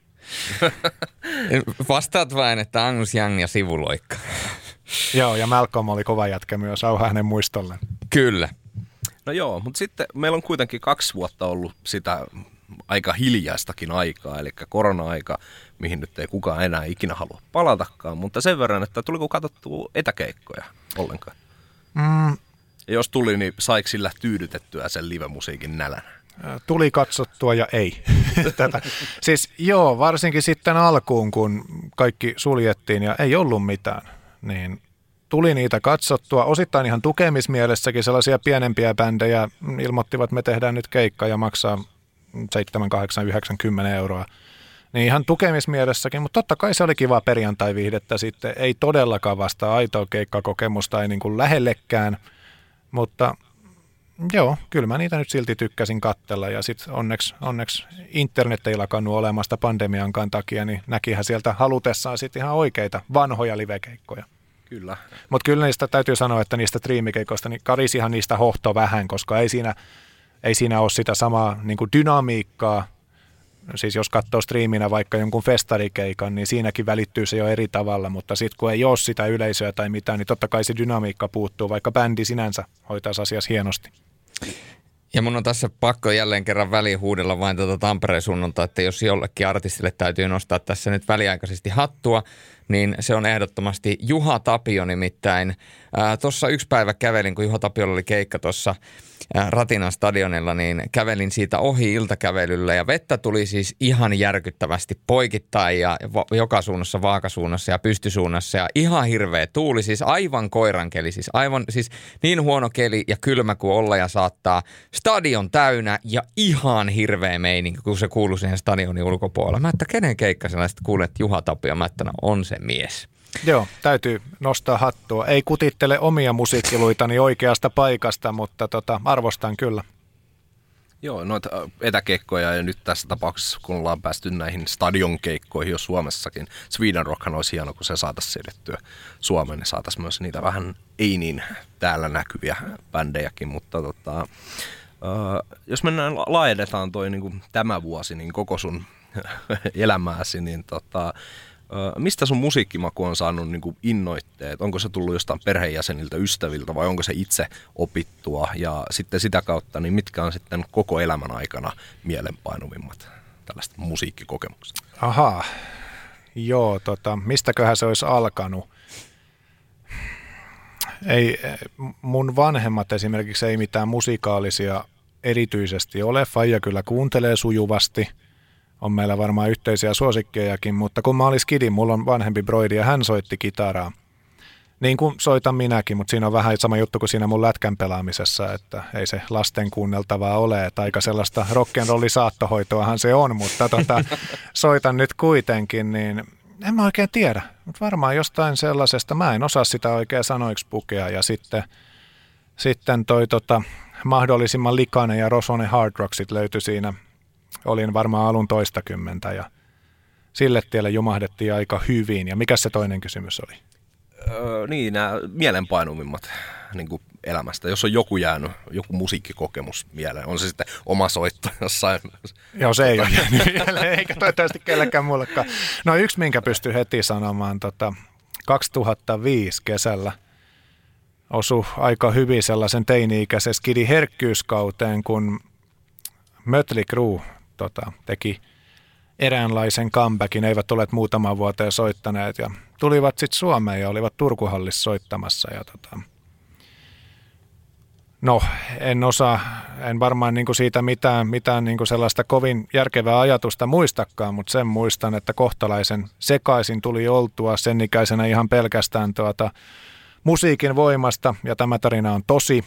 Vastaat vain, että Angus Young ja sivuloikka. Joo, ja Malcolm oli kova jätkä myös, auha hänen muistolle. Kyllä. No joo, mutta sitten meillä on kuitenkin kaksi vuotta ollut sitä aika hiljaistakin aikaa, eli korona-aika, mihin nyt ei kukaan enää ikinä halua palatakaan, mutta sen verran, että tuliko katsottua etäkeikkoja ollenkaan? Mm. Ja jos tuli, niin saiko sillä tyydytettyä sen live-musiikin nälän? Tuli katsottua ja ei. Tätä. Siis joo, varsinkin sitten alkuun, kun kaikki suljettiin ja ei ollut mitään, niin tuli niitä katsottua. Osittain ihan tukemismielessäkin sellaisia pienempiä bändejä ilmoittivat, että me tehdään nyt keikka ja maksaa seitsemän, kahdeksan, yhdeksän, kymmenen euroa. Niin ihan tukemismielessäkin, mutta totta kai se oli kiva perjantai-viihdettä sitten. Ei todellakaan vastaa aitoa keikkakokemusta, ei niin kuin lähellekään, mutta joo, kyllä mä niitä nyt silti tykkäsin katsella ja sitten onneksi, onneksi internet ei lakannut olemasta pandemiankaan takia, niin näkihän sieltä halutessaan sitten ihan oikeita vanhoja livekeikkoja. Kyllä. Mutta kyllä niistä täytyy sanoa, että niistä striimikeikoista niin karisihan niistä hohto vähän, koska ei siinä, ei siinä ole sitä samaa niin kuin dynamiikkaa. Siis jos katsoo striiminä vaikka jonkun festarikeikan, niin siinäkin välittyy se jo eri tavalla, mutta sitten kun ei ole sitä yleisöä tai mitään, niin totta kai se dynamiikka puuttuu, vaikka bändi sinänsä hoitaisi asiassa hienosti. Ja mun on tässä pakko jälleen kerran väliin huudella vain tätä Tampereen sunnuntaa, että jos jollekin artistille täytyy nostaa tässä nyt väliaikaisesti hattua, niin se on ehdottomasti Juha Tapio nimittäin. Tuossa yksi päivä kävelin, kun Juha Tapiolla oli keikka tuossa Ratinan stadionilla, niin kävelin siitä ohi iltakävelyllä ja vettä tuli siis ihan järkyttävästi poikittain ja joka suunnassa, vaakasuunnassa ja pystysuunnassa ja ihan hirveä tuuli, siis aivan koirankeli, siis aivan siis niin huono keli ja kylmä kuin olla ja saattaa. Stadion täynnä ja ihan hirveä meininki, kun se kuului siihen stadionin ulkopuolella. Mä että kenen keikka sellaiset kuulet Juha Tapio, mä että no, on se mies. Joo, täytyy nostaa hattua. Ei kutittele omia musiikkiluitani oikeasta paikasta, mutta tota, arvostan kyllä. Joo, noita etäkeikkoja ja nyt tässä tapauksessa, kun ollaan päästy näihin stadionkeikkoihin jo Suomessakin. Sweden Rockhan olisi hieno, kun se saataisiin siirrettyä Suomeen, niin saataisiin myös niitä vähän ei niin täällä näkyviä bändejäkin, mutta tota, äh, jos mennään laajennetaan toi niin kuin tämä vuosi, niin koko sun elämääsi, niin tota, mistä sun musiikkimaku on saanut niin kuin innoitteet? Onko se tullut jostain perheenjäseniltä, ystäviltä vai onko se itse opittua? Ja sitten sitä kautta, niin mitkä on sitten koko elämän aikana mielenpainuvimmat tällaiset musiikkikokemukset? Ahaa, joo, tota, mistäköhän se olisi alkanut? ei, mun vanhemmat esimerkiksi ei mitään musikaalisia erityisesti ole. Faija kyllä kuuntelee sujuvasti. On meillä varmaan yhteisiä suosikkejakin, mutta kun mä olin skidi, mulla on vanhempi broidi ja hän soitti kitaraa. Niin kuin soitan minäkin, mutta siinä on vähän sama juttu kuin siinä mun lätkän pelaamisessa, että ei se lasten kuunneltavaa ole, että aika sellaista rock'n'rolli saattohoitoahan se on, mutta tota, soitan nyt kuitenkin, niin en mä oikein tiedä, mutta varmaan jostain sellaisesta, mä en osaa sitä oikein sanoiksi pukea ja sitten, sitten toi tota, mahdollisimman likainen ja rosoinen hard rock sit löytyi siinä, olin varmaan alun toistakymmentä ja sille tielle jumahdettiin aika hyvin ja mikä se toinen kysymys oli? Öö, niin, nämä mielenpainuvimmat niin kuin elämästä. Jos on joku jäänyt, joku musiikkikokemus mieleen, on se sitten oma soitto jossain. Joo, se ei ole jäänyt mieleen, eikä toivottavasti kellekään mullekaan. No yksi, minkä pystyy heti sanomaan, tota, kaksituhattaviisi kesällä osui aika hyvin sellaisen teini-ikäisen skidi herkkyyskauteen, kun Mötley Crüe tota, teki eräänlaisen comebackin, eivät olleet muutaman vuoteen soittaneet ja tulivat sitten Suomeen ja olivat Turkuhallissa soittamassa. Ja tota, no, en osaa, en varmaan niinku siitä mitään, mitään niinku sellaista kovin järkevää ajatusta muistakaan, mutta sen muistan, että kohtalaisen sekaisin tuli oltua sen ikäisenä ihan pelkästään tuota, musiikin voimasta ja tämä tarina on tosi.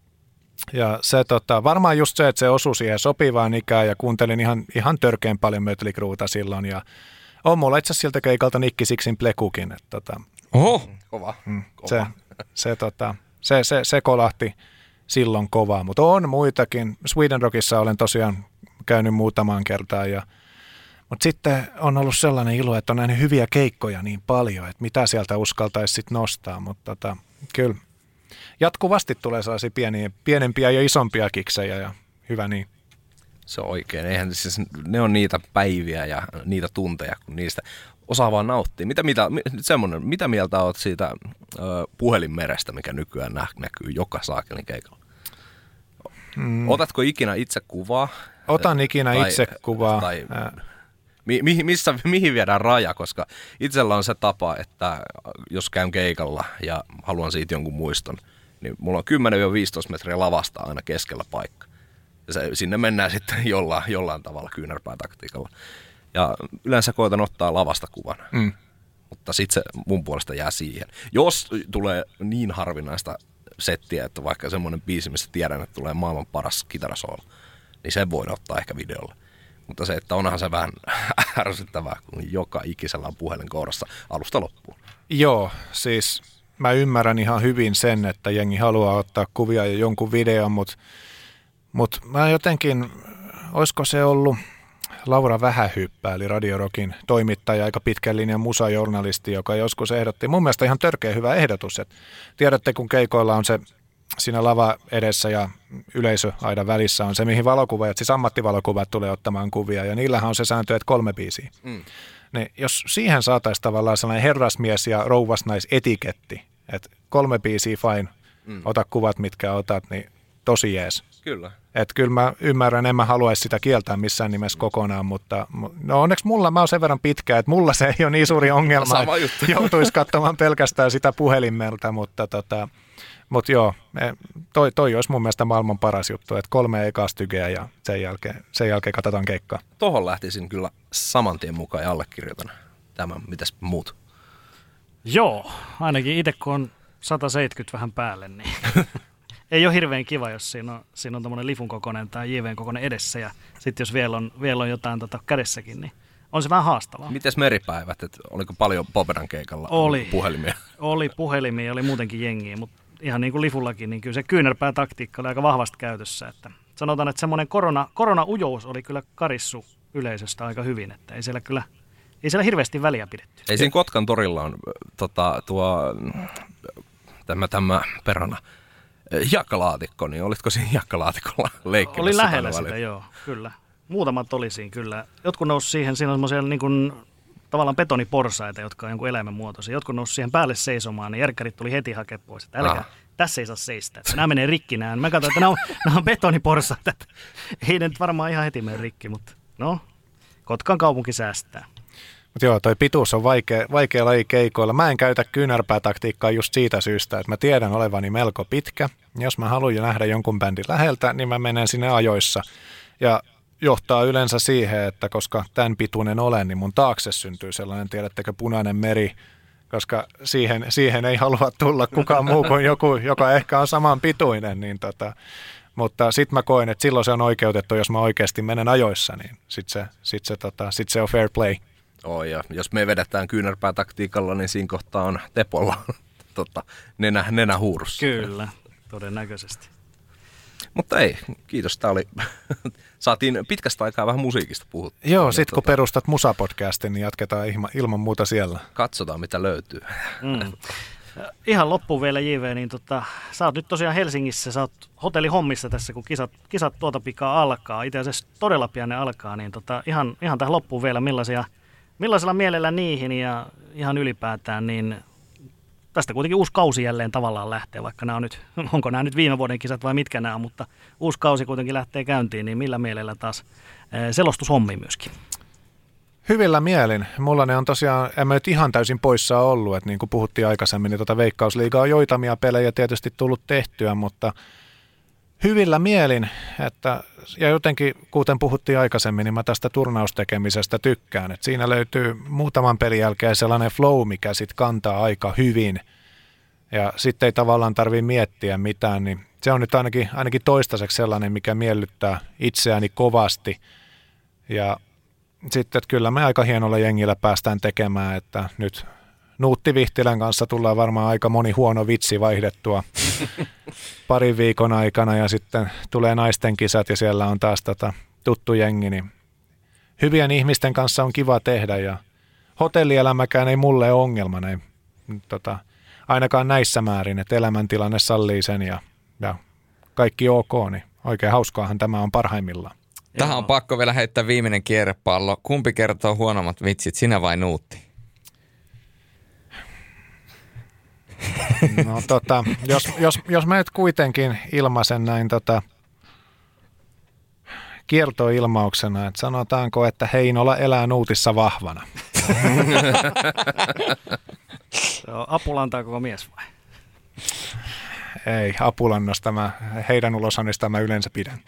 Ja se tota, varmaan just se, että se osui siihen sopivaan ikään ja kuuntelin ihan, ihan törkeän paljon Mötley Crüeta silloin ja on mulla itse asiassa siltä keikalta Nikki Sixin Plekukin. Että, tota, Oho! Kova. Mm, kova. Se, se, tota, se, se, se kolahti silloin kovaa, mutta on muitakin. Sweden Rockissa olen tosiaan käynyt muutamaan kertaan ja mutta sitten on ollut sellainen ilo, että on nähnyt hyviä keikkoja niin paljon, että mitä sieltä uskaltaisi sitten nostaa, mutta tota, kyllä jatkuvasti tulee sellaisia pieniä, pienempiä ja isompia kiksejä ja hyvä niin. Se on oikein. Eihän siis, ne on niitä päiviä ja niitä tunteja, kun niistä osaa vaan nauttia. Mitä, mitä, semmoinen, mitä mieltä olet siitä ö, puhelinmerestä, mikä nykyään nä- näkyy joka saakelin keikalla? Mm. Otatko ikinä itse kuvaa? Otan ikinä tai, itse kuvaa. Tai, mi, mi, missä, mihin viedään raja, koska itsellä on se tapa, että jos käyn keikalla ja haluan siitä jonkun muiston, niin mulla on kymmenen viisitoista metriä lavasta aina keskellä paikka. Ja se, sinne mennään sitten jollain, jollain tavalla kyynärpäätaktiikalla. Ja yleensä koitan ottaa lavasta kuvan, mm. mutta sitten se mun puolesta jää siihen. Jos tulee niin harvinaista settiä, että vaikka semmoinen biisi, missä tiedän, että tulee maailman paras kitarasoolo, niin sen voin ottaa ehkä videolla. Mutta se, että onhan se vähän ärsyttävää, kun joka ikisellä on puhelin kourassa alusta loppuun. Joo, siis mä ymmärrän ihan hyvin sen, että jengi haluaa ottaa kuvia ja jonkun videon, mutta, mutta mä jotenkin, olisiko se ollut Laura Vähähyppä, eli Radio Rockin toimittaja, aika pitkän linjan musajournalisti, joka joskus ehdotti, mun mielestä ihan törkeä hyvä ehdotus, että tiedätte, kun keikoilla on se siinä lava edessä ja yleisö aidan välissä on se, mihin valokuvaajat, siis ammattivalokuvat tulee ottamaan kuvia, ja niillähän on se sääntö, että kolme biisiä. Mm. Niin jos siihen saataisiin tavallaan sellainen herrasmies ja rouvasnaisetiketti, että kolme biisiä fine, mm. ota kuvat, mitkä otat, niin tosi jees. Kyllä. Että kyllä mä ymmärrän, en mä haluaisi sitä kieltää missään nimessä kokonaan, mutta no onneksi mulla, mä oon sen verran pitkä, että mulla se ei ole niin suuri ongelma, että joutuisi katsomaan pelkästään sitä puhelimelta, mutta tota, mut joo, toi, toi olisi mun mielestä maailman paras juttu, että kolme ekaa stygeä ja sen jälkeen, sen jälkeen katsotaan keikkaa. Tohon lähtisin kyllä saman tien mukaan ja allekirjoitan tämän, mitäs muut? Joo, ainakin itse kun on sata seitsemänkymmentä vähän päälle, niin ei ole hirveän kiva, jos siinä on, siinä on tommoinen lifun kokoinen tai J V:n kokoinen edessä ja sitten jos vielä on, vielä on jotain tota kädessäkin, niin on se vähän haastavaa. Mites meripäivät? Et oliko paljon Popedan keikalla oli, puhelimia? Oli puhelimia, oli muutenkin jengiä, mutta ihan niin kuin lifullakin, niin kyllä se kyynärpäätaktiikka oli aika vahvasti käytössä. Että sanotaan, että semmoinen korona, korona-ujous oli kyllä karissu yleisöstä aika hyvin, että ei siellä kyllä ei siellä hirveästi väliä pidetty. Ei siinä Kotkan torilla on tota, tuo tämä, tämä perhana hiekkalaatikko, niin olitko siinä hiekkalaatikolla leikkimässä? Oli lähellä sitä, joo, kyllä. Muutamat oli siinä kyllä. Jotkut nousi siihen, siinä on semmoisia niin kuin tavallaan betoniporsaita, jotka on jonkun eläimen muotoisia. Jotkut nousi siihen päälle seisomaan, niin järkkärit tuli heti hakemaan pois, että älkää, tässä ei saa seistä. Nämä menee rikki nämä. Mä katsoin, että nämä on, nämä on betoniporsaita. Ei ne nyt varmaan ihan heti mene rikki, mutta no, Kotkan kaupunki säästää. Mutta joo, toi pituus on vaikea, vaikea laji keikoilla. Mä en käytä kyynärpäätaktiikkaa just siitä syystä, että mä tiedän olevani melko pitkä. Jos mä haluan jo nähdä jonkun bändin läheltä, niin mä menen sinne ajoissa. Ja johtaa yleensä siihen, että koska tämän pituinen olen, niin mun taakse syntyy sellainen, tiedättekö, punainen meri, koska siihen, siihen ei halua tulla kukaan muu kuin joku, joka ehkä on saman pituinen. Niin tota, mutta sitten mä koen, että silloin se on oikeutettu, jos mä oikeasti menen ajoissa, niin sitten se, sit se, tota, sit se on fair play. Oh, ja jos me vedetään kyynärpäätaktiikalla, niin siinä kohtaa on Tepolla tota, nenä, nenä huurussa. Kyllä, todennäköisesti. Mutta ei, kiitos. Tämä oli, saatiin pitkästä aikaa vähän musiikista puhuttua. Joo, sit kun tota, perustat musapodcastin, niin jatketaan ilman, ilman muuta siellä. Katsotaan, mitä löytyy. Mm. Ihan loppuun vielä J V, niin tota, sä oot nyt tosiaan Helsingissä, sä oot hotellihommissa tässä, kun kisat, kisat tuota pikaa alkaa. Itse asiassa todella pian ne alkaa, niin tota, ihan, ihan tähän loppuun vielä millaisia, millaisella mielellä niihin ja ihan ylipäätään, niin tästä kuitenkin uusi kausi jälleen tavallaan lähtee, vaikka nämä on nyt, onko nämä nyt viime vuoden kisat vai mitkä nämä on, mutta uusi kausi kuitenkin lähtee käyntiin, niin millä mielellä taas selostushommi myöskin? Hyvillä mielin. Mulla ne on tosiaan, en mä nyt ihan täysin poissa ollut, että niin kuin puhuttiin aikaisemmin, niin tuota Veikkausliigaa on joitamia pelejä tietysti tullut tehtyä, mutta hyvillä mielin, että, ja jotenkin kuten puhuttiin aikaisemmin, niin mä tästä turnaustekemisestä tykkään, että siinä löytyy muutaman pelin jälkeen sellainen flow, mikä sitten kantaa aika hyvin, ja sitten ei tavallaan tarvitse miettiä mitään, niin se on nyt ainakin, ainakin toistaiseksi sellainen, mikä miellyttää itseäni kovasti, ja sitten, että kyllä me aika hienolla jengillä päästään tekemään, että nyt Nuutti Vihtilän kanssa tullaan varmaan aika moni huono vitsi vaihdettua parin viikon aikana ja sitten tulee naisten kisat ja siellä on taas tota tuttu jengi, niin hyvien ihmisten kanssa on kiva tehdä ja hotellielämäkään ei mulle ole ongelma, ei, tota, ainakaan näissä määrin, että elämäntilanne sallii sen ja, ja kaikki ok, niin oikein hauskaahan tämä on parhaimmillaan. Tähän on pakko vielä heittää viimeinen kierrepallo. Kumpi kertoo huonommat vitsit, sinä vai Nuutti? No tota, jos, jos, jos mä nyt kuitenkin ilmaisen näin tota kiertoilmauksena, että sanotaanko, että Heinola elää Nuutissa vahvana. Se on Apulantaa koko mies vai? Ei, Apulannosta mä, heidän ulosannista mä yleensä pidän.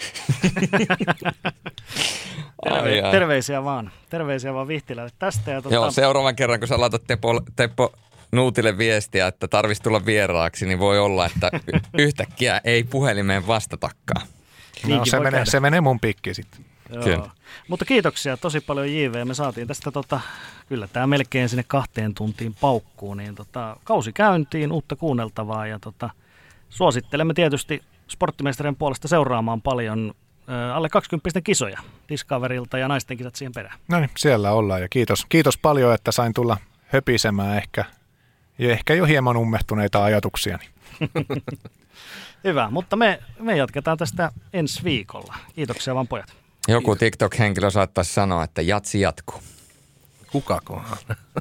Terve, terveisiä vaan. Terveisiä vaan Vihtilälle tästä. Ja tota... Joo, seuraavan kerran, kun sä laitat Teppo, Teppo Nuutille viestiä, että tarvitsisi tulla vieraaksi, niin voi olla, että yhtäkkiä ei puhelimeen vastatakaan. No, se, menee, se menee mun pikki sitten. Mutta kiitoksia tosi paljon J V. Me saatiin tästä, tota, kyllä tämä melkein sinne kahteen tuntiin paukkuu, niin tota, kausi käyntiin, uutta kuunneltavaa ja tota, suosittelemme tietysti sporttimestarien puolesta seuraamaan paljon ä, alle kaksikymppisten kisoja Discoverilta ja naisten kisat siihen perään. No niin, siellä ollaan ja kiitos, kiitos paljon, että sain tulla höpisemään ehkä, ja ehkä jo hieman ummehtuneita ajatuksiani. Hyvä, mutta me, me jatketaan tästä ensi viikolla. Kiitoksia vaan pojat. Joku TikTok-henkilö saattaisi sanoa, että jatsi jatkuu. Kukakohan?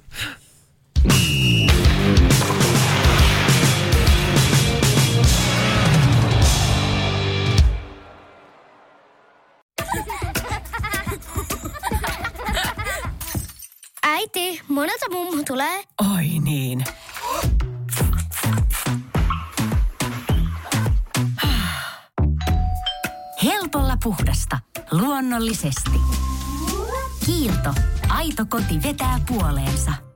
Äiti, monelta mummu tulee? Oi niin. Helpolla puhdasta. Luonnollisesti. Kiilto. Aito koti vetää puoleensa.